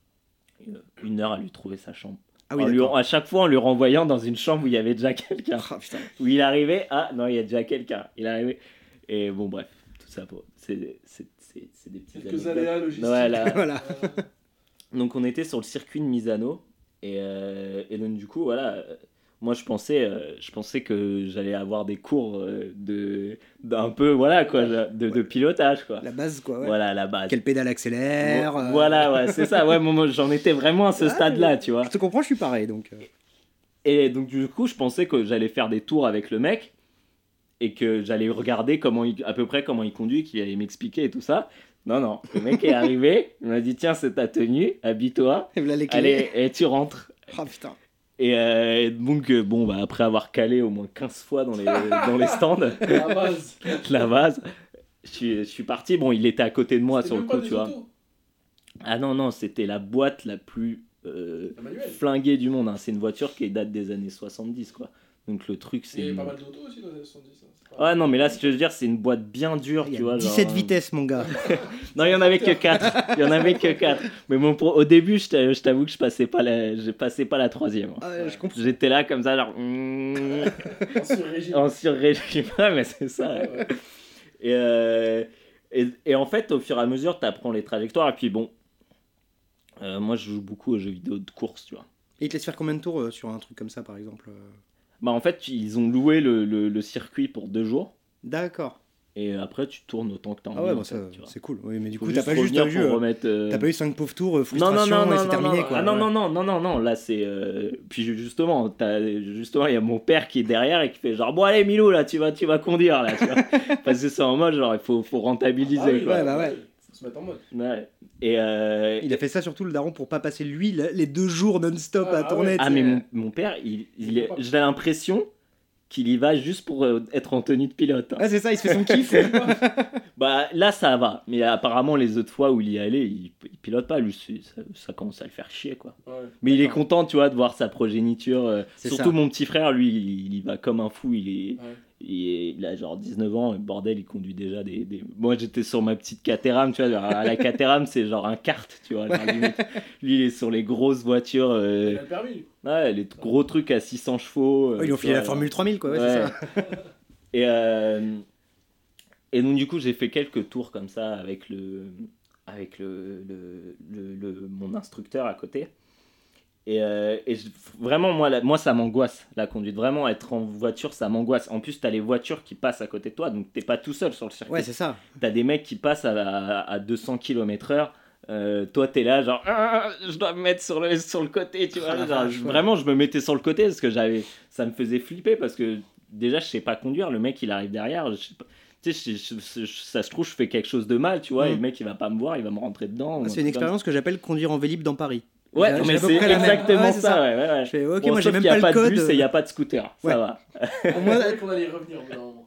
une heure à lui trouver sa chambre. Ah oui, En lui- d'accord. à chaque fois en lui renvoyant dans une chambre où il y avait déjà quelqu'un. Ah, putain. Où il arrivait, ah non il y a déjà quelqu'un. Il arrivait et bon bref, tout ça pour, c'est, c'est, c'est, c'est des petites Quelques anecdotes. aléas logistiques. Voilà. Voilà. Donc on était sur le circuit de Misano et, euh, et donc du coup voilà, euh, moi je pensais, euh, je pensais que j'allais avoir des cours euh, de, d'un peu, voilà quoi, de, de pilotage quoi. La base, quoi. Ouais. Voilà la base. Quelle pédale accélère. Vo- euh, Voilà, ouais, c'est ça. Ouais, moi, moi, j'en étais vraiment à ce Ah, stade-là, tu vois. Je te comprends, je suis pareil, donc. euh. Et donc du coup, je pensais que j'allais faire des tours avec le mec et que j'allais regarder comment il, à peu près comment il conduit, qu'il allait m'expliquer et tout ça. Non, non, le mec est arrivé, il m'a dit tiens, c'est ta tenue, habille-toi, Et voilà les clés. allez, et tu rentres. Oh putain. Et euh, donc, euh, bon, bah, après avoir calé au moins quinze fois dans les, dans les stands, La base. la base, je suis, je suis parti. Bon, il était à côté de moi C'était sur le même coup, pas des tu vois. autos. Ah non, non, c'était la boîte la plus euh, La manuelle. flinguée du monde. Hein. C'est une voiture qui date des années soixante-dix, quoi. Donc le truc, c'est... Il y avait une- pas mal d'autos aussi dans les années soixante-dix. hein. C'est pas- Ouais, non, mais là, ce que je veux dire, c'est une boîte bien dure, Il y tu a vois. dix-sept genre, euh, vitesses, mon gars. Non, il y en avait que quatre. Il y en avait que quatre. Mais bon, pour... au début, je t'a- je t'avoue que je passais pas la, je passais pas la troisième. hein. Ah, je comprends. J'étais là comme ça, genre... mm, En sur-régime. en sur-régime. Ouais, mais c'est ça. Ouais, ouais. Et, euh, et, et en fait, au fur et à mesure, tu apprends les trajectoires. Et puis bon, euh, moi, je joue beaucoup aux jeux vidéo de course, tu vois. Et il te laisse faire combien de tours euh, sur un truc comme ça, par exemple euh Bah, en fait, ils ont loué le, le, le circuit pour deux jours. D'accord. Et après, tu tournes autant que t'as envie. Ah ouais, en bon, fait, ça, tu vois. c'est cool. Oui, mais du Faut coup, t'as pas juste revenir un jeu. pour euh, remettre, euh, T'as pas eu cinq pauvres tours, euh, Non, frustration, non, non, non, et c'est non, terminé, non. quoi. Ah non, ouais. non, non, non, non, non, là c'est. euh, Puis justement, t'as- justement, il y a mon père qui est derrière et qui fait genre, bon, allez, Milou, là, tu vas, tu vas conduire, là, tu vois. Parce que c'est en mode, genre, il faut, faut rentabiliser, Ah oui, quoi. ouais, bah ouais. Faut se mettre en mode. Ouais. Et. euh, Il a fait ça surtout le daron pour pas passer lui le- les deux jours non-stop Ah, à ah tourner. ouais. Ah, tu sais. mais mon, mon père, il, il est- j'ai l'impression qu'il y va juste pour euh, être en tenue de pilote. hein. Ah, c'est ça, il se fait son kiff. Bah là, ça va. Mais apparemment, les autres fois où il y allait, il, il pilote pas. Lui, c'est- ça, ça commence à le faire chier, quoi. Ouais. Mais il est D'accord. content, tu vois, de voir sa progéniture. euh, C'est Surtout ça. mon petit frère, lui, il, il y va comme un fou. Il est, Ouais. il, est- il a genre dix-neuf ans. Et bordel, il conduit déjà des. des... Moi, j'étais sur ma petite Caterham, tu vois. genre, à la Caterham, c'est genre un kart, tu vois. genre, limite. Lui, il est sur les grosses voitures. euh, Il a le permis. lui. Ouais, les gros trucs à six cents chevaux. euh, Ouais, ils ont tu filé la vois, Formule trois mille, quoi. Ouais, Ouais. c'est ça. Et, euh, et donc du coup j'ai fait quelques tours comme ça avec le avec le, le, le- le- mon instructeur à côté. Et, euh, et je- vraiment moi, la- moi ça m'angoisse la conduite. Vraiment être en voiture ça m'angoisse. En plus t'as les voitures qui passent à côté de toi donc t'es pas tout seul sur le circuit. Ouais, c'est ça. T'as des mecs qui passent à, à, à deux cents kilomètres heure. Euh, toi t'es là genre ah, je dois me mettre sur le, sur le côté tu vois. Ah, la Genre, vache, je- ouais. Vraiment je me mettais sur le côté parce que j'avais ça me faisait flipper parce que déjà je sais pas conduire, le mec il arrive derrière, je sais pas, tu sais, je- je- je- ça se trouve je fais quelque chose de mal tu vois, Mm. et le mec il va pas me voir, il va me rentrer dedans. ou Ah, un c'est une truc comme expérience que j'appelle conduire en Vélib dans Paris. ça. Ouais J'ai- mais j'ai à peu c'est près la même. exactement Ouais, c'est ça, ça. ouais, ouais, ouais. Je fais, ok, Bon, moi j'ai sauf même qu'il y pas a le pas de code. bus et il y a pas de scooter, Ouais. ça va. Pour moi, c'est qu'on allait y revenir au bout d'un moment.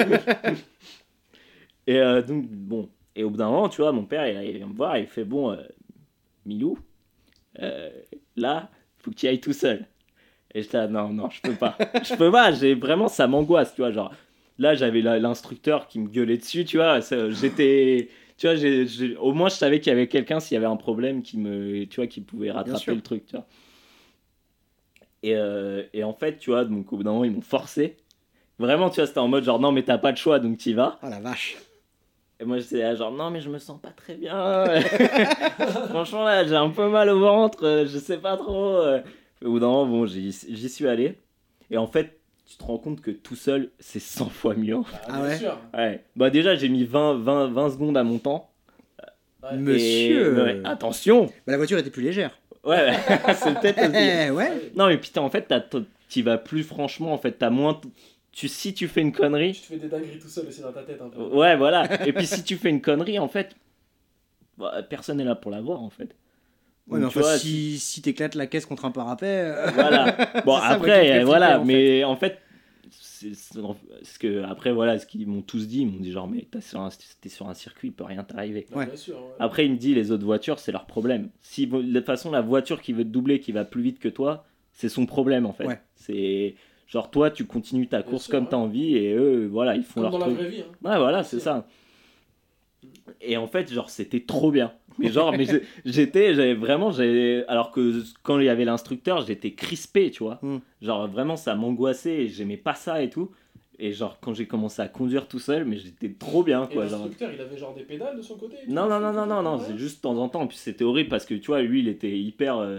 Et euh, donc, bon, et au bout d'un moment, tu vois, mon père, il, il vient me voir, il fait bon, euh, Milou, euh, là, faut que tu y ailles tout seul. Et j'étais là, non, non, je peux pas. Je peux pas, j'ai vraiment, ça m'angoisse, tu vois, genre, là, j'avais la- l'instructeur qui me gueulait dessus, tu vois, ça- j'étais, tu vois, j'ai, j'ai- au moins, je savais qu'il y avait quelqu'un, s'il y avait un problème, qui me, tu vois, qui pouvait rattraper sûr. le truc, tu vois. Et, euh, et en fait, tu vois, donc au bout d'un moment, ils m'ont forcé. Vraiment, tu vois, c'était en mode genre, non, mais t'as pas de choix, donc t'y vas. Oh la vache. Et moi j'étais là genre non mais je me sens pas très bien. Franchement là j'ai un peu mal au ventre, euh, je sais pas trop. euh. Au bout d'un moment bon j'y, j'y suis allé. Et en fait tu te rends compte que tout seul c'est cent fois mieux. Ah bien ouais. sûr. Ouais. Bah déjà j'ai mis vingt, vingt, vingt secondes à mon temps. Ouais. Monsieur. Et- ouais, attention. Bah, la voiture était plus légère. Ouais c'est peut-être aussi. Eh, ouais. Non mais putain en fait t'as, t'y vas plus franchement en fait t'as moins... Tu, si tu fais une connerie... Tu te fais des dingueries tout seul aussi dans ta tête un peu. Ouais voilà. Et puis si tu fais une connerie en fait... bah, personne n'est là pour la voir en fait. Ouais, mais Donc, tu enfin, vois, si, si t'éclates la caisse contre un parapet. euh, Voilà. Bon C'est ça, moi, qui me après fait euh, voilà, flipper, en mais en fait c'est c'est- ce que après voilà ce qu'ils m'ont tous dit, ils m'ont dit genre mais t'es sur un t'es sur un circuit, il peut rien t'arriver. Ouais, Ouais. Bien sûr. Ouais. Après il me dit les autres voitures c'est leur problème. Si de toute façon la voiture qui veut te doubler qui va plus vite que toi, c'est son problème en fait. Ouais. C'est genre toi tu continues ta Bien course sûr, comme ouais. t'as envie et eux voilà ils font Comme leur dans la truc. vraie vie. Hein. Ouais, voilà, c'est Aussi, ça. Et en fait, genre, c'était trop bien. Mais genre, mais j'ai- j'étais, j'avais vraiment, j'avais, alors que quand il y avait l'instructeur, j'étais crispé, tu vois. Mm. Genre, vraiment, ça m'angoissait et j'aimais pas ça et tout. Et genre, quand j'ai commencé à conduire tout seul, mais j'étais trop bien, Et quoi. Genre... l'instructeur, il avait genre des pédales de son côté et tout, Non, non, aussi, non, non, tout non, non, ça, c'est ouais. juste de temps en temps. En plus, c'était horrible parce que, tu vois, lui, il était hyper... euh,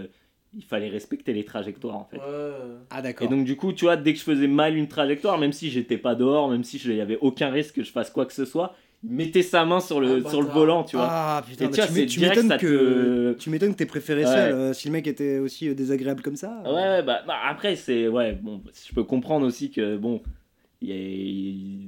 il fallait respecter les trajectoires en fait. Ouais. Ah Et d'accord. donc du coup, tu vois, dès que je faisais mal une trajectoire, même si j'étais pas dehors, même si il y avait aucun risque que je fasse quoi que ce soit, il mettait sa main sur le, Ah, sur le bâtard. volant, tu vois. Ah putain, Et bah, tu vois, tu c'est m'é- tu direct, m'étonnes ça que te- tu m'étonnes que t'aies préféré Ouais. seul euh, si le mec était aussi euh, désagréable comme ça. Ouais, ouais, bah, bah, après, c'est. Ouais, bon, je peux comprendre aussi que, bon, il, il,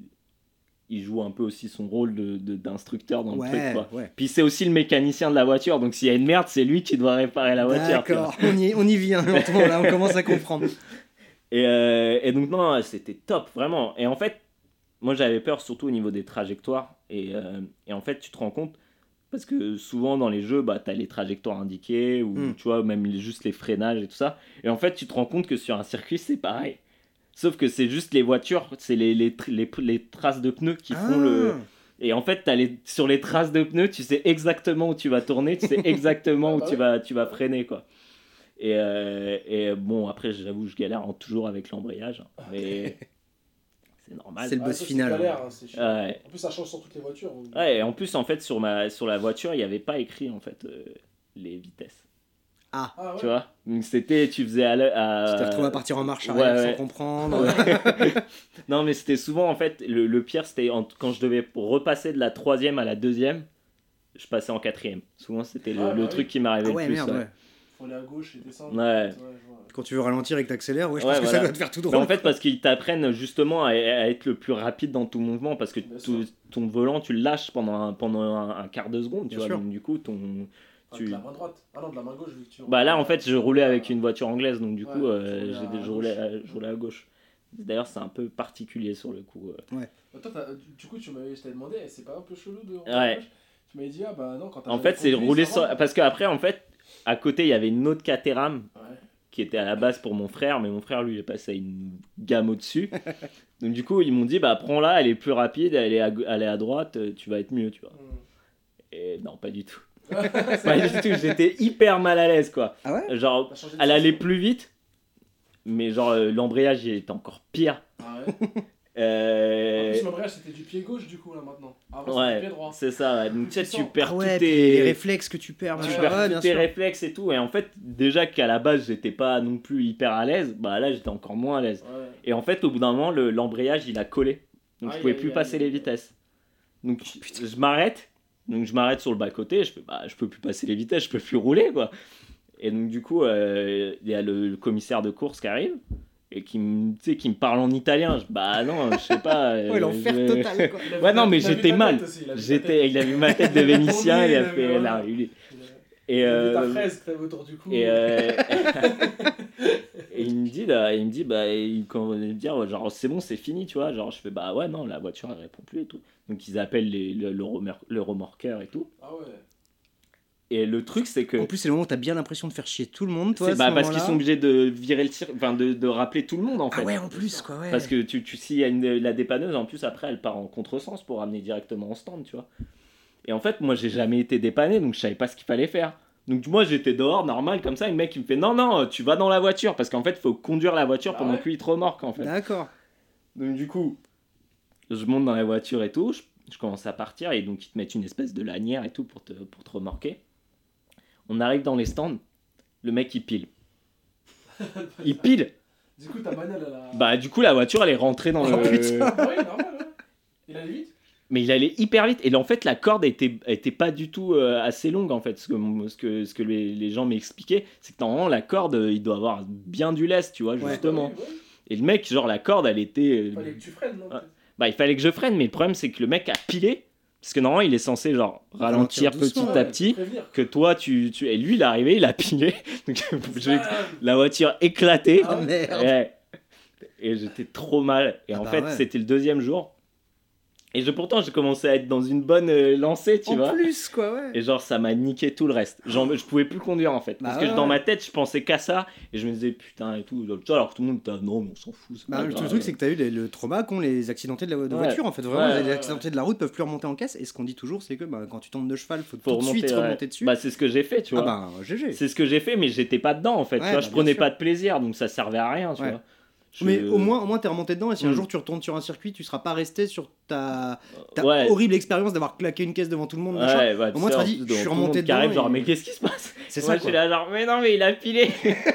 il joue un peu aussi son rôle de, de- d'instructeur dans le truc, Ouais, quoi. ouais. Puis c'est aussi le mécanicien de la voiture, donc s'il y a une merde, c'est lui qui doit réparer la voiture. tu vois. D'accord, on y, on y vient lentement là, on commence à comprendre. Et, euh, et donc, non, c'était top, vraiment. Et en fait, moi, j'avais peur surtout au niveau des trajectoires. Et, euh, et en fait, tu te rends compte, parce que souvent dans les jeux, bah, tu as les trajectoires indiquées, ou Mm. tu vois, même les- juste les freinages et tout ça. Et en fait, tu te rends compte que sur un circuit, c'est pareil. Sauf que c'est juste les voitures, c'est les, les, tr- les, les traces de pneus qui font le. Ah. Et en fait, t'as les, sur les traces de pneus, tu sais exactement où tu vas tourner, tu sais exactement où tu vas, tu vas freiner, quoi. Et, euh, et bon, après, j'avoue, je galère en- toujours avec l'embrayage, hein, mais c'est normal. C'est le Ah, boss ça, final. C'est galère, hein, c'est chiant. Ouais. En plus, ça change sur toutes les voitures. donc- Ouais, et en plus, en fait, sur, ma, sur la voiture, il n'y avait pas écrit, en fait, euh, les vitesses. Ah, Ah ouais. Tu vois. Donc, c'était, tu faisais à... l'heure- à tu t'es retrouvé à partir en marche ouais, arrière ouais. sans comprendre. Non, mais c'était souvent, en fait, le, le pire, c'était en- quand je devais repasser de la troisième à la deuxième, je passais en quatrième. Souvent, c'était le, Ah, bah le oui. truc qui Ah m'arrivait ouais, le plus. merde, ouais. ouais. Faut aller à gauche et descendre. Ouais. je vois. Quand tu veux ralentir et que t'accélères, ouais, je Ouais, pense que voilà. ça doit te faire tout Mais drôle. en fait, parce qu'ils t'apprennent justement à, à être le plus rapide dans ton mouvement, parce que Bien tout- sûr. ton volant, tu le lâches pendant un, pendant un, un quart de seconde, tu Bien vois. sûr. Donc, du coup, ton... Ah, tu- de la main droite. Ah non, de la main gauche, vu que tu. Bah là, en fait, je roulais avec une voiture anglaise, donc du Ouais, coup, tu euh, roulais j'ai- à je, roulais gauche. à, je roulais à gauche. D'ailleurs, c'est un peu particulier sur le coup. euh. Bah, toi, t'as- du coup, tu m'avais, je t'avais demandé, eh, c'est pas un peu chelou de. Ouais. Tu m'avais dit, ah bah non, quand t'as. En jamais fait, c'est conduit, rouler ça sur... va. Parce qu'après, en fait, à côté, il y avait une autre Caterham Ouais. qui était à la base pour mon frère, mais mon frère, lui, il est passé à une gamme au-dessus. Donc du coup, ils m'ont dit, bah prends-la, elle est plus rapide, elle est à, go- elle est à droite, euh, tu vas être mieux, tu vois. Hmm. Et non, pas du tout. Pas du tout, j'étais hyper mal à l'aise, quoi. Ah ouais Genre, T'as changé de elle allait sens. plus vite, mais genre, euh, l'embrayage, il était encore pire. Ah ouais. Euh, En plus, l'embrayage, c'était du pied gauche, du coup, là, maintenant. Avant, c'était du Ouais, pied droit. c'est ça, ouais. Donc tu sais, tu puissant. perds Ah ouais, tous puis les tes... réflexes que tu perds, Tu tu machin. perds Ouais, tous bien tes sûr. réflexes et tout, et en fait, déjà qu'à la base, j'étais pas non plus hyper à l'aise, bah là, j'étais encore moins à l'aise. Ouais. Et en fait, au bout d'un moment, le- l'embrayage, il a collé. Donc, je Aïe, pouvais aïe, plus aïe, passer aïe, les aïe. vitesses. Donc, je m'arrête. Donc, je m'arrête sur le bas-côté. Je fais, bah, je peux plus passer les vitesses, je peux plus rouler, quoi. Et donc, du coup, euh, il y a le, le commissaire de course qui arrive et qui me, tu sais, qui me parle en italien. Je, bah, non, je sais pas. euh, Ouais, l'enfer je- total, quoi. Il a vu Ouais, ta- non, mais il a vu j'étais ta mal. tête aussi, il a vu ta J'étais, tête. il a vu ma tête de Vénitien. Oui, il a il a vu, fait, voilà. là, il est- Et, Il a vu ta euh, fraise que t'avais autour du cou. et, euh, et il me dit, là, il me dit, bah, il, quand, il me dit, ah, genre, c'est bon, c'est fini, tu vois. Genre, je fais, bah ouais, non, la voiture, elle répond plus et tout. Donc, ils appellent les, le, le, remor- le remorqueur et tout. Ah ouais. Et le truc, c'est que. En plus, c'est le moment où t'as bien l'impression de faire chier tout le monde, toi. c'est à ce bah, parce qu'ils moment-là. sont obligés de virer le tir, enfin, de, de rappeler tout le monde, en fait. Ah ouais, en plus, quoi, ouais. Parce que tu, tu, s'il y a une, la dépanneuse, en plus, après, elle part en contresens pour ramener directement en stand, tu vois. Et en fait, moi, j'ai jamais été dépanné, donc je savais pas ce qu'il fallait faire. Donc, moi, j'étais dehors, normal, comme ça, et le mec, il me fait, non, non, tu vas dans la voiture, parce qu'en fait, il faut conduire la voiture Ah pendant ouais que lui, il te remorque, en fait. D'accord. Donc, du coup, je monte dans la voiture et tout, je, je commence à partir, et donc, ils te mettent une espèce de lanière et tout pour te, pour te remorquer. On arrive dans les stands, le mec, il pile. Il pile. Du coup, ta bagnole, elle a. Bah, du coup, la voiture, elle est rentrée dans Oh, le... putain. Ah ouais, normal, ouais. Il allait vite. Mais il allait hyper vite. Et là, en fait, la corde était, était pas du tout euh, assez longue, en fait. Ce que, ce que, ce que les, les gens m'expliquaient, c'est que normalement, la corde, euh, il doit avoir bien du lest, tu vois, Ouais. justement. Ouais, ouais. Et le mec, genre, la corde, elle était... euh, Fallait que tu freines, non Ah. peut-être. Bah, il fallait que je freine, mais le problème, c'est que le mec a pilé. Parce que normalement, il est censé, genre, ralentir, Ralentir doucement, petit à Ouais, petit. prévenir. Que toi, tu, tu... Et lui, il est arrivé, il a pilé. Donc, je- Ah, la voiture éclatée. Ah merde. Ouais. Et j'étais trop mal. Et Ah en bah fait, ouais. c'était le deuxième jour. Et je, pourtant, j'ai commencé à être dans une bonne euh, lancée, tu En vois. plus, quoi, ouais. Et genre, ça m'a niqué tout le reste. Genre, je pouvais plus conduire en fait. Bah Parce que ouais, dans ouais. ma tête, je pensais qu'à ça. Et je me disais, putain, et tout. Tu vois, alors que tout le monde était, non, mais on s'en fout. c'est Bah, pas le grave. truc, c'est que t'as eu les- le trauma qu'ont les accidentés de, la, de Ouais. voiture, en fait. Vraiment, Ouais, les ouais, accidentés de la route peuvent plus remonter en caisse. Et ce qu'on dit toujours, c'est que bah, quand tu tombes de cheval, faut, Faut tout de remonter, suite ouais. remonter dessus. Bah, c'est ce que j'ai fait, tu ah vois. bah, G G. C'est ce que j'ai fait, mais j'étais pas dedans en fait. Ouais, tu vois, bah, je bien prenais sûr. pas de plaisir, donc ça servait à rien, tu Ouais. vois. Je- Mais au moins, au moins t'es remonté dedans et si un Mm. jour tu retournes sur un circuit, tu seras pas resté sur ta, ta Ouais. horrible expérience d'avoir claqué une caisse devant tout le monde. machin. Ouais, bah, Au moins, tu tu sais, t'as dit, en plus, je devant suis tout le monde remonté qui arrive, dedans genre, et- mais qu'est-ce qui se passe? C'est Moi, ça je suis quoi. là, genre, mais non, mais il a pilé.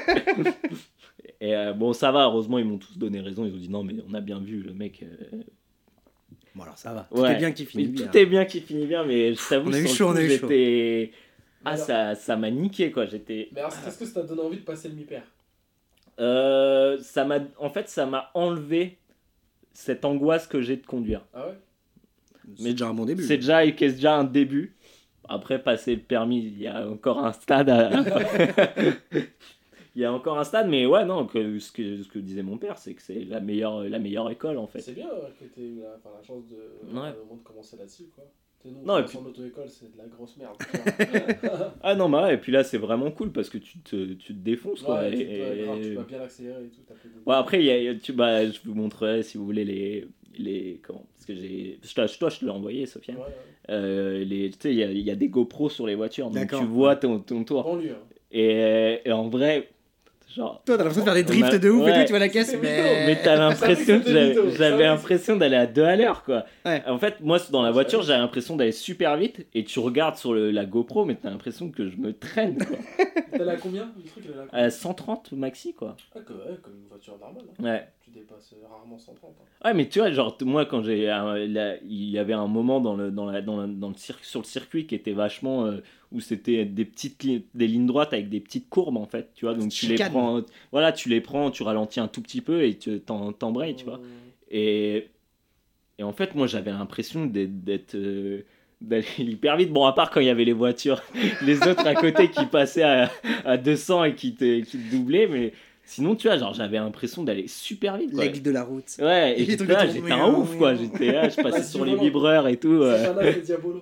Et euh, bon, ça va, heureusement, ils m'ont tous donné raison. Ils ont dit non, mais on a bien vu, le mec. euh, Bon alors ça va. Tout Ouais. est bien qui finit mais bien. Tout est bien qui finit bien, mais je t'avoue, on a eu sur le chaud, coup, on a eu chaud. j'étais. Ah, Alors- ça, ça m'a niqué, quoi. J'étais. Mais alors, est-ce que ça t'a donné envie de passer le mi-pair? Euh, ça m'a, en fait, ça m'a enlevé cette angoisse que j'ai de conduire. Ah ouais? C'est déjà un bon début. C'est déjà, c'est déjà un début. Après, passer le permis, il y a encore un stade. À... il y a encore un stade, mais ouais, non, que, ce, que, ce que disait mon père, c'est que c'est la meilleure, la meilleure école, en fait. C'est bien ouais, que t'aies eu la, enfin, la chance de, Ouais. au moins de commencer là-dessus, quoi. T'es nous, Non, et en puis- auto-école, c'est de la grosse merde. tu vois. Ah non, bah ouais, et puis là, c'est vraiment cool parce que tu te, tu te défonces, quoi. Ouais, et- tu, peux, grave, tu et- vas bien accélérer et tout. t'as fait des- Ouais, après, il y a, tu, bah, je vous montrerai si vous voulez les. les comment Parce que j'ai. je te- Toi, je te l'ai envoyé, Sofiane. Ouais, ouais. Euh, les, tu sais, il y a, il y a des GoPros sur les voitures, donc D'accord. tu vois ton, ton tour. Banlieue. hein. Et, et en vrai, genre. Toi t'as l'impression de faire des On drifts a- de ouf et ouais. tout, tu vois la caisse, C'est mais. Mais t'as l'impression que Ça, j'avais, c'est j'avais mytho. l'impression d'aller à deux à l'heure, quoi. Ouais. En fait, moi, dans la Ouais, voiture, ça- j'avais l'impression d'aller super vite, et tu regardes sur le, la GoPro, mais t'as l'impression que je me traîne, quoi. T'es là à combien? Le truc, il est là à combien? À cent trente maxi, quoi. Ah, que- ouais, comme une voiture normale. hein. Ouais. Tu dépasses euh, rarement cent trente. hein. Ouais, mais tu vois, genre, t- moi, quand j'ai. un- la- il y avait un moment dans le, dans la, dans la- dans le cir- sur le circuit qui était vachement. euh, où c'était des petites lignes, des lignes droites avec des petites courbes, en fait, tu vois. Donc, tu les Chicane. prends. Voilà, tu les prends, tu ralentis un tout petit peu et tu t'en, t'embrayes, tu vois. Mmh. Et, et en fait, moi, j'avais l'impression d'être, d'être, euh, d'aller hyper vite. Bon, à part quand il y avait les voitures, les autres à côté qui passaient à, à deux cents et qui te, qui te doublaient. Mais sinon, tu vois, genre, j'avais l'impression d'aller super vite, quoi. L'aigle de la route. Ouais, et Les j'étais trucs là, de j'étais tour- un ouf, quoi. J'étais là, je passais Bah, sur du les volant. vibreurs et tout. euh, C'est pas là, c'est Diabolo.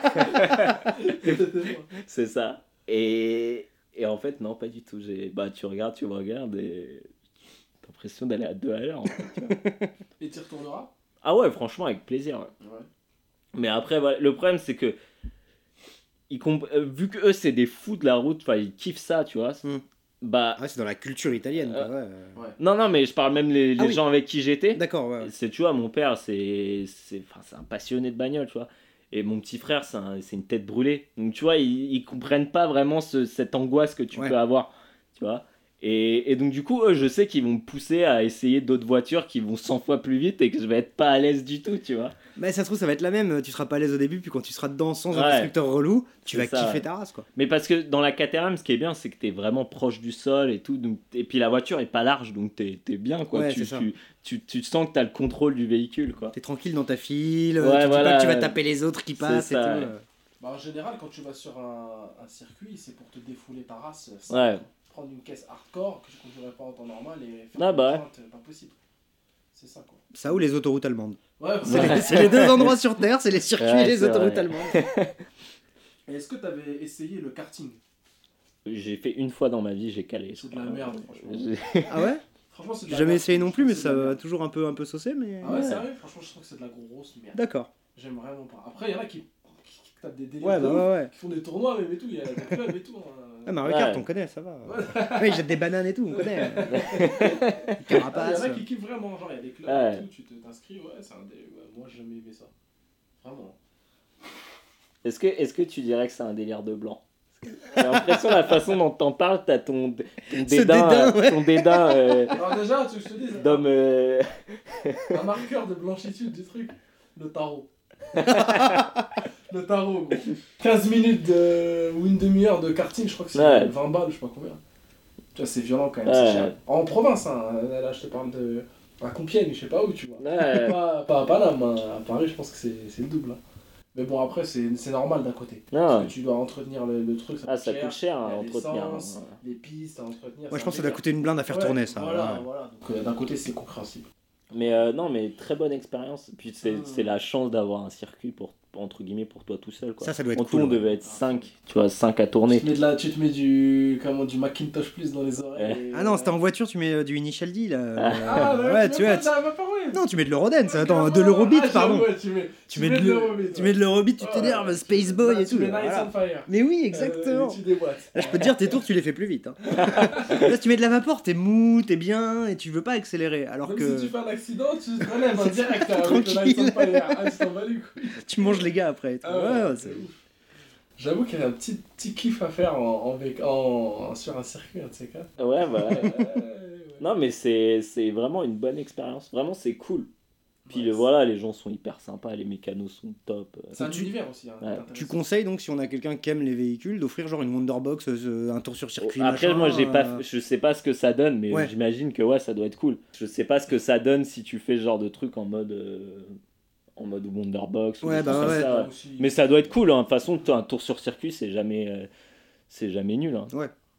c'est ça. Et, et en fait, non, pas du tout. J'ai, bah, tu regardes, tu me regardes et t'as l'impression d'aller à deux à l'heure, en fait, tu vois. Et tu y retourneras? Ah ouais, franchement, avec plaisir. Ouais. Ouais. Mais après, voilà, le problème, c'est que ils comp- euh, vu que eux, c'est des fous de la route, enfin, ils kiffent ça, tu vois. Hmm. Bah, Ah, c'est dans la culture italienne, quoi, ouais. Ouais. non, non, mais je parle même les, les Ah oui. gens avec qui j'étais. D'accord, ouais. C'est, tu vois, mon père, c'est, c'est, enfin, c'est un passionné de bagnole, tu vois. Et mon petit frère, c'est, un- c'est une tête brûlée. Donc, tu vois, ils, ils comprennent pas vraiment ce- cette angoisse que tu Ouais. peux avoir, tu vois. Et, et donc, du coup, eux, je sais qu'ils vont me pousser à essayer d'autres voitures qui vont cent fois plus vite et que je vais être pas à l'aise du tout, tu vois. Mais ça se trouve, ça va être la même. Tu seras pas à l'aise au début, puis quand tu seras dedans sans un Ouais. instructeur relou, tu C'est vas ça, kiffer ouais. ta race, quoi. Mais parce que dans la K T M, ce qui est bien, c'est que t'es vraiment proche du sol et tout. Donc, et puis la voiture est pas large, donc t'es, t'es bien, quoi. Ouais, tu, c'est ça. tu, tu, tu sens que t'as le contrôle du véhicule, quoi. T'es tranquille dans ta file, Ouais, tu dis voilà. pas que tu vas taper les autres qui C'est passent et tout. ça, ouais. euh. Bah, en général, quand tu vas sur un, un circuit, c'est pour te défouler ta race. C'est Ouais. prendre une caisse hardcore que je conduirais pas en temps normal et faire Ah une bah ouais. pointe, pas possible. C'est ça quoi. Ça ou les autoroutes allemandes. Ouais, C'est ouais. les, c'est les deux endroits sur Terre, c'est les circuits Ouais, et les c'est autoroutes vrai. allemandes. Et est-ce que tu avais essayé le karting? J'ai fait une fois dans ma vie, j'ai calé. je C'est de la crois. merde, franchement. J'ai- Ah ouais? Franchement, c'est de J'ai la jamais merde. essayé non plus, mais C'est ça de la va merde. toujours un peu, un peu saucé, mais. Ah ouais, sérieux? Franchement, je trouve que c'est de la grosse merde. D'accord. J'aime vraiment pas. Après, il y en a qui, qui, qui tapent des délires Ouais, de bah ouf, ouais, ouais. qui font des tournois même et tout. Il y a des clubs et tout. hein. Ah, Mario Kart, Ouais. on connaît, ça va. Ouais, ils jettent des bananes et tout, on connaît. Ah, Il y en Carapace. a qui kiffent vraiment. Genre, il y a des clubs Ouais. et tout. Tu te- t'inscris. Ouais, c'est un délire. Ouais, moi, j'ai jamais aimé ça. Vraiment. Est-ce que, est-ce que tu dirais que c'est un délire de blanc? J'ai l'impression, la façon dont t'en parles, t'as ton, ton dédain, dédain, euh, ouais. ton dédain euh, Alors, déjà, tu veux que je te dise, d'homme. euh, un marqueur de blanchitude du truc, le tarot. Le tarot, gros. quinze minutes de... ou une demi-heure de karting, je crois que c'est Ouais. vingt balles, je sais pas combien. Tu vois, c'est violent quand même, Ouais. c'est cher. En province, hein. Là, je te parle de. À Compiègne, je sais pas où, tu vois. Ouais. Pas, pas à Paname, hein. À Paris, je pense que c'est c'est le double. hein. Mais bon, après, c'est c'est normal d'un côté. Non. Parce que tu dois entretenir le, le truc, ça Ah, coûte ça cher. coûte cher Il y à a entretenir. l'essence, hein. les pistes à entretenir. Moi, je c'est pense que ça un doit coûter une blinde à faire délire. tourner Ouais, ça. Voilà, ouais. voilà. Donc euh, d'un côté, c'est compréhensible. Mais euh, non, mais très bonne expérience. Puis c'est, Mm. c'est la chance d'avoir un circuit pour, entre guillemets pour toi tout seul quoi. Ça, ça doit être en cool, tout on ouais. devait être cinq, tu vois, cinq à tourner. Tu te mets, de la, tu te mets du, comment, du Macintosh Plus dans les oreilles. Ouais. et- Ah non, c'était en voiture, tu mets euh, du Initial D là. Ah, Euh, ouais, ouais, tu vois. tu- Ça va pas, ouais. Non, tu mets de l'Eurodance, attends, de l'Eurobeat, Ah, pardon. j'avoue, ouais, tu mets, Tu mets de l'Eurobeat, tu mets de l'Eurobeat, tu Ouais, t'énerves, ouais. Space Boy Là, et tu tout. mets Nights voilà. on Fire. Mais oui, Euh, exactement. et tu déboîtes. Là, je peux te dire, tes tours, tu les fais plus vite. Hein. Là, si tu mets de la vapeur, t'es mou, t'es bien, et tu veux pas accélérer. Alors Même que si tu fais un accident, tu te relèves en direct avec le Tranquille. Nights on Fire. Ah, tu t'en bats les couilles. tu manges les gars après. et tout. Ah Ouais, ouais, ouais, c'est c'est- ouf. J'avoue qu'il y a un petit, petit kiff à faire en, en, vé- en, en- sur un circuit, un de ces quatre. Ouais, bah ouais. Ouais, ouais, ouais. Non, mais c'est, c'est vraiment une bonne expérience. Vraiment, c'est cool. Puis Ouais, le, c'est- voilà, les gens sont hyper sympas, les mécanos sont top. C'est un Tu- univers aussi. Hein, Ouais. intéressant. Tu conseilles donc, si on a quelqu'un qui aime les véhicules, d'offrir genre une Wonderbox, euh, un tour sur circuit. Après, machin, moi, j'ai euh, pas, je sais pas ce que ça donne, mais Ouais. j'imagine que ouais, ça doit être cool. Je sais pas ce que ça donne si tu fais ce genre de truc en mode, euh, en mode Wonderbox. ou Ouais, des bah trucs comme ouais. ça, ouais. Aussi- Mais ça doit être cool. Hein. De toute façon, un tour sur circuit, c'est jamais, euh, c'est jamais nul. Hein.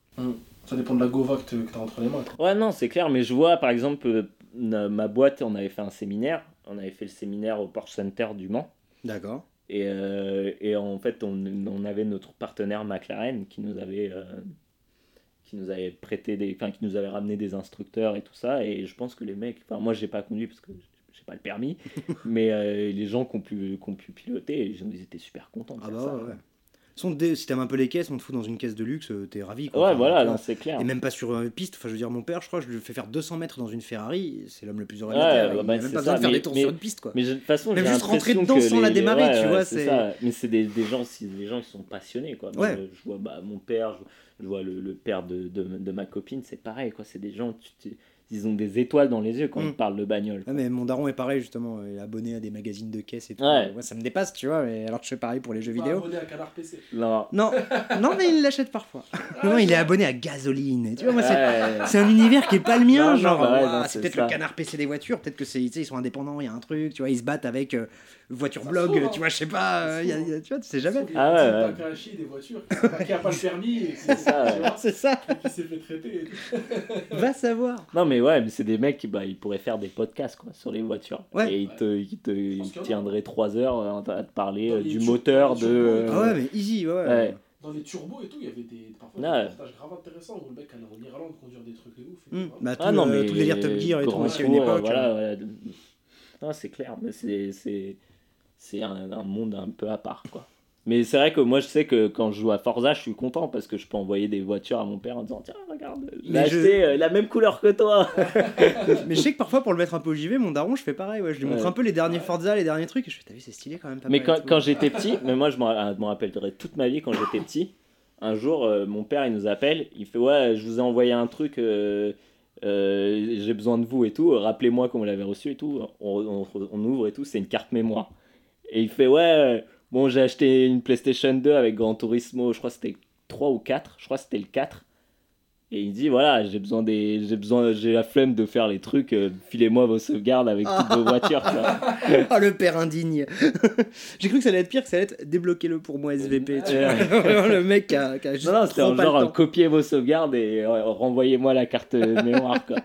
Ça dépend de la Gova que tu as entre les mains. quoi. Ouais, non, c'est clair. Mais je vois, par exemple, euh, na- ma boîte, on avait fait un séminaire. On avait fait le séminaire au Porsche Center du Mans. D'accord. Et, euh, et en fait, on, on avait notre partenaire McLaren qui nous avait, euh, qui nous avait prêté des, enfin, qui nous avait ramené des instructeurs et tout ça. Et je pense que les mecs, enfin, moi, j'ai pas conduit parce que j'ai pas le permis, mais euh, les gens qui ont pu, qui ont pu piloter, ils étaient super contents de Ah faire bah ça. ouais, ouais. Sont dé- si t'aimes un peu les caisses, on te fout dans une caisse de luxe, euh, t'es ravi. Quoi. Ouais, Enfin, voilà, tu vois. non, c'est clair. Et même pas sur une piste. Enfin, je veux dire, mon père, je crois, je lui fais faire deux cents mètres dans une Ferrari. C'est l'homme le plus heureux de la Ouais, Terre. bah, Il bah, a même c'est pas besoin ça, de faire mais- des tours mais- sur une piste, quoi. Mais je- de toute façon, Même j'ai juste rentrer l'impression dedans que sans la les- démarrer, ouais, tu ouais, vois, c'est c'est- ça. Mais c'est des, des gens, si- des gens qui sont passionnés, quoi. Moi, Ouais. je, je vois bah, mon père, je, je vois le, le père de, de, de ma copine, c'est pareil, quoi. C'est des gens, tu, tu- ils ont des étoiles dans les yeux quand Mm. ils parlent de bagnole. Ouais, mais mon daron est pareil, justement. Il est abonné à des magazines de caisse et tout. Ouais. Ouais, ça me dépasse, tu vois. Mais alors que je fais pareil pour les jeux Pas vidéo. abonné à Canard P C. Non. Non, non, mais il l'achète parfois. non, il est abonné à Gasoline. Et tu vois, moi, c'est. Ouais. C'est un univers qui est pas le mien, Non, non, genre, bah ouais, ouah, non, c'est c'est peut-être ça. le canard P C des voitures, peut-être que c'est, tu sais, ils sont indépendants, il y a un truc, tu vois, ils se battent avec euh, voiture Ça blog, se trouve, tu vois, je sais pas, Ça euh, se y a- trouve. y a- tu vois, tu sais jamais. Il y a Ah un ouais, type ouais. qui a caché des voitures, qui sait pas- qui a pas le permis, et qui, C'est ça, tu vois, C'est ça, qui s'est fait traiter. et tout. va savoir. Non, mais ouais, mais c'est des mecs qui bah, ils pourraient faire des podcasts quoi, sur les voitures. Ouais. Et ils te, ils te, ils Parce qu'il y en a. tiendraient trois heures euh, à te parler Dans euh, les du tu- moteur, dans de. les turbos et euh, Ah ouais, mais easy, ouais. ouais. Ouais. Dans les turbos et tout, il y avait des, parfois Ouais. des reportages grave intéressants où le mec allait en Irlande conduire des trucs de ouf. Et Hum, tout, bah, tout, Ah non, le, mais tout le délire Top Gear et tout, grand aussi à une tour, époque. voilà, euh. voilà. Non, c'est clair, mais c'est, c'est, c'est un, un monde un peu à part, quoi. Mais c'est vrai que moi, je sais que quand je joue à Forza, je suis content parce que je peux envoyer des voitures à mon père en disant tiens, regarde, j'ai Mais je- acheté euh, la même couleur que toi. Mais je sais que parfois, pour le mettre un peu au J V, mon daron, je fais pareil, ouais. Je lui montre Ouais. un peu les derniers Forza, les derniers trucs, et je fais, t'as vu, c'est stylé quand même. Pas Mais mal quand, et tout. quand j'étais petit, mais moi je m'en je m'en rappellerai toute ma vie quand j'étais petit. Un jour, euh, mon père il nous appelle, il fait ouais, je vous ai envoyé un truc, euh, euh, j'ai besoin de vous et tout. Rappelez-moi comment vous l'avez reçu et tout. On, on, on ouvre et tout, c'est une carte mémoire. Et il fait ouais, euh, bon j'ai acheté une PlayStation deux avec Gran Turismo, je crois que c'était trois ou quatre, je crois que c'était le quatre. Et il dit voilà, j'ai besoin des, j'ai besoin, j'ai la flemme de faire les trucs, euh, filez-moi vos sauvegardes avec toutes vos voitures. Tu vois. Ah, le père indigne. J'ai cru que ça allait être pire, que ça allait être débloquez-le pour moi S V P. Tu vois. Ouais. Vraiment, le mec qui a, qui a juste Non, non, c'était trop en pas genre le euh, temps. copiez vos sauvegardes et euh, renvoyez-moi la carte euh, mémoire quoi.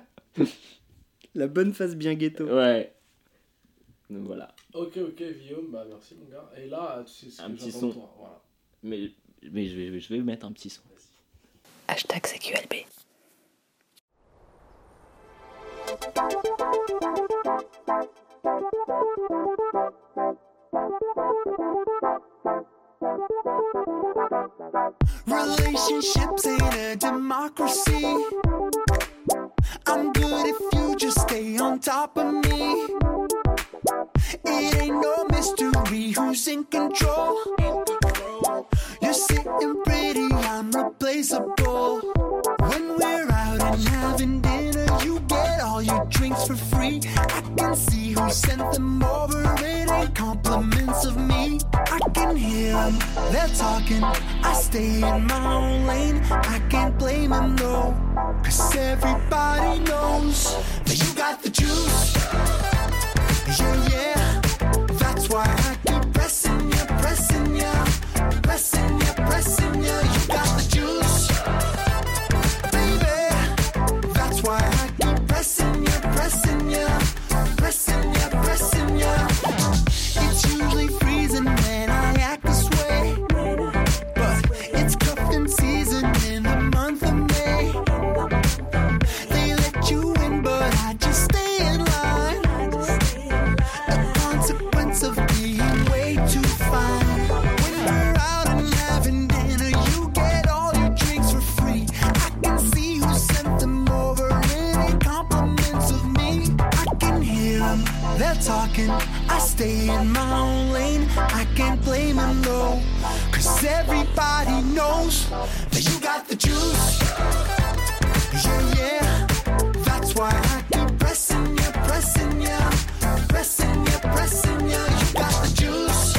La bonne face bien ghetto. Ouais. Donc voilà. Ok, ok, Guillaume, bah merci mon gars. Et là, tu sais ce que Un petit j'entends son. de toi. Voilà. Mais, mais je, vais, je vais mettre un petit son. Hashtag C Q L B. Relationships ain't a democracy. I'm good if you just stay on top of me. It ain't no mystery who's in control. You're sitting pretty, I'm replaceable. When we're out and having dinner, you get all your drinks for free. I can see who sent them over, it ain't compliments of me. I can hear them, they're talking, I stay in my own lane. I can't blame them though, cause everybody knows that you got the juice. Yeah, yeah, that's why I keep pressing you, pressing you, pressing you, pressing you. You got the juice, baby. That's why I keep pressing you, pressing you, pressing you, pressing you. It's usually freezing when stay in my own lane. I can't blame him though, cause everybody knows that you got the juice. Yeah, yeah, that's why I keep pressing you, pressing you, pressing you, pressing you. You got the juice,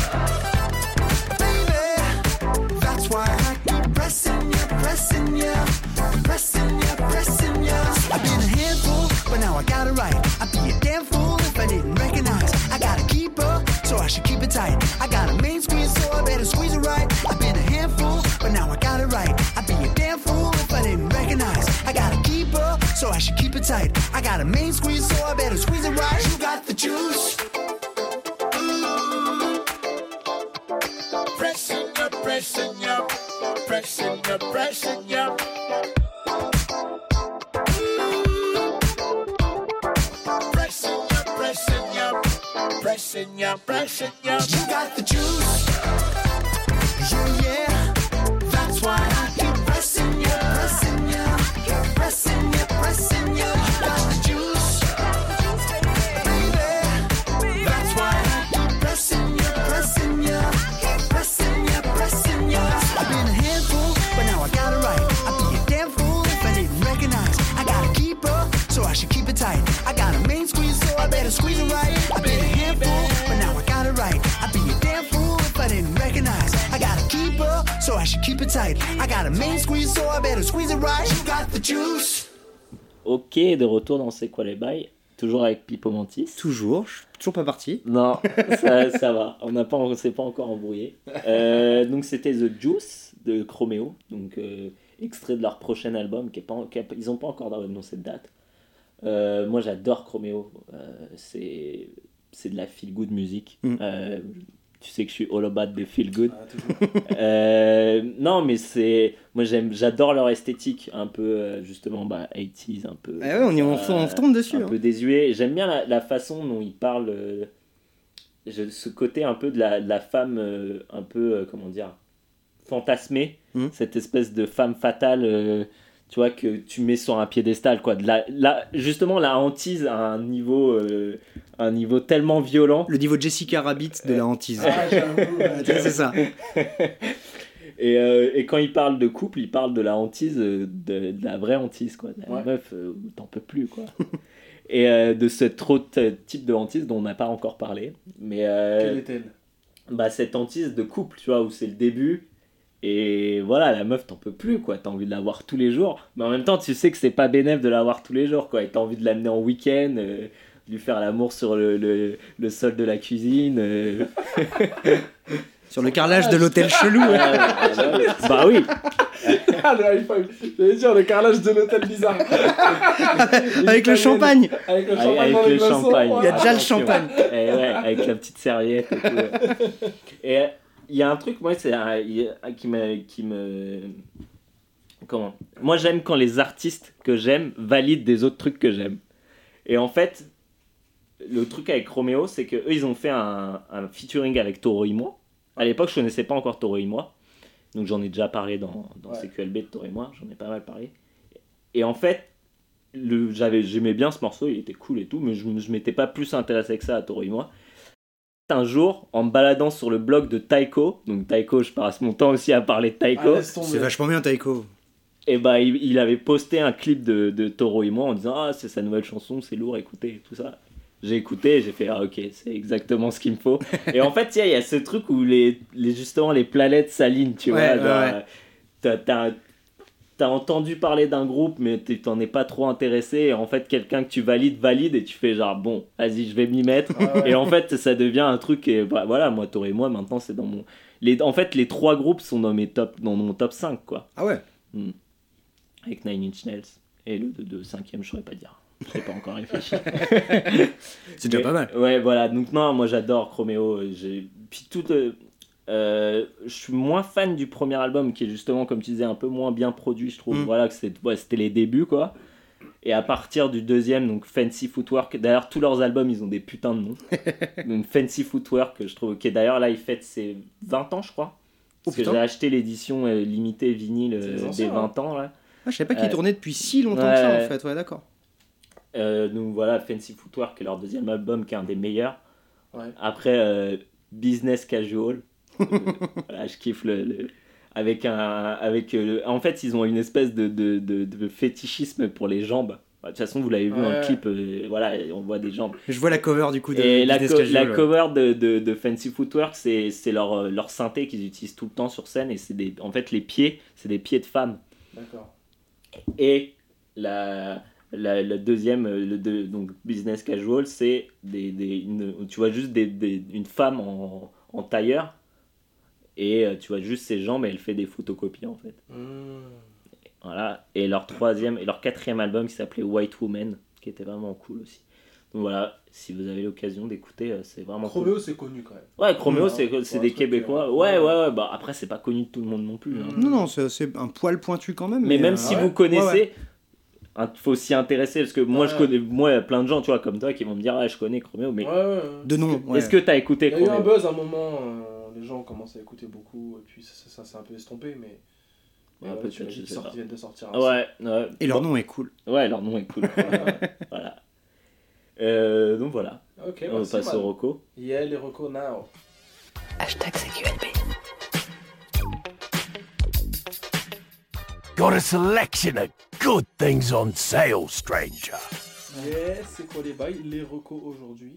baby. That's why I keep pressing you, pressing you, pressing you, pressing you. I've been a handful, but now I got it right. I'd be a damn fool if I didn't recognize. I gotta keep her, so I should keep it tight. I got a main squeeze, so I better squeeze it right. I've been a handful, but now I got it right. I'd be a damn fool if I didn't recognize. I gotta keep her, so I should keep it tight. I got a main squeeze, so I better squeeze it right. You got the juice. Pressing you, pressing you, pressing you, pressing you. Pressing you, pressing you, pressing you, pressing you. You got the juice. Yeah, yeah. That's why I keep pressing you, pressing you, pressing you, pressing you. You got the juice, baby. That's why I keep pressing you, pressing you, pressing you, pressing you. I've been a handful, but now I got it right. I'd be a damn fool if I didn't recognize. I gotta keep her, so I should keep it tight. I got a main squeeze, so I better squeeze it right. I've been a handful, but now I got it right. I'd be a damn fool if I didn't recognize. I gotta keep her, so I should keep it tight. I got a main squeeze, so I better squeeze it right. You got the juice. Ok, de retour dans C'est quoi les bails? Toujours avec Pipo Mantis. Toujours, je suis toujours pas parti. Non, ça, ça va, on n'a pas, on s'est pas encore embrouillé. Euh, donc c'était The Juice de Chromeo, donc euh, extrait de leur prochain album, qui est pas, qui a, ils n'ont pas encore annoncé de date. Euh, moi j'adore Chromeo, euh, c'est, c'est de la feel good musique. Mm. Euh, tu sais que je suis all about the feel good. Ah, euh, non mais c'est, moi j'aime, j'adore leur esthétique, un peu euh, justement bah eighties, un peu. Ah ouais, on, y, on, on retombe dessus. Un hein. peu désuet. J'aime bien la, la façon dont ils parlent, euh, je, ce côté un peu de la, de la femme, euh, un peu euh, comment dire, fantasmée, mmh. cette espèce de femme fatale. Euh, tu vois, que tu mets sur un piédestal, quoi. De la, la, justement, la hantise à un niveau, euh, un niveau tellement violent. Le niveau Jessica Rabbit de la hantise. Ah, j'avoue, ouais, c'est ça. et, euh, et quand il parle de couple, il parle de la hantise, de, de la vraie hantise, quoi. De la ouais. meuf euh, où t'en peux plus, quoi. Et euh, de ce autre type de hantise dont on n'a pas encore parlé. Mais, euh, quelle est-elle? Bah, cette hantise de couple, tu vois, où c'est le début. Et voilà, la meuf, t'en peux plus, quoi. T'as envie de la voir tous les jours. Mais en même temps, tu sais que c'est pas bénéf de la voir tous les jours, quoi. Et t'as envie de l'amener en week-end, euh, de lui faire l'amour sur le, le, le sol de la cuisine. Euh... sur le carrelage de l'hôtel chelou. Ah, ouais, bah, bah oui. Ah, le high five. J'allais dire le carrelage de l'hôtel bizarre. Avec le champagne. Avec le champagne. Avec le champagne. Il y a déjà le champagne. Et ouais, avec la petite serviette et tout. Ouais. Et il y a un truc, moi, c'est un, qui me, qui me... Comment ? Moi, j'aime quand les artistes que j'aime valident des autres trucs que j'aime. Et en fait, le truc avec Chromeo, c'est qu'eux, ils ont fait un, un featuring avec Toro y Moi. À l'époque, je connaissais pas encore Toro y Moi. Donc, j'en ai déjà parlé dans, dans ouais. C Q L B de Toro y Moi. J'en ai pas mal parlé. Et en fait, le, j'avais, j'aimais bien ce morceau, il était cool et tout, mais je, je m'étais pas plus intéressé que ça à Toro y Moi. Un jour, en me baladant sur le blog de Taiko, donc Taiko, je passe mon temps aussi à parler de Taiko. Ah, c'est vachement bien Taiko. Et bah il, il avait posté un clip de, de Toro y Moi en disant ah c'est sa nouvelle chanson, c'est lourd, écoutez et tout ça. J'ai écouté et j'ai fait ah ok, c'est exactement ce qu'il me faut. Et en fait il y a ce truc où les, les justement les planètes s'alignent, tu ouais, vois. Genre, ouais, ouais. T'as, t'as, t'as entendu parler d'un groupe mais t'en es pas trop intéressé et en fait quelqu'un que tu valides valide et tu fais genre bon vas-y je vais m'y mettre. Ah ouais. Et en fait ça devient un truc et bah, voilà moi Toro y Moi maintenant c'est dans mon les en fait les trois groupes sont dans mes top dans mon top cinq quoi. Ah ouais. Hmm. Avec Nine Inch Nails et le de, de cinquième je saurais pas dire. Je n'ai pas encore réfléchi. C'est déjà mais, pas mal. Ouais voilà donc non moi j'adore Chromeo, j'ai puis tout euh, Euh, je suis moins fan du premier album qui est justement comme tu disais un peu moins bien produit je trouve. Mmh. Voilà que c'est, ouais, c'était les débuts quoi. Et à partir du deuxième donc Fancy Footwork, d'ailleurs tous leurs albums ils ont des putains de noms. Donc Fancy Footwork je trouve ok d'ailleurs là il fête ses vingt ans je crois parce oh, que j'ai acheté l'édition euh, limitée vinyle euh, des vingt ans là. Ah, je savais pas qu'il euh, tournait depuis si longtemps ouais, que ça en fait ouais d'accord. Euh, donc voilà Fancy Footwork est leur deuxième album qui est un des meilleurs. Ouais. Après, euh, business casual. Euh, voilà, je kiffe le. le- Avec un. Avec, euh, en fait, ils ont une espèce de, de, de, de fétichisme pour les jambes. De toute façon, vous l'avez vu dans le Ouais. clip, euh, voilà, on voit des jambes. Je vois la cover du coup de Et la, Business co- Casual, la ouais. cover de, de, de Fancy Footwork, c'est, c'est leur, euh, leur synthé qu'ils utilisent tout le temps sur scène. Et c'est des, en fait, les pieds, c'est des pieds de femmes. D'accord. Et la, la, la deuxième, euh, le deux- donc Business Casual, c'est des, des, une, tu vois juste des, des, une femme en, en tailleur. Et euh, tu vois juste ses jambes et elle fait des photocopies en fait. Mmh. Voilà. Et leur troisième et leur quatrième album qui s'appelait White Woman, qui était vraiment cool aussi. Donc voilà, si vous avez l'occasion d'écouter, euh, c'est vraiment cool. Chroméo, c'est connu quand même. Ouais, Chroméo, Mmh. c'est, Pour c'est un des truc, Québécois. euh, Ouais, ouais. ouais, ouais. Bah, après, c'est pas connu de tout le monde non plus. hein. Mmh. Non, non, c'est, c'est un poil pointu quand même. Mais même euh, si ouais. vous connaissez, Ouais, ouais. il faut s'y intéresser. Parce que moi, Ouais. je connais, moi, il y a plein de gens, tu vois, comme toi, qui vont me dire, ah, je connais Chroméo. Mais Ouais, ouais, ouais. De nom, ouais. est-ce que t'as écouté Il y a eu un Chroméo? buzz à un moment, euh, les gens ont commencé à écouter beaucoup, et puis ça, ça, ça s'est un peu estompé, mais. mais Ouais, ouais, peut-être, tu m'as dit je qu'ils sais sortent- pas. ils viennent de sortir un Ouais, ouais. Et leur Bon. nom est cool. Ouais, leur nom est cool. Voilà. Euh, donc voilà, son. Ok, on merci, passe man. au Rocco. Yeah, les recos now. Hashtag C Q L B. Got a selection of good things on sale, stranger. Yes, c'est quoi les bails? Les recos aujourd'hui.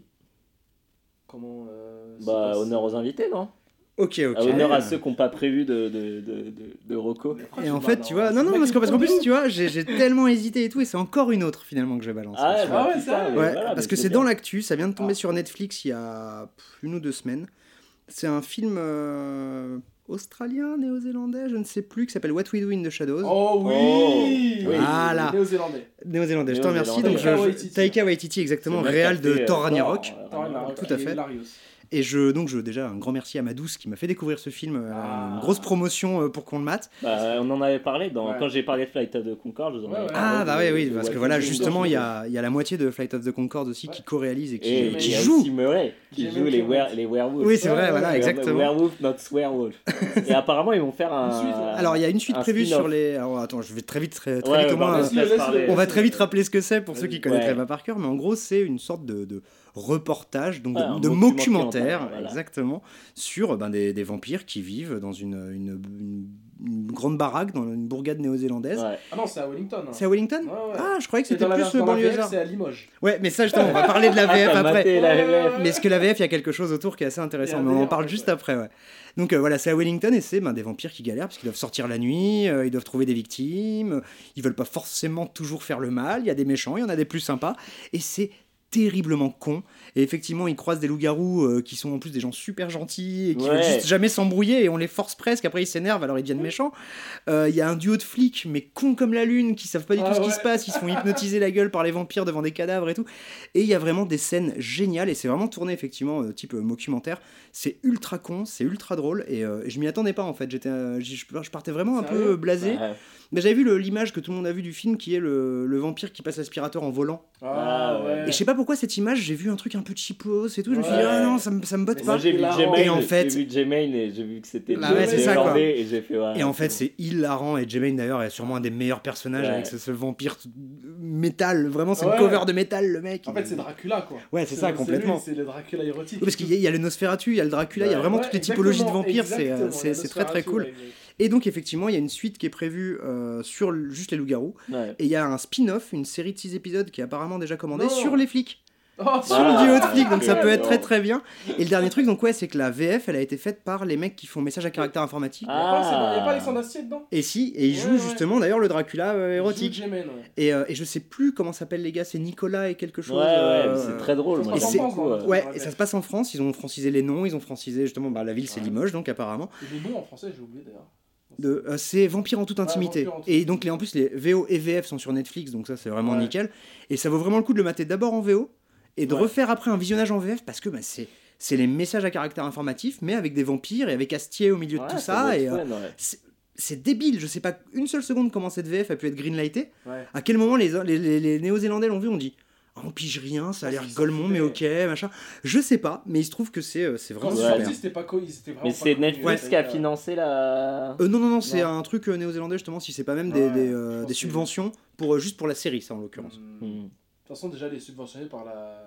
Comment. Euh, se Bah, passe- honneur aux invités, non? Ok, ok. Ah, honneur à ceux qui n'ont pas prévu de, de, de, de, de Rocco. Et en fait, tu vois, non, non, parce que- parce qu'en plus, tu vois, j'ai, j'ai tellement hésité et tout, et c'est encore une autre finalement que je vais balancer. Ah, ouais, Ah bah, ouais, putain, ça, mais Ouais, voilà, parce mais que c'est bien. dans l'actu, ça vient de tomber Ah. sur Netflix il y a pff, une ou deux semaines. C'est un film euh, australien, néo-zélandais, je ne sais plus, qui s'appelle What We Do in the Shadows. Oh oui, Oh, oui. voilà. Néo-zélandais. Néo-zélandais, je te remercie. Donc, Taika je, je- Waititi. Taika Waititi, exactement, C'est le mec réal qui a de fait, Thor euh, Ragnarok. Thor, Thor Ragnarok, Tout à et fait. Larios. Et je, donc, je, déjà, un grand merci à ma douce qui m'a fait découvrir ce film. euh, Ah. Une grosse promotion euh, pour qu'on le mate. Bah, on en avait parlé dans, Ouais. quand j'ai parlé de Flight of the Concorde. Je vous en Ouais, avais ouais. parlé Ah, bah de- oui, oui, de parce What que We voilà, Do in the justement, il y Shadows. a, il y a la moitié de Flight of the Concorde aussi qui Ouais. co-réalise et qui, Et et il qui y a joue. aussi Murray qui Jamie joue les, Clement. were- les werewolves. Oui, c'est Ouais, vrai, ouais, voilà, ouais. exactement. Werewolf, not swearwolf. Et apparemment, ils vont faire un. Une suite, ouais. Alors, il y a une suite un prévue spin-off. sur les. Alors, attends, je vais très vite, très, très Ouais, vite au bah, moins. laisse-le, laisse-le, laisse parler. laisse-le. On va très vite rappeler ce que c'est pour ceux qui Vas-y. connaîtraient Ouais. pas par cœur, mais en gros, c'est une sorte de, de reportage, donc Ouais, de, un de documentaire, documentaire, voilà. exactement, sur ben, des, des vampires qui vivent dans une, une, une- une grande baraque, dans une bourgade néo-zélandaise. Ouais. Ah non, c'est à Wellington. hein. C'est à Wellington Ouais, ouais. Ah, je croyais que Et c'était dans la, plus version- le dans la V F, banlieusard. c'est à Limoges. Ouais, mais ça, justement, on va parler de la V F Ah, t'as après. maté la Ouais, V F. ouais, Mais est-ce que la V F, il y a quelque chose autour qui est assez Il y intéressant, a un mais on en délire, parle en fait, juste ouais. après, ouais. Donc euh, voilà, c'est à Wellington et c'est ben, des vampires qui galèrent parce qu'ils doivent sortir la nuit, euh, ils doivent trouver des victimes, euh, ils veulent pas forcément toujours faire le mal, il y a des méchants, il y en a des plus sympas, et c'est terriblement con. Et effectivement, ils croisent des loups-garous euh, qui sont en plus des gens super gentils et qui Ouais. veulent juste jamais s'embrouiller et on les force presque, après ils s'énervent alors ils deviennent méchants. Euh, Il y a un duo de flics mais cons comme la lune qui savent pas du tout Ah ce qui ouais. se passe, ils se font hypnotiser la gueule par les vampires devant des cadavres et tout. Et il y a vraiment des scènes géniales et c'est vraiment tourné effectivement euh, type euh, documentaire. C'est ultra con, c'est ultra drôle et euh, je m'y attendais pas en fait. J'étais, euh, j'y- je partais vraiment un Sérieux peu blasé. Ouais. Mais j'avais vu le- l'image que tout le monde a vu du film qui est le, le vampire qui passe l'aspirateur en volant. Ah ouais. ouais. Et je sais pas pourquoi cette image, j'ai vu un truc un peu cheapos et tout. Je me suis dit, Ouais. ah non, ça me, ça me botte Mais pas. Moi j'ai vu hilarant. Gmail, Et en fait- j'ai vu Gmail et j'ai vu que c'était Bah ouais, c'est ça, quoi. néerlandais et j'ai fait ouais. Et en fait, c'est hilarant. Et Jermaine, d'ailleurs, est sûrement un des meilleurs personnages Ouais. avec ce, ce vampire t- métal. Vraiment, c'est Ouais. une cover de métal, le mec. En fait, c'est Dracula quoi. Ouais, c'est ça, lui, complètement. C'est le Dracula érotique. Oui, parce qu'il y, a- il y a le Nosferatu, il y a le Dracula, il y a Ouais. vraiment Ouais, toutes les typologies de exactement, vampires. C'est, euh, exactement, c'est, la c'est très très Nosferatu, cool. ouais. Et donc, effectivement, il y a une suite qui est prévue euh, sur le- juste les loups-garous. Ouais. Et il y a un spin-off, une série de six épisodes qui est apparemment déjà commandée Non. sur les flics. Oh, Sur Ah, le duo de flics, donc ça ok, peut être bon. très très bien. Et le dernier truc, donc ouais, c'est que la V F, elle a été faite par les mecs qui font message à caractère informatique. Il y a pas- c'est- il y a Ah. pas Alexandre Astier dedans? Et si, et il Ouais, joue ouais. justement d'ailleurs le Dracula euh, Il érotique. joue Jermaine, ouais. Et, euh, et je sais plus comment s'appellent les gars, c'est Nicolas et quelque chose. Ouais, ouais, euh, c'est très drôle. Ça Moi, se passe j'aime en France, beaucoup, dans euh. le- Ouais, dans la et ça V F. se passe en France, ils ont francisé les noms, ils ont francisé justement bah, la ville c'est Ouais. Limoges donc apparemment. Et les noms en français, j'ai oublié d'ailleurs. De, euh, c'est Vampire en toute intimité. Vampire en toute Et donc les, en plus les V O et V F sont sur Netflix donc ça c'est vraiment Ouais. nickel. Et ça vaut vraiment le coup de le mater d'abord en V O et de Ouais. refaire après un visionnage en V F parce que bah, c'est, c'est les messages à caractère informatif mais avec des vampires et avec Astier au milieu Ouais, de tout ça ça. doit Et, être euh, fun, ouais. c'est, c'est débile, je sais pas une seule seconde comment cette V F a pu être greenlightée. Ouais. À quel moment les, les, les, les Néo-Zélandais l'ont vu, on dit ah, on pige rien, ça a l'air Parce qu'ils golemont, s'en mais ok, machin. Je sais pas, mais il se trouve que c'est, euh, c'est Quand vraiment ils Ouais. ont super. dit, c'était pas co- ils étaient vraiment Mais pas c'est connus, Netflix ouais, qui a ça- financé la. Euh, non, non, non, c'est Non. un truc euh, néo-zélandais justement, si c'est pas même des, Ouais, des, je euh, pense des que- subventions, pour, euh, juste pour la série, ça en l'occurrence. Hmm. Hmm. De toute façon, déjà, les subventionnés par la...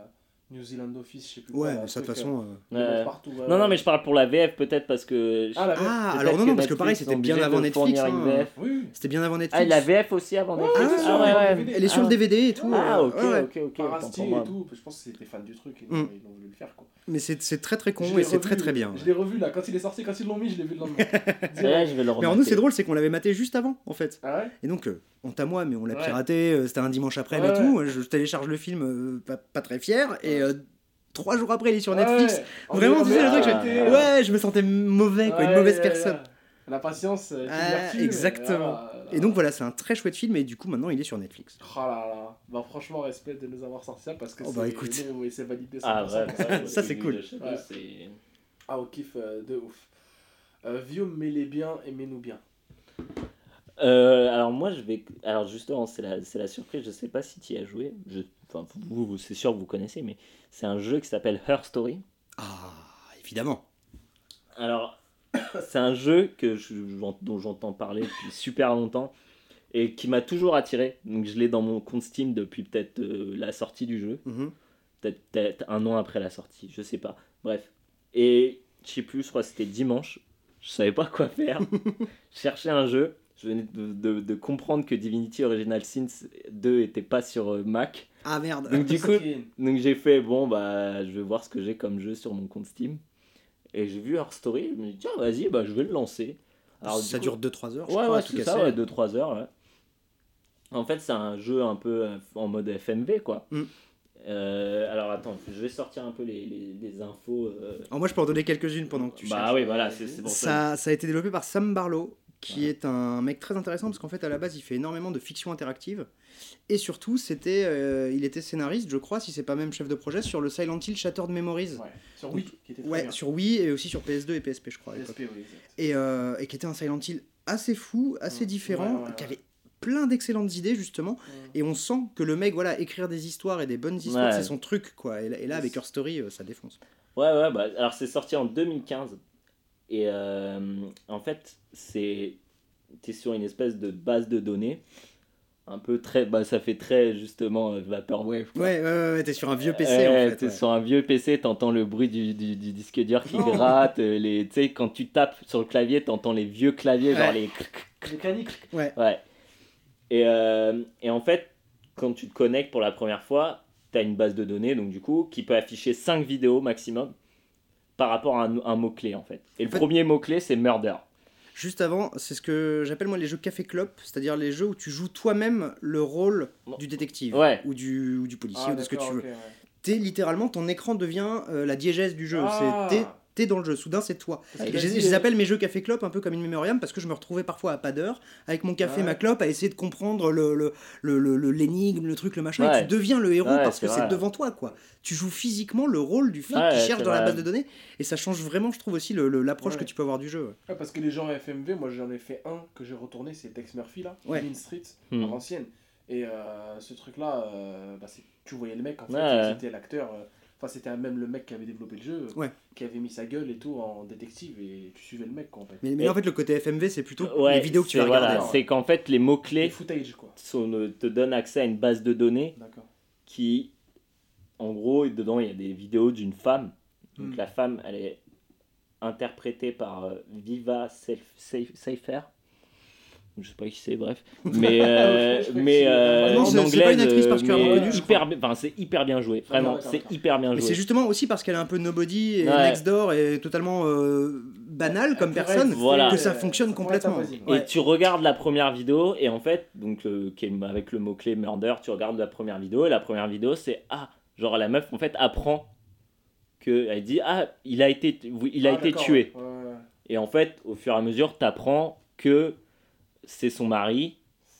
New Zealand Office, je sais plus Ouais, quoi. mais ça de un toute truc, façon. euh, euh, ils Ouais. mettent partout, ouais, Non, non, ouais. mais je parle pour la V F peut-être parce que. Ah, la V F. Ah, peut-être alors non, non, parce que Netflix pareil, sont c'était bien obligés avant de Netflix. fournir une hein. V F. Oui, oui. C'était bien avant Netflix. Ah, la V F aussi avant Ouais, Netflix. bien sûr, Ah ouais, en ouais. D V D. Elle est sur Ah. le D V D et tout. Ah, euh, ok, ouais, ouais. ok, ok. Parasti autant pour moi. et tout, je pense que c'était fan du truc, ils, Mm. ont, ils ont voulu le faire quoi. Mais c'est c'est très très con Je et l'ai c'est revu, très très bien. Je ouais. l'ai revu là, quand il est sorti, quand ils l'ont mis, je l'ai vu le lendemain. Ouais, je vais le Mais alors nous, remater. c'est drôle, c'est qu'on l'avait maté juste avant, en fait. Ah ouais. Et donc, euh, honte à moi, mais on l'a Ouais. piraté, euh, c'était un dimanche après Ouais, et tout. ouais. Je télécharge le film, euh, pas, pas très fier, et euh, trois jours après, il est sur Ouais, Netflix. ouais. En Vraiment, tu sais, le meilleur truc, qualité, Ah. Ouais, je me sentais mauvais, quoi, une Ouais, mauvaise ouais, personne. ouais. La patience, euh, qui Ah, la refile, exactement. là, là. Et donc voilà, c'est un très chouette film, et du coup, maintenant, il est sur Netflix. Oh là là. Bah franchement, respect de nous avoir sorti ça parce que Oh, c'est bah, écoute. nous, et c'est validé Ah, cent pour cent. ouais, ouais, Ça, ouais, c'est le cool. de Shadow, Ouais. c'est- Ah, au kiff euh, de ouf. Euh, Vieux, mets-les bien, aimez-nous bien. Euh, alors moi je vais alors justement c'est la c'est la surprise, je sais pas si tu y as joué, je enfin vous, vous- c'est sûr que vous connaissez, mais c'est un jeu qui s'appelle Her Story. Ah, évidemment. Alors c'est un jeu que je- j'en- dont j'entends parler depuis super longtemps et qui m'a toujours attiré, donc je l'ai dans mon compte Steam depuis peut-être euh, la sortie du jeu, Mhm. peut-être peut-être un an après la sortie, je sais pas, bref. Et je sais plus, je crois que c'était dimanche, je savais pas quoi faire, je cherchais un jeu. Je venais de, de- de comprendre que Divinity Original Sin deux était pas sur euh, Mac. Ah merde. Donc du coup, Skin. donc j'ai fait bon bah je vais voir ce que j'ai comme jeu sur mon compte Steam. Et j'ai vu Her Story, je me dis tiens vas-y bah je vais le lancer. Alors, ça du coup- dure deux trois heures, je Ouais crois, ouais à tout c'est ça, casser. ouais, deux trois heures. Ouais. En fait c'est un jeu un peu euh, en mode F M V quoi. Mm. Euh, alors attends, je vais sortir un peu les, les, les infos. euh. Alors moi, je peux en donner quelques-unes pendant que tu Bah cherches. oui voilà, c'est c'est pour ça. Ça, ça a été développé par Sam Barlow, qui Ouais. est un mec très intéressant parce qu'en fait à la base il fait énormément de fiction interactive et surtout c'était, euh, il était scénariste je crois, si c'est pas même chef de projet sur le Silent Hill Shattered Memories. Ouais, sur Wii, qui était très Ouais, bien. sur Wii et aussi sur P S deux et P S P je crois. à P S l'époque. P, oui, exact. Et, euh, et qui était un Silent Hill assez fou, assez Ouais. différent, Ouais, ouais, qui ouais. avait plein d'excellentes idées justement. Ouais. Et on sent que le mec, voilà, écrire des histoires et des bonnes histoires, Ouais. c'est son truc quoi. Et là, et là, avec Her Story, euh, ça défonce. Ouais, ouais, bah, alors c'est sorti en deux mille quinze. Et euh, en fait, c'est. T'es sur une espèce de base de données. Un peu très. Bah, ça fait très justement euh, Vaporwave. quoi. Ouais, ouais, ouais, ouais, t'es sur un vieux P C Ouais, en fait. t'es ouais. sur un vieux P C, t'entends le bruit du, du, du disque dur qui Non. gratte. euh, Les, tu sais, quand tu tapes sur le clavier, t'entends les vieux claviers, genre Ouais. les. Mécanique. Ouais. Ouais. Et, euh, et en fait, quand tu te connectes pour la première fois, tu as une base de données, donc du coup, qui peut afficher cinq vidéos maximum par rapport à un, un mot-clé en fait. Et le En fait- premier mot-clé, c'est murder. Juste avant, c'est ce que j'appelle moi les jeux café clope, c'est-à-dire les jeux où tu joues toi-même le rôle du détective Ouais. ou du, ou du policier Ah, ou de ce que tu d'accord, veux. ok, ouais. T'es littéralement, ton écran devient euh, la diégèse du jeu. Ah. C'est t'es, t'es dans le jeu, soudain c'est toi. Parce Et que je, t'as dit, je les euh, appelle mes jeux café clope un peu comme une mémoriam parce que je me retrouvais parfois à pas d'heure avec mon café, Ouais. ma clope, à essayer de comprendre le, le, le, le- le- l'énigme, le truc, le machin. Et Ouais. tu deviens le héros Ouais, parce que c'est c'est vrai. devant toi quoi. Tu joues physiquement le rôle du flic Ouais, qui cherche c'est dans la vrai. base de données et ça change vraiment, je trouve aussi le- le- l'approche Ouais. que tu peux avoir du jeu. ouais. Ouais, parce que les gens F M V, moi j'en ai fait un que j'ai retourné, c'est Tex Murphy là, Ouais. Main Street, Hmm. à l'ancienne. Et euh, ce truc là, bah, c'est, tu voyais le mec en fait, Ouais. c'était l'acteur, euh, enfin c'était même le mec qui avait développé le jeu, Ouais. qui avait mis sa gueule et tout en détective et tu suivais le mec quoi en fait. Mais, mais Et- là, en fait, le côté F M V, c'est plutôt Ouais, les vidéos que tu c'est- vas regarder. voilà, regarder. c'est qu'en fait, les Les mots-clés footage quoi. sont- euh, te donnent accès à une base de données D'accord. qui, en gros, dedans, il y a des vidéos d'une femme. Donc Hmm. la femme, elle est interprétée par euh, Viva Self- Safe- Seifer. Je sais pas qui c'est, bref. Mais, euh, Ok, je crois que mais c'est- euh, Non, une c'est- c'est anglaise, pas une actrice euh, particulièrement mais connue, je hyper, bien- enfin, c'est hyper bien joué, vraiment, d'accord, c'est d'accord. hyper bien Mais joué. c'est justement aussi parce qu'elle est un peu nobody et Ouais. next door et totalement euh, banale comme Elle pourrait personne être- Voilà. que ça euh, fonctionne pourrait être sa complètement. voisine. Ouais. Et tu regardes la première vidéo et en fait, donc euh, qui est avec le mot-clé murder, tu regardes la première vidéo et la première vidéo c'est ah, genre la meuf en fait apprend que elle dit ah, il a été il a Ah, été d'accord, tué. ouais, ouais, ouais. Et en fait, au fur et à mesure, t'apprends que c'est son mari,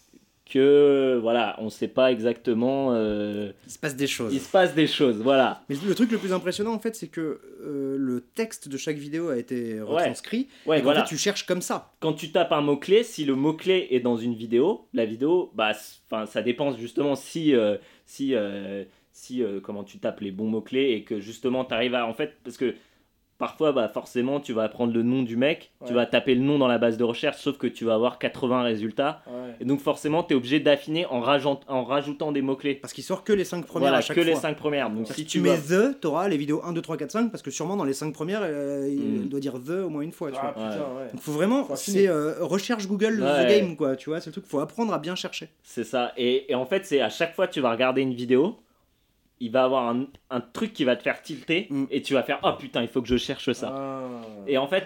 que voilà, on sait pas exactement euh, Il se passe des choses. il se passe des choses, voilà. Mais le truc le plus impressionnant en fait, c'est que euh, le texte de chaque vidéo a été retranscrit. Ouais, et qu'en voilà. fait, tu cherches comme ça. Quand tu tapes un mot-clé, si le mot-clé est dans une vidéo, la vidéo, bah, enfin, ça dépend justement si, euh, si, euh, si euh, comment tu tapes les bons mots-clés et que justement tu arrives à, en fait, parce que parfois, bah, forcément, tu vas prendre le nom du mec, tu Ouais. vas taper le nom dans la base de recherche, sauf que tu vas avoir quatre-vingts résultats. Ouais. Et donc forcément, tu es obligé d'affiner en, rajout- en rajoutant des mots-clés. Parce qu'il sort que les cinq premières Voilà, à chaque que fois. les cinq premières. Donc Si si tu tu mets vas... The, t'auras les vidéos un, deux, trois, quatre, cinq, parce que sûrement dans les cinq premières, euh, il Mm. doit dire The au moins une fois. Tu Ah vois. putain, ouais. Donc faut vraiment, Faut affiner. c'est euh, recherche Google Ouais. The Game, quoi, tu vois, c'est le truc, faut apprendre à bien chercher. C'est ça. Et, et en fait, c'est à chaque fois que tu vas regarder une vidéo, il va avoir un, un truc qui va te faire tilter Mm. et tu vas faire « Oh putain, il faut que je cherche ça Ah. ». Et en fait,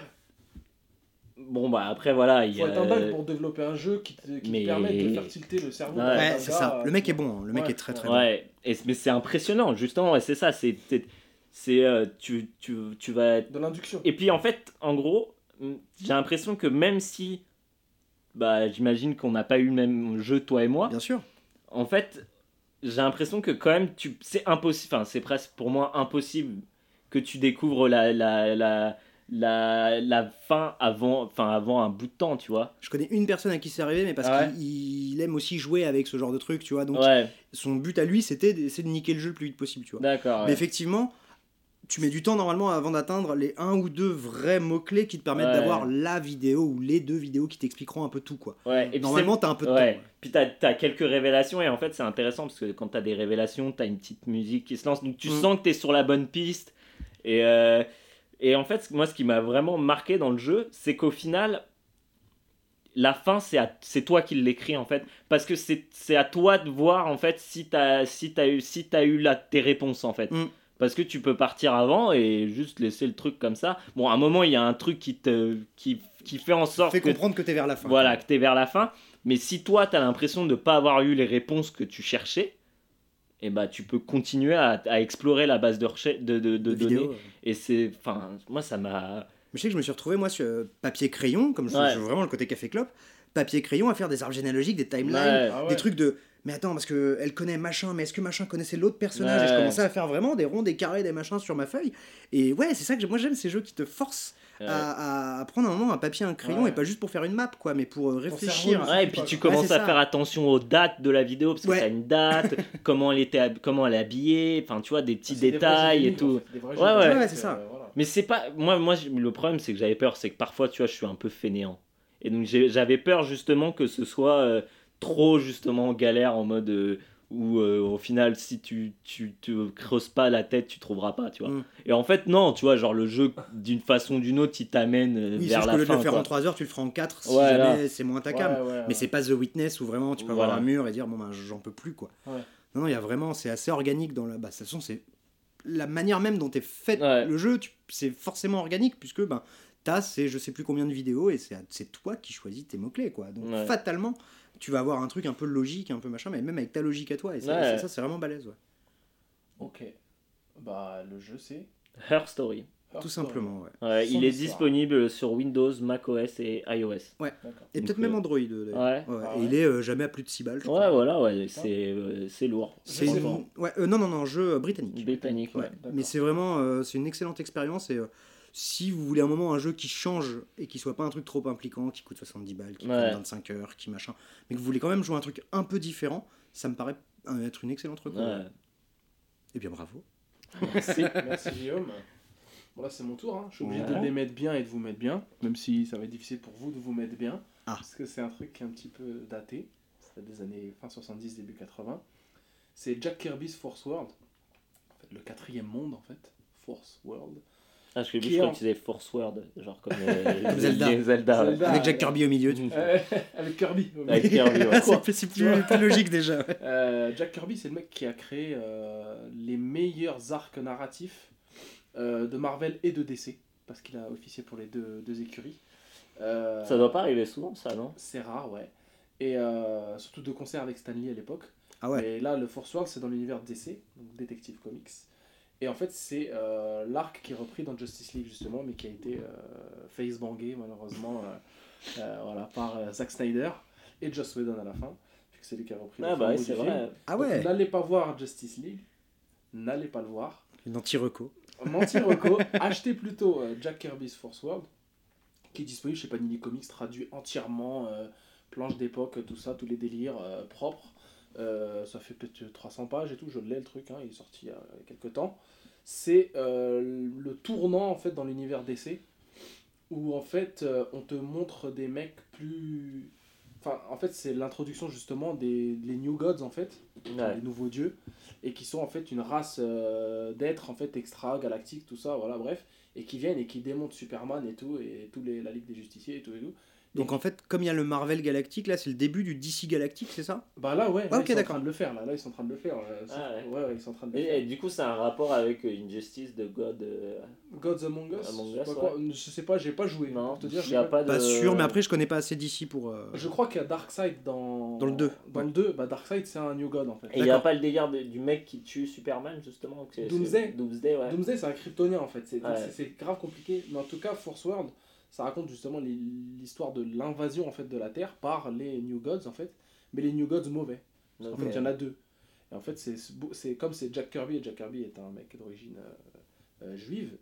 bon bah après voilà, il y Faut a... être un dingue pour développer un jeu qui te, qui te Mais- permet de faire tilter le cerveau. Ouais, d'un- Ouais, d'un c'est gars, ça. euh, Le mec est bon, hein. Le mec ouais, est très très ouais. Ouais, et, mais c'est impressionnant, justement, et c'est ça, c'est... c'est, c'est, euh, tu, tu, tu vas... De l'induction. Et puis en fait, en gros, j'ai l'impression que même si... Bah j'imagine qu'on n'a pas eu le même jeu, toi et moi, bon. Bien sûr. en fait, j'ai l'impression que quand même, tu, c'est impossible, enfin c'est presque pour moi impossible que tu découvres la, la, la, la, la fin avant, enfin, avant un bout de temps, tu vois. Je connais une personne à qui c'est arrivé, mais parce Ah ouais qu'il il aime aussi jouer avec ce genre de truc, tu vois. Donc Ouais, son but à lui, c'était d'essayer de niquer le jeu le plus vite possible, tu vois. d'accord. Mais Ouais. effectivement, tu mets du temps normalement avant d'atteindre les un ou deux vrais mots-clés qui te permettent Ouais. d'avoir la vidéo ou les deux vidéos qui t'expliqueront un peu tout, quoi. Ouais, et puis Normalement, c'est- t'as un peu de ouais. temps. Puis t'as, t'as quelques révélations et en fait c'est intéressant parce que quand t'as des révélations, t'as une petite musique qui se lance, donc tu Mm. sens que t'es sur la bonne piste. Et, euh, et en fait, moi ce qui m'a vraiment marqué dans le jeu, c'est qu'au final, la fin c'est, à, c'est toi qui l'écris en fait. Parce que c'est, c'est à toi de voir en fait si t'as, si t'as eu, si t'as eu la, tes réponses en fait. Mm. Parce que tu peux partir avant et juste laisser le truc comme ça. Bon, à un moment, il y a un truc qui, te, qui, qui fait en sorte Fais que comprendre que t'es vers la fin. voilà, que tu es vers la fin. Mais si toi, tu as l'impression de ne pas avoir eu les réponses que tu cherchais, eh bah, tu peux continuer à, à explorer la base de, recherche, de, de, de De données. vidéos, ouais. Et c'est. Enfin, moi, ça m'a. Mais je sais que je me suis retrouvé, moi, sur euh, papier-crayon, comme je Ouais. je veux vraiment le côté café-clope, papier-crayon à faire des arbres généalogiques, des timelines, Ouais. Ah ouais. des trucs de. Mais attends, parce que elle connaît machin, mais est-ce que machin connaissait l'autre personnage? Et je Ouais. commençais à faire vraiment des ronds, des carrés, des machins sur ma feuille. Et ouais, c'est ça que j'ai- moi j'aime ces jeux qui te forcent Ouais. à, à prendre un moment un papier, un crayon, Ouais. et pas juste pour faire une map, quoi, mais pour euh, réfléchir. cerveau, Ouais, et puis tu Ouais, commences c'est à ça. faire attention aux dates de la vidéo, parce que Ouais. tu as une date, comment, elle était, hab- comment elle est habillée, enfin, tu vois, des petits C'est des vrais détails jeux et d'énigmes, tout. en fait, des vrais Ouais, jeux ouais. d'énigmes, Ouais, c'est ça. euh, voilà. Mais c'est pas. Moi, moi j- le problème, c'est que j'avais peur, c'est que parfois, tu vois, je suis un peu fainéant. Et donc, j'ai- j'avais peur justement que ce soit euh, trop, justement, galère en mode. euh, où euh, au final, si tu, tu te creuses pas la tête, tu trouveras pas, tu vois. Mm. Et en fait, non, tu vois, genre le jeu, d'une façon ou d'une autre, il t'amène euh, Oui, vers sauf la qu'au lieu de fin. le faire quoi. en trois heures, tu le feras en quatre si Voilà. jamais c'est moins ta Ouais, cam. ouais, ouais. Mais c'est pas The Witness où vraiment tu peux Voilà. avoir un mur et dire bon ben j'en peux plus, quoi. Ouais. Non, non, il y a vraiment, c'est assez organique dans la. Bah, de toute façon, c'est la manière même dont est fait Ouais. le jeu, tu- c'est forcément organique puisque ben t'as ces je sais plus combien de vidéos et c'est c'est toi qui choisis tes mots clés, quoi. Donc Ouais. fatalement, tu vas avoir un truc un peu logique, un peu machin, mais même avec ta logique à toi. Et ça, Ouais. ça, c'est vraiment balèze, ouais. Ok. Bah, le jeu, c'est. Her Story. Tout simplement, ouais. Ouais, Son il est histoire. disponible sur Windows, macOS et iOS. D'accord. Et Donc, peut-être euh, même Android. euh, d'ailleurs. ouais. Ah Et ouais. il est euh, jamais à plus de six balles. je Ouais, crois. voilà, ouais, c'est euh, c'est lourd. C'est Je sais une... ouais, euh, non, non, non, jeu euh, britannique. Britannique, ouais. Ouais. D'accord. Mais c'est vraiment euh, c'est une excellente expérience et euh, si vous voulez un moment un jeu qui change et qui soit pas un truc trop impliquant, qui coûte soixante-dix balles, qui Ouais. prend vingt-cinq heures, qui machin, mais que vous voulez quand même jouer un truc un peu différent, ça me paraît euh, être une excellente recours. Ouais. Et bien bravo. Merci, merci Guillaume. Bon là c'est mon tour, hein. Je suis obligé Ouais. de les mettre bien et de vous mettre bien, même si ça va être difficile pour vous de vous mettre bien, Ah. parce que c'est un truc qui est un petit peu daté, c'est des années fin soixante-dix, début quatre-vingts. C'est Jack Kirby's Force World, en fait, le quatrième monde en fait, Force World. Ah, parce que lui, Qui je est crois en- que c'est Force Word, genre comme euh, Comme les- Zelda. les Zelda. ouais. Zelda. Avec Jack Kirby au milieu. tu- Euh, avec Kirby. Avec Kirby, ouais. c'est c'est plus, plus logique déjà. ouais. Euh, Jack Kirby, c'est le mec qui a créé euh, les meilleurs arcs narratifs euh, de Marvel et de D C, parce qu'il a officié pour les deux, deux écuries. Euh, Ça doit pas arriver souvent, ça, non? C'est rare, ouais. Et euh, surtout de concert avec Stan Lee à l'époque. Ah ouais. Et là, le Force World, c'est dans l'univers D C, donc Detective Comics. Et en fait, c'est euh, l'arc qui est repris dans Justice League, justement, mais qui a été euh, face-bangé, malheureusement, euh, euh, voilà, par euh, Zack Snyder et Joss Whedon à la fin, vu que c'est lui qui a repris Ah le bah flambeau ouais, c'est du film. vrai. Ah Donc, ouais. n'allez pas voir Justice League, n'allez pas le voir. Une anti-reco. Menti reco, achetez plutôt euh, Jack Kirby's Force World, qui est disponible chez Panini Comics, traduit entièrement, euh, planche d'époque, tout ça, tous les délires euh, propres. Euh, ça fait peut-être trois cents pages et tout, je l'ai le truc, hein, il est sorti il y a quelques temps. C'est euh, le tournant en fait dans l'univers D C, où en fait euh, on te montre des mecs plus enfin, en fait, c'est l'introduction justement des les New Gods en fait, Ouais. les nouveaux dieux, et qui sont en fait une race euh, d'êtres en fait extra galactiques, tout ça, voilà, bref, et qui viennent et qui démontent Superman et tout, et tous les la Ligue des Justiciers et tout et tout. Donc en fait, comme il y a le Marvel Galactique, là c'est le début du D C Galactique, c'est ça? Bah là, ouais, Ah, là, ok, ils sont en d'accord. train de le faire, là, là, ils sont en train de le faire. là, c'est- Ah, ouais. ouais, ouais, ils sont en train de le Et, faire. et du coup, c'est un rapport avec euh, Injustice de God. euh, Gods Among Us, Among je sais Us, pas quoi, je sais pas, j'ai pas joué. Non, pour te dire, il j'ai y a pas- pas de. Pas sûr, mais après je connais pas assez D C pour. euh, Je crois qu'il y a Darkseid dans... Dans le deux, Dans ouais. le deux, bah Darkseid c'est un New God en fait. Et il n'y a D'accord. pas le délire de- du mec qui tue Superman, justement. que c'est- Doomsday. c'est- Doomsday, ouais. Doomsday c'est un kryptonien en fait, c'est donc Ouais. c'est- c'est grave compliqué. Mais en tout cas, Force World, ça raconte justement les- l'histoire de l'invasion en fait de la Terre par les New Gods en fait. Mais les New Gods mauvais. En fait, il y en a deux. Et en fait, c'est c'est comme c'est Jack Kirby, et Jack Kirby est un mec d'origine euh, euh, juive.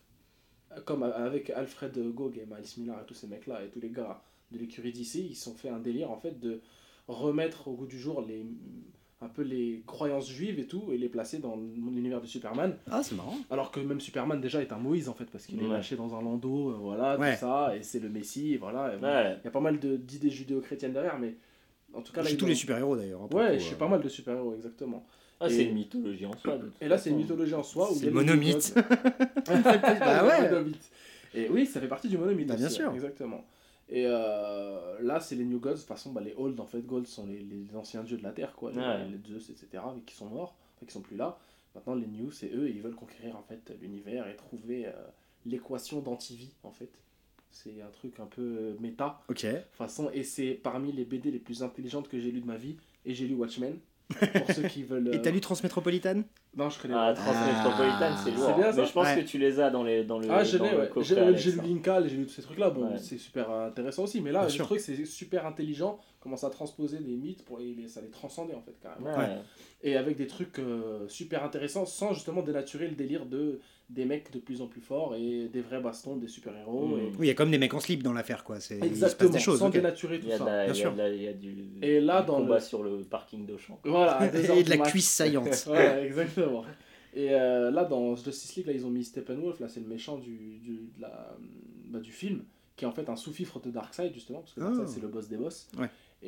Comme avec Alfred Gog et Miles Miller et tous ces mecs-là, et tous les gars de l'écurie D C, ils se sont fait un délire en fait de remettre au goût du jour les, un peu les croyances juives et tout, et les placer dans l'univers de Superman. Ah, c'est marrant. Alors que même Superman déjà est un Moïse en fait, parce qu'il est Ouais. lâché dans un landau, euh, voilà, Ouais. tout ça, et c'est le Messie, et voilà. Et bon, Ouais. il y a pas mal de- d'idées judéo-chrétiennes derrière, mais en tout cas là. Chez ils tous ont- les super-héros d'ailleurs. hein, pour Ouais, le coup, je suis euh. pas mal de super-héros, exactement. Ah, Et- c'est une mythologie en soi. de toute Et là, c'est une façon. mythologie en soi. où C'est il y a le les monomythe. New Gods. Bah ouais. Le monomythe. Et oui, ça fait partie du monomythe. Bah, bien aussi, sûr. ouais, exactement. Et euh, là, c'est les New Gods. De toute façon, bah, les Old, en fait, Gold sont les, les anciens dieux de la Terre, quoi. Les, Ouais. les Zeus, et cetera, mais qui sont morts, enfin, qui sont plus là. Maintenant, les New, c'est eux, et ils veulent conquérir, en fait, l'univers et trouver euh, l'équation d'antivie, en fait. C'est un truc un peu euh, méta. Ok. De toute façon, et c'est parmi les B D les plus intelligentes que j'ai lues de ma vie. Et j'ai lu Watchmen. Pour ceux qui veulent. Et euh, t'as lu Transmétropolitane? Non, je connais Ah, pas. Transmétropolitane, c'est Ah. lourd. C'est bien, ça. Mais je pense Ouais. que tu les as dans, les, dans le. Ah, je dans l'ai, le ouais. coffret J'ai Alex, j'ai lu hein. Linkal, j'ai lu tous ces trucs-là. Bon, Ouais. c'est super intéressant aussi. Mais là, Bien le sûr. truc, c'est super intelligent. Commence à transposer des mythes pour les, les- ça les transcender, en fait, carrément. Ouais. Et avec des trucs euh, super intéressants, sans justement dénaturer le délire de des mecs de plus en plus forts et des vrais bastons, des super-héros. Mm. et- Oui, il y a comme des mecs en slip dans l'affaire, quoi. C'est... Il se passe Exactement, des choses. sans ok. dénaturer tout Il y a, de ça. la- Bien il y a sûr. de la- il y a du, Et là, du dans combat le- sur le parking d'Auchan. Voilà, à deux heures Et de du la mat. cuisse saillante. Voilà, exactement. Et euh, là, dans Justice League, là, ils ont mis Steppenwolf, là, c'est le méchant du, du, de la, bah, du film, qui est en fait un sous-fifre de Darkseid, justement, parce que Darkseid, Ah. c'est le boss des boss. Ouais.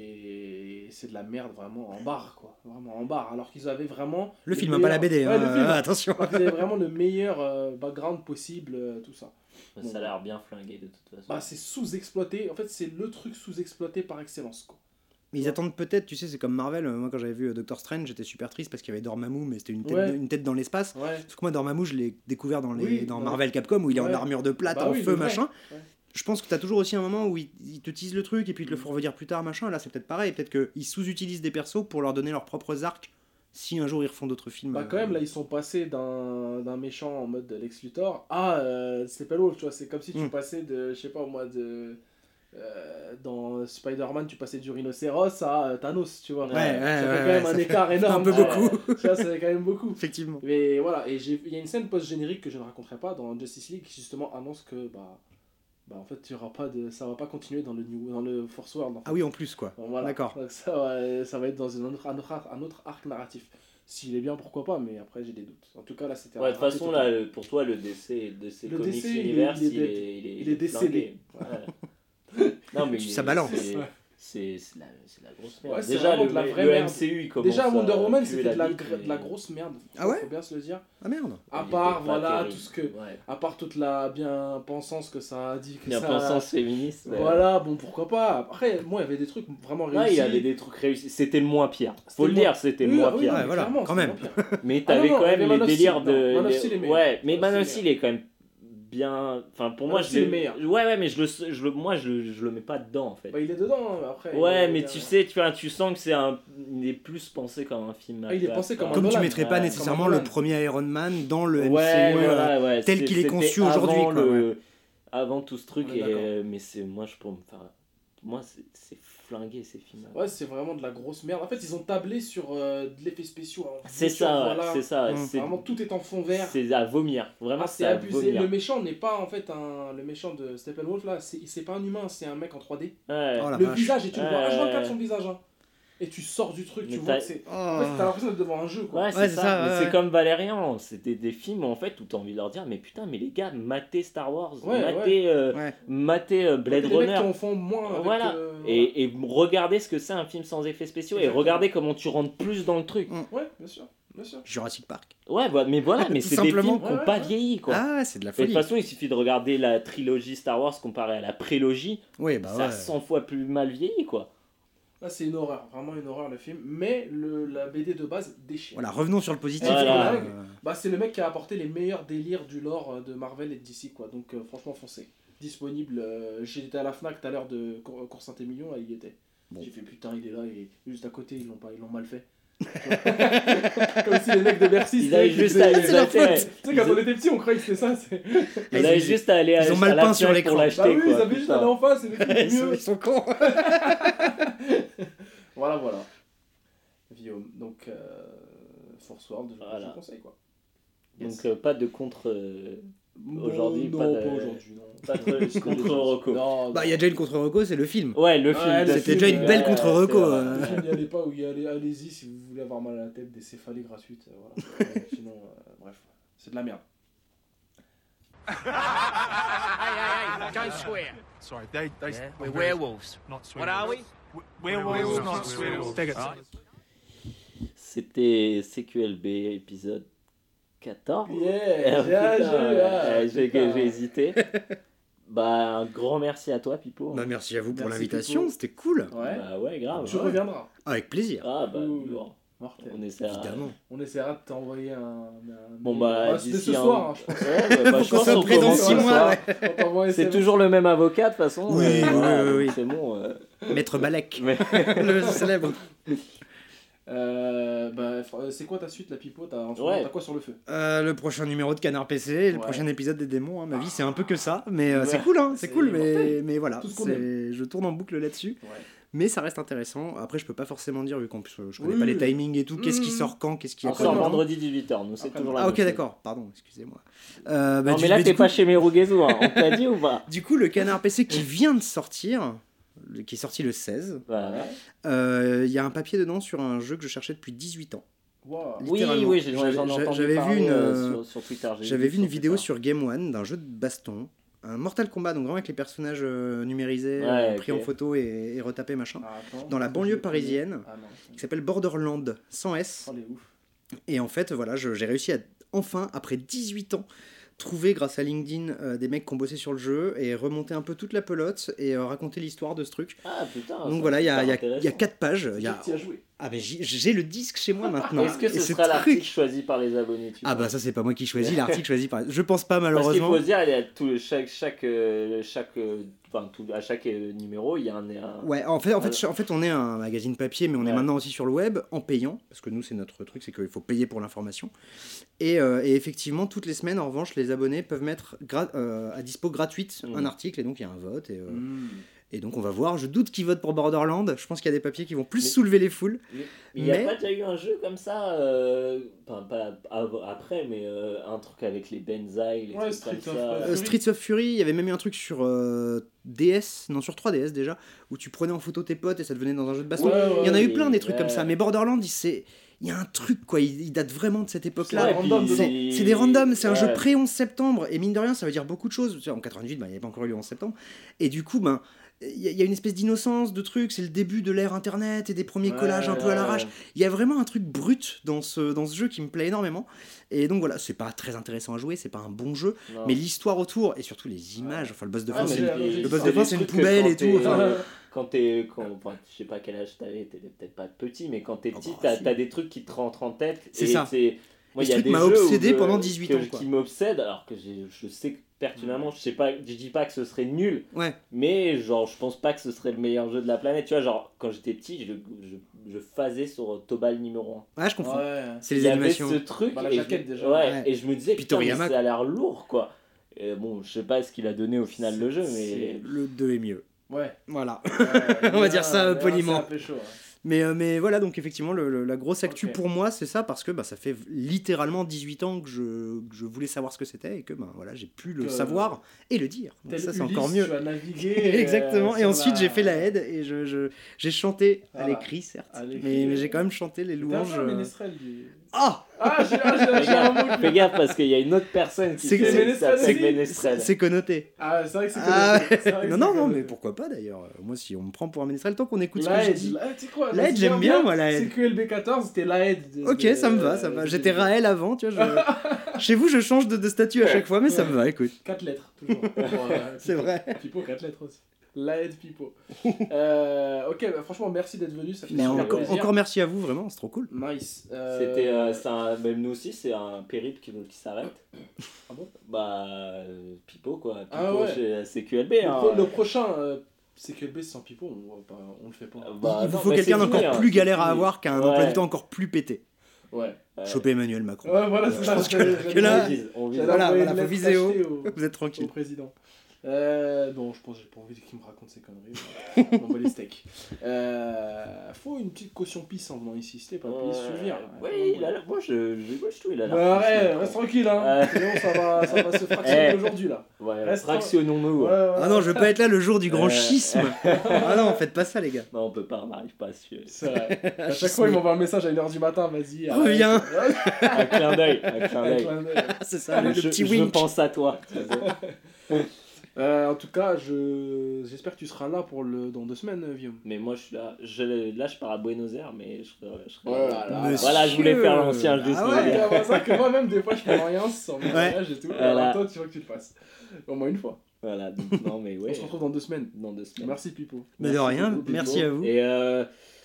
Et c'est de la merde, vraiment, en barre, quoi. Vraiment en barre. Alors qu'ils avaient vraiment. Le film, hein, pas la B D. Ouais, hein, le film. euh, attention. Alors qu'ils avaient vraiment le meilleur euh, background possible, euh, tout ça. Ça a l'air bien flingué de toute façon. Bah, c'est sous-exploité. En fait, c'est le truc sous-exploité par excellence, quoi. Mais ils attendent peut-être, tu sais, c'est comme Marvel. euh, Moi, quand j'avais vu euh, Doctor Strange, j'étais super triste parce qu'il y avait Dormammu, mais c'était une tête, Ouais. une tête dans l'espace. Ouais. Parce que moi, Dormammu, je l'ai découvert dans, les, Oui, dans bah Marvel Capcom où il est en Ouais. armure de plate, Bah en oui, feu, le vrai. machin. Ouais. Je pense que t'as toujours aussi un moment où ils, ils te teasent le truc et puis ils te le font revenir plus tard, machin. Là, c'est peut-être pareil. Peut-être qu'ils sous-utilisent des persos pour leur donner leurs propres arcs si un jour ils refont d'autres films. Bah euh, quand même là ils sont passés d'un d'un méchant en mode Lex Luthor à euh, Steppenwolf, tu vois, c'est comme si tu Mm. passais de, je sais pas moi, de euh, dans Spider-Man tu passais du rhinocéros à euh, Thanos, tu vois. Ouais, ça ouais, fait ouais, quand ouais, même ça un fait écart énorme. un peu Ouais, beaucoup. tu vois, ça fait quand même beaucoup. Effectivement. Mais voilà, et j'ai- il y a une scène post-générique que je ne raconterai pas dans Justice League qui justement annonce que bah bah en fait il y aura pas de ça va pas continuer dans le New dans le Force World en fait. Ah oui, en plus, quoi. Bon, voilà. D'accord. Donc ça va, ça va être dans une autre, un, autre, arc- un autre arc narratif. S'il est bien, pourquoi pas, mais après j'ai des doutes. En tout cas, là c'était. Ouais, un de toute façon, raté là, total. le- pour toi, le D C, le D C Le Comics D C, il est- Universe, il est il dead. est, il est, Il est décédé. flingué. Ouais. Non, mais Ça il- balance. c'est- Ouais. C'est c'est la, c'est la grosse merde. Ouais, c'est Déjà, vraiment le, de la vraie le merde. M C U, il commence Déjà, Wonder à Woman, puer c'était de la, bite, gr- de la mais- grosse merde. Ah ouais Faut bien se le dire. Ah merde. À il part, était pas voilà, terrible. tout ce que. Ouais. À part toute la bien-pensance que ça a dit. Que Bien ça... pensance féministe. ouais. Voilà, bon, pourquoi pas. Après, moi, il y avait des trucs vraiment réussis. Ouais, il y avait des trucs réussis. C'était le moins pire. C'était Faut le le moins- dire, c'était le Oui, moins oui, pire. non, Ouais, mais voilà, clairement, quand c'était même. moins pire. Mais Ah t'avais non, non, quand même mais les Man of délires Steel, de. non, Man of les- Steel est meilleur. Ouais, mais Man of Man of Steel est Steel est quand même bien. Enfin, pour moi, Man of je Steel l'ai. est meilleur. Ouais, ouais, mais je le, je le, moi, je, le- je le mets pas dedans en fait. Bah, il est dedans, hein, mais après. Ouais, il est- mais il est- tu sais, tu vois, tu sens que c'est un. Il est plus pensé comme un film. Ah, il est à pensé part. comme un Comme tu Nolan. mettrais pas Ouais. nécessairement Comme un le Nolan. premier Iron Man dans le Ouais, M C U. euh, voilà, ouais. tel c'est- qu'il est c'était conçu avant aujourd'hui, quoi, le- Avant tout ce truc, On est et, d'accord. euh, mais c'est moi, je pour enfin, moi, c'est c'est flingué ces films. Ouais, c'est vraiment de la grosse merde. En fait, ils ont tablé sur euh, de l'effet spécial. hein. C'est Sur, ça, ouais, voilà. c'est ça. Mm. c'est- Vraiment, tout est en fond vert. C'est à vomir. Vraiment, Ah, c'est à abusé. vomir. Le méchant n'est pas en fait un. Le méchant de Steppenwolf là, c'est c'est pas un humain, c'est un mec en trois D. Ouais. Oh la le vache. visage, et tu le vois Ouais. H vingt-quatre son visage. Hein. et tu sors du truc, Mais tu vois t'as- que c'est. Oh. En fait, t'as l'impression d'être devant un jeu, quoi. Ouais, c'est Ouais, ça. c'est ça, Mais ouais, c'est ouais. comme Valérian. C'était des films en fait où t'as envie de leur dire mais putain, mais les gars, matez Star Wars, Ouais, matez, euh, Ouais. matez euh, Blade les mecs Runner. qui en font moins avec, Voilà. euh, Et, et regardez ce que c'est un film sans effets spéciaux Exactement. et regardez comment tu rentres plus dans le truc. voilà. Ouais, bien sûr, bien sûr. Jurassic Park. Ouais, bah, mais voilà, mais Tout c'est des simplement. films qui n'ont Ouais, pas ouais. vieilli quoi. Ah, c'est de la Et de toute folie. façon, il suffit de regarder la trilogie Star Wars comparée à la prélogie, Oui, bah ça a ouais. cent fois plus mal vieilli quoi. Là, c'est une horreur, vraiment une horreur le film. Mais le, la B D de base déchire. Voilà, revenons sur le positif. Voilà. quoi. Bah, c'est le mec qui a apporté les meilleurs délires du lore euh, de Marvel et de D C, quoi. Donc, euh, franchement, foncez. Disponible. euh, J'étais à la Fnac tout à l'heure de Cour- Cours Saint-Émilion, là, il y était. Bon. J'ai fait putain, il est là, et juste à côté, ils l'ont pas, ils l'ont mal fait. Comme si les mecs de Bercy. Ils c'était- avaient juste ils à, étaient- ils leur avaient- faute. Tu sais, quand on était petits, on croyait que c'était ça. c'est- ils Ils avaient ont- juste à aller à, ils ont mal à la peint sur Fnac l'écran. pour l'acheter Bah oui, quoi. ils avaient juste à putain. aller en face, et les trucs Ils sont- mieux. ils sont cons. Voilà, voilà. Guillaume. Donc, euh, Force World, je, Voilà. je conseille, quoi. Donc euh, pas de contre euh, aujourd'hui, non, pas pas, de- aujourd'hui, non. pas de contre Rocco. Non, Bah, il y a déjà une contre-reco, c'est le film. Ouais, le film. Ouais, de- le C'était film, déjà une ouais, belle ouais, contre-reco. c'est vrai. euh. N'y allez pas ou y allez, allez-y si vous voulez avoir mal à la tête, des céphalées gratuites. euh, voilà. Euh, Sinon, euh, bref, c'est de la merde. Hey, hey, hey, don't swear. Sorry, they, they, Yeah, I'm we're very- werewolves. Not What are we? Werewolves, not werewolves. Dig it. C'était C Q L B épisode quatorze. Yeah, Ah, bien putain, joué, ah, ouais, j'ai putain. j'ai hésité. Bah un grand merci à toi Pipo. Bah, merci à vous pour Merci, l'invitation, Pipo. c'était cool. Ouais, Bah ouais, grave. tu ouais. reviendras. Avec plaisir. Ah bah Ouh. bon, Mortel. on essaiera. Évidemment. On essaiera de t'envoyer un. un- Bon bah Ah, c'était d'ici ce un- soir, hein, je pense. Ouais, bah, bah, je Faut qu'on pense soit qu'on prêt dans commence six ce mois, soir. ouais. On t'envoie un C'est S M S. toujours le même avocat de toute façon. Oui, euh, oui, voilà, oui, oui. C'est bon. euh. Maître Balek, Mais le célèbre. Euh, bah, fr- c'est quoi ta suite, la Pipo? T'as en ce moment, Ouais. t'as quoi sur le feu? Euh, le prochain numéro de Canard P C, et le Ouais. prochain épisode des démons. hein. Ma vie, c'est un peu que ça, mais euh, Ouais. c'est cool, hein, c'est C'est cool, mais, mortel. mais voilà, Tout ce qu'on c'est- je tourne en boucle là-dessus. Ouais. Mais ça reste intéressant. Après, je peux pas forcément dire, vu qu'en plus euh, je connais Oui, pas les oui. timings et tout, qu'est-ce qui Mmh. sort quand, qu'est-ce qui on a sort non. vendredi dix-huit heures. Nous c'est Après, toujours la Ah, même ok, chose. d'accord, pardon, excusez-moi. Euh, bah, Non du- mais là du t'es coup- pas chez Merugezu, hein. On t'a dit ou pas? Du coup, le Canard P C qui vient de sortir, le- qui est sorti le seize, Bah, ouais. euh, il y a un papier dedans sur un jeu que je cherchais depuis dix-huit ans. Wow. Oui, Littéralement. oui, j'ai- j'en ai J'avais- entendu j'avais vu parler, une, euh, euh, sur, sur Twitter. j'ai J'avais vu une sur vidéo Twitter. sur Game One d'un jeu de baston, un Mortal Kombat, donc vraiment avec les personnages euh, numérisés, Ouais, euh, pris ok. en photo et, et retapés machin, Ah, attends, dans la est-ce que banlieue je le connais? parisienne, Ah non. qui s'appelle Borderland, sans S. Oh, les ouf. Et en fait, voilà, je- j'ai réussi à enfin, après dix-huit ans, trouver grâce à LinkedIn euh, des mecs qui ont bossé sur le jeu et remonter un peu toute la pelote et euh, raconter l'histoire de ce truc. Ah putain. Donc ça, voilà, il y a, c'est il y a- intéressant. il y a quatre pages. Il y a... Tu y as joué. Ah ben j'ai- j'ai le disque chez moi maintenant. Est-ce que Et ce ce sera l'article truc... choisi par les abonnés tu Ah bah penses ça c'est pas moi qui choisis, l'article choisi par... Je pense pas Parce qu'il malheureusement. faut se dire, il y a tout, chaque, chaque, euh, chaque, euh, enfin, tout, à chaque euh, numéro, il y a un. un- Ouais, en fait, en fait, Voilà. en fait, on est un magazine papier, mais on est Ouais. maintenant aussi sur le web, en payant, parce que nous, c'est notre truc, c'est qu'il faut payer pour l'information. Et, euh, et effectivement, toutes les semaines, en revanche, les abonnés peuvent mettre gra- euh, à dispo gratuite Mhm. un article, et donc il y a un vote. Et, euh, Mmh. et donc on va voir. Je doute qu'ils votent pour Borderland. Je pense qu'il y a des papiers qui vont plus Mais- soulever les foules. Il n'y a Mais- pas déjà eu un jeu comme ça, euh, enfin, pas av- après, mais euh, un truc avec les Benzaï, les Ouais, trucs Street comme of- ça. euh, Euh, Streets of Fury, il y avait même eu un truc sur euh, D S, non sur trois D S déjà, où tu prenais en photo tes potes et ça devenait dans un jeu de baston. Ouais, ouais, il y en a eu oui, plein des trucs ouais. comme ça, mais Borderland, il, c'est- il y a un truc quoi, il, il date vraiment de cette époque-là. Ouais, et puis, random C'est dedans. c'est des randoms, c'est un jeu Ouais. pré onze septembre, et mine de rien, ça veut dire beaucoup de choses. Tu sais, en quatre-vingt-huit, ben, il n'y avait pas encore eu le onze septembre, et du coup, ben, il y, a- il y a une espèce d'innocence de trucs, c'est le début de l'ère internet et des premiers Ouais, collages un peu à ouais, l'arrache. ouais. Il y a vraiment un truc brut dans ce, dans ce jeu qui me plaît énormément. Et donc voilà, c'est pas très intéressant à jouer, c'est pas un bon jeu, Non. mais l'histoire autour, et surtout les images, enfin le boss de Ah, fin, mais c'est j'ai- les- j'ai- le boss c'est de fin, des c'est une trucs que poubelle quand et tout, t'es- enfin, euh, Quand t'es, quand, enfin, je sais pas quel âge t'avais, t'étais peut-être pas petit, mais quand t'es Ah petit, bah, t'as si. t'as des trucs qui te rentrent en tête. C'est et ça. c'est- Moi, Et il y ce a truc des m'a jeux où obsédé je- pendant dix-huit que- ans, quoi. Qui m'obsèdent, alors que j'ai- je sais que pertinemment, je sais pas, je dis pas que ce serait nul, ouais. mais genre, je pense pas que ce serait le meilleur jeu de la planète. Tu vois, genre, quand j'étais petit, je, je, je phasais sur Tobal numéro un. Ouais, je comprends. Ouais. C'est Il les y avait animations. ce truc, Bah, la et, je, jaquette, déjà. ouais, Ouais. et je me disais, Puis putain, mais Toriyama. ça a l'air lourd, quoi. Et bon, je sais pas ce qu'il a donné au final le jeu, mais. c'est- Le deux est mieux. Ouais. Voilà. Ouais, On va il y dire a- ça, il y a un- poliment. c'est un peu chaud, ouais. Mais, euh, mais voilà, donc effectivement, le, le- la grosse actu Ok. pour moi, c'est ça, parce que bah, ça fait littéralement dix-huit ans que je, que je voulais savoir ce que c'était et que bah, voilà, j'ai pu le Que- savoir et le dire. Donc Tel ça, c'est Ulysse, encore mieux. Tu as navigué. euh, Exactement. Et sur ensuite, la- j'ai fait la aide et je, je- j'ai chanté à Voilà. l'écrit, certes. À l'écrit. Mais, mais j'ai quand même chanté les T'es un louanges. peu un euh, ménestrel du. Ah Ah, j'ai ah, j'ai Fais lâché un mot. gaffe, fais gaffe parce qu'il y a une autre personne qui C'est- fait- c'est- qui s'appelle c'est- Ménestrel. C'est connoté. Ah, c'est vrai que c'est Ah connoté. C'est vrai que non, c'est non, non, connoté. mais pourquoi pas d'ailleurs. Moi, si on me prend pour un ménestrel, tant qu'on écoute ce que La j'ai aide, dit. la- tu sais quoi, La aide, c'est j'aime bien, moi, la aide. C'est que L B quatorze, c'était la aide. de- Ok, de- ça me va, ça me va. de- J'étais de- Raël avant, tu vois. je- Chez vous, je change de, de statut à chaque fois, mais ça me va, écoute. Quatre lettres, toujours. Pour, euh, C'est Pipo. vrai. Pipo, quatre lettres aussi. La aide Pipo. euh, ok, bah, franchement, merci d'être venu. Ça fait Mais super encore, plaisir. encore merci à vous, vraiment, c'est trop cool. Nice. Euh, C'était, euh, c'est un- même nous aussi, c'est un périple qui, qui s'arrête. Ah bon Bah, euh, Pipo quoi. Pipo Ah ouais. chez C Q L B. le, Hein. pro- le prochain, euh, C Q L B sans Pipo, on, va pas- on le fait pas. Bah, Il vous non, faut mais quelqu'un c'est d'encore fini, hein, plus c'est galère à fini. avoir qu'un Ouais. emploi du temps encore plus pété. Ouais. Ouais. Choper Emmanuel Macron. Ouais, voilà, c'est Je ça. pense que- j'allais- que j'allais- là- On vise, on vise. j'allais Voilà, envoyer voilà, une faut lettre viser haut. cachetée au- Vous êtes au tranquille. président. Euh, non, je pense que j'ai pas envie qu'il me raconte ces conneries. On voit les steaks. Euh, faut une petite caution pisse en venant ici, c'était pas Euh, pisse suffire. Oui, il a l'air- moi je, je gauche tout, il a l'air. Bah franchement, ouais, reste tranquille, hein. Ouais. Sinon, ça va, ça va se fractionner Eh. aujourd'hui là. Ouais, Reste- fractionnons-nous. Ouais, ouais. ouais. Ah non, je veux pas être là le jour du grand Euh. schisme. Ah non, faites pas ça, les gars. Non, on peut pas, on n'arrive pas à suivre. C'est vrai. À chaque fois, il m'envoie un message à une heure du matin, vas-y. arrête. Reviens. Un clin d'œil, un clin Un d'œil. clin d'œil. C'est ça, le, le Je, petit je wink. pense à toi. Euh, en tout cas, je... j'espère que tu seras là pour le... dans deux semaines, Guillaume. Mais moi je suis là, je, là je pars à Buenos Aires, mais je serai. Je serai- Oh là là. Monsieur. Voilà, je voulais faire l'ancien, je Ah décide. ouais. C'est comme ça que moi-même, des fois, je fais rien sans mon Ouais. voyage et tout. Voilà. Alors, toi, tu vois que tu le fasses. Au moins une fois. Voilà, donc, non mais ouais. On se retrouve dans deux semaines. dans deux semaines. Merci, Pipo. Mais de rien, beaucoup, merci Pipo. à vous. Et euh,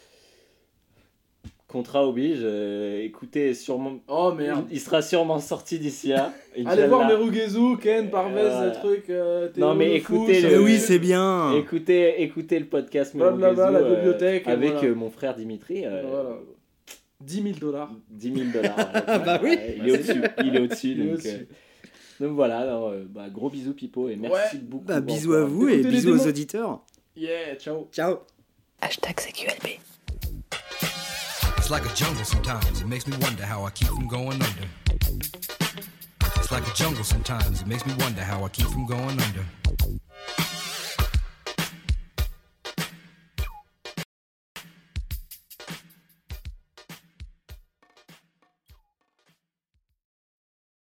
contrat oblige, euh, écoutez, sûrement. Oh merde. Il sera sûrement sorti d'ici là. Allez voir Inch'Allah. Merugezu, Ken, Parvez, Voilà. des trucs. Euh, Théo, Non, mais le écoutez fou, le- Mais oui, ça- c'est bien. Écoutez, écoutez le podcast Blablabla, Merugezu, la bibliothèque, euh, avec voilà. euh, mon frère Dimitri. euh, Voilà. dix mille dollars. dix mille dollars. Ah bah oui. Il est au-dessus. Il est au-dessus. Il est donc, au-dessus. euh, donc voilà, alors, euh, bah, gros bisous Pipo et merci Ouais. beaucoup. Bah, bisous à encore. vous et Écoutez les bisous aux démos. auditeurs. Yeah, ciao. Ciao. Hashtag C Q L B. It's like a jungle sometimes. It makes me wonder how I keep from going under. It's like a jungle sometimes. It makes me wonder how I keep from going under.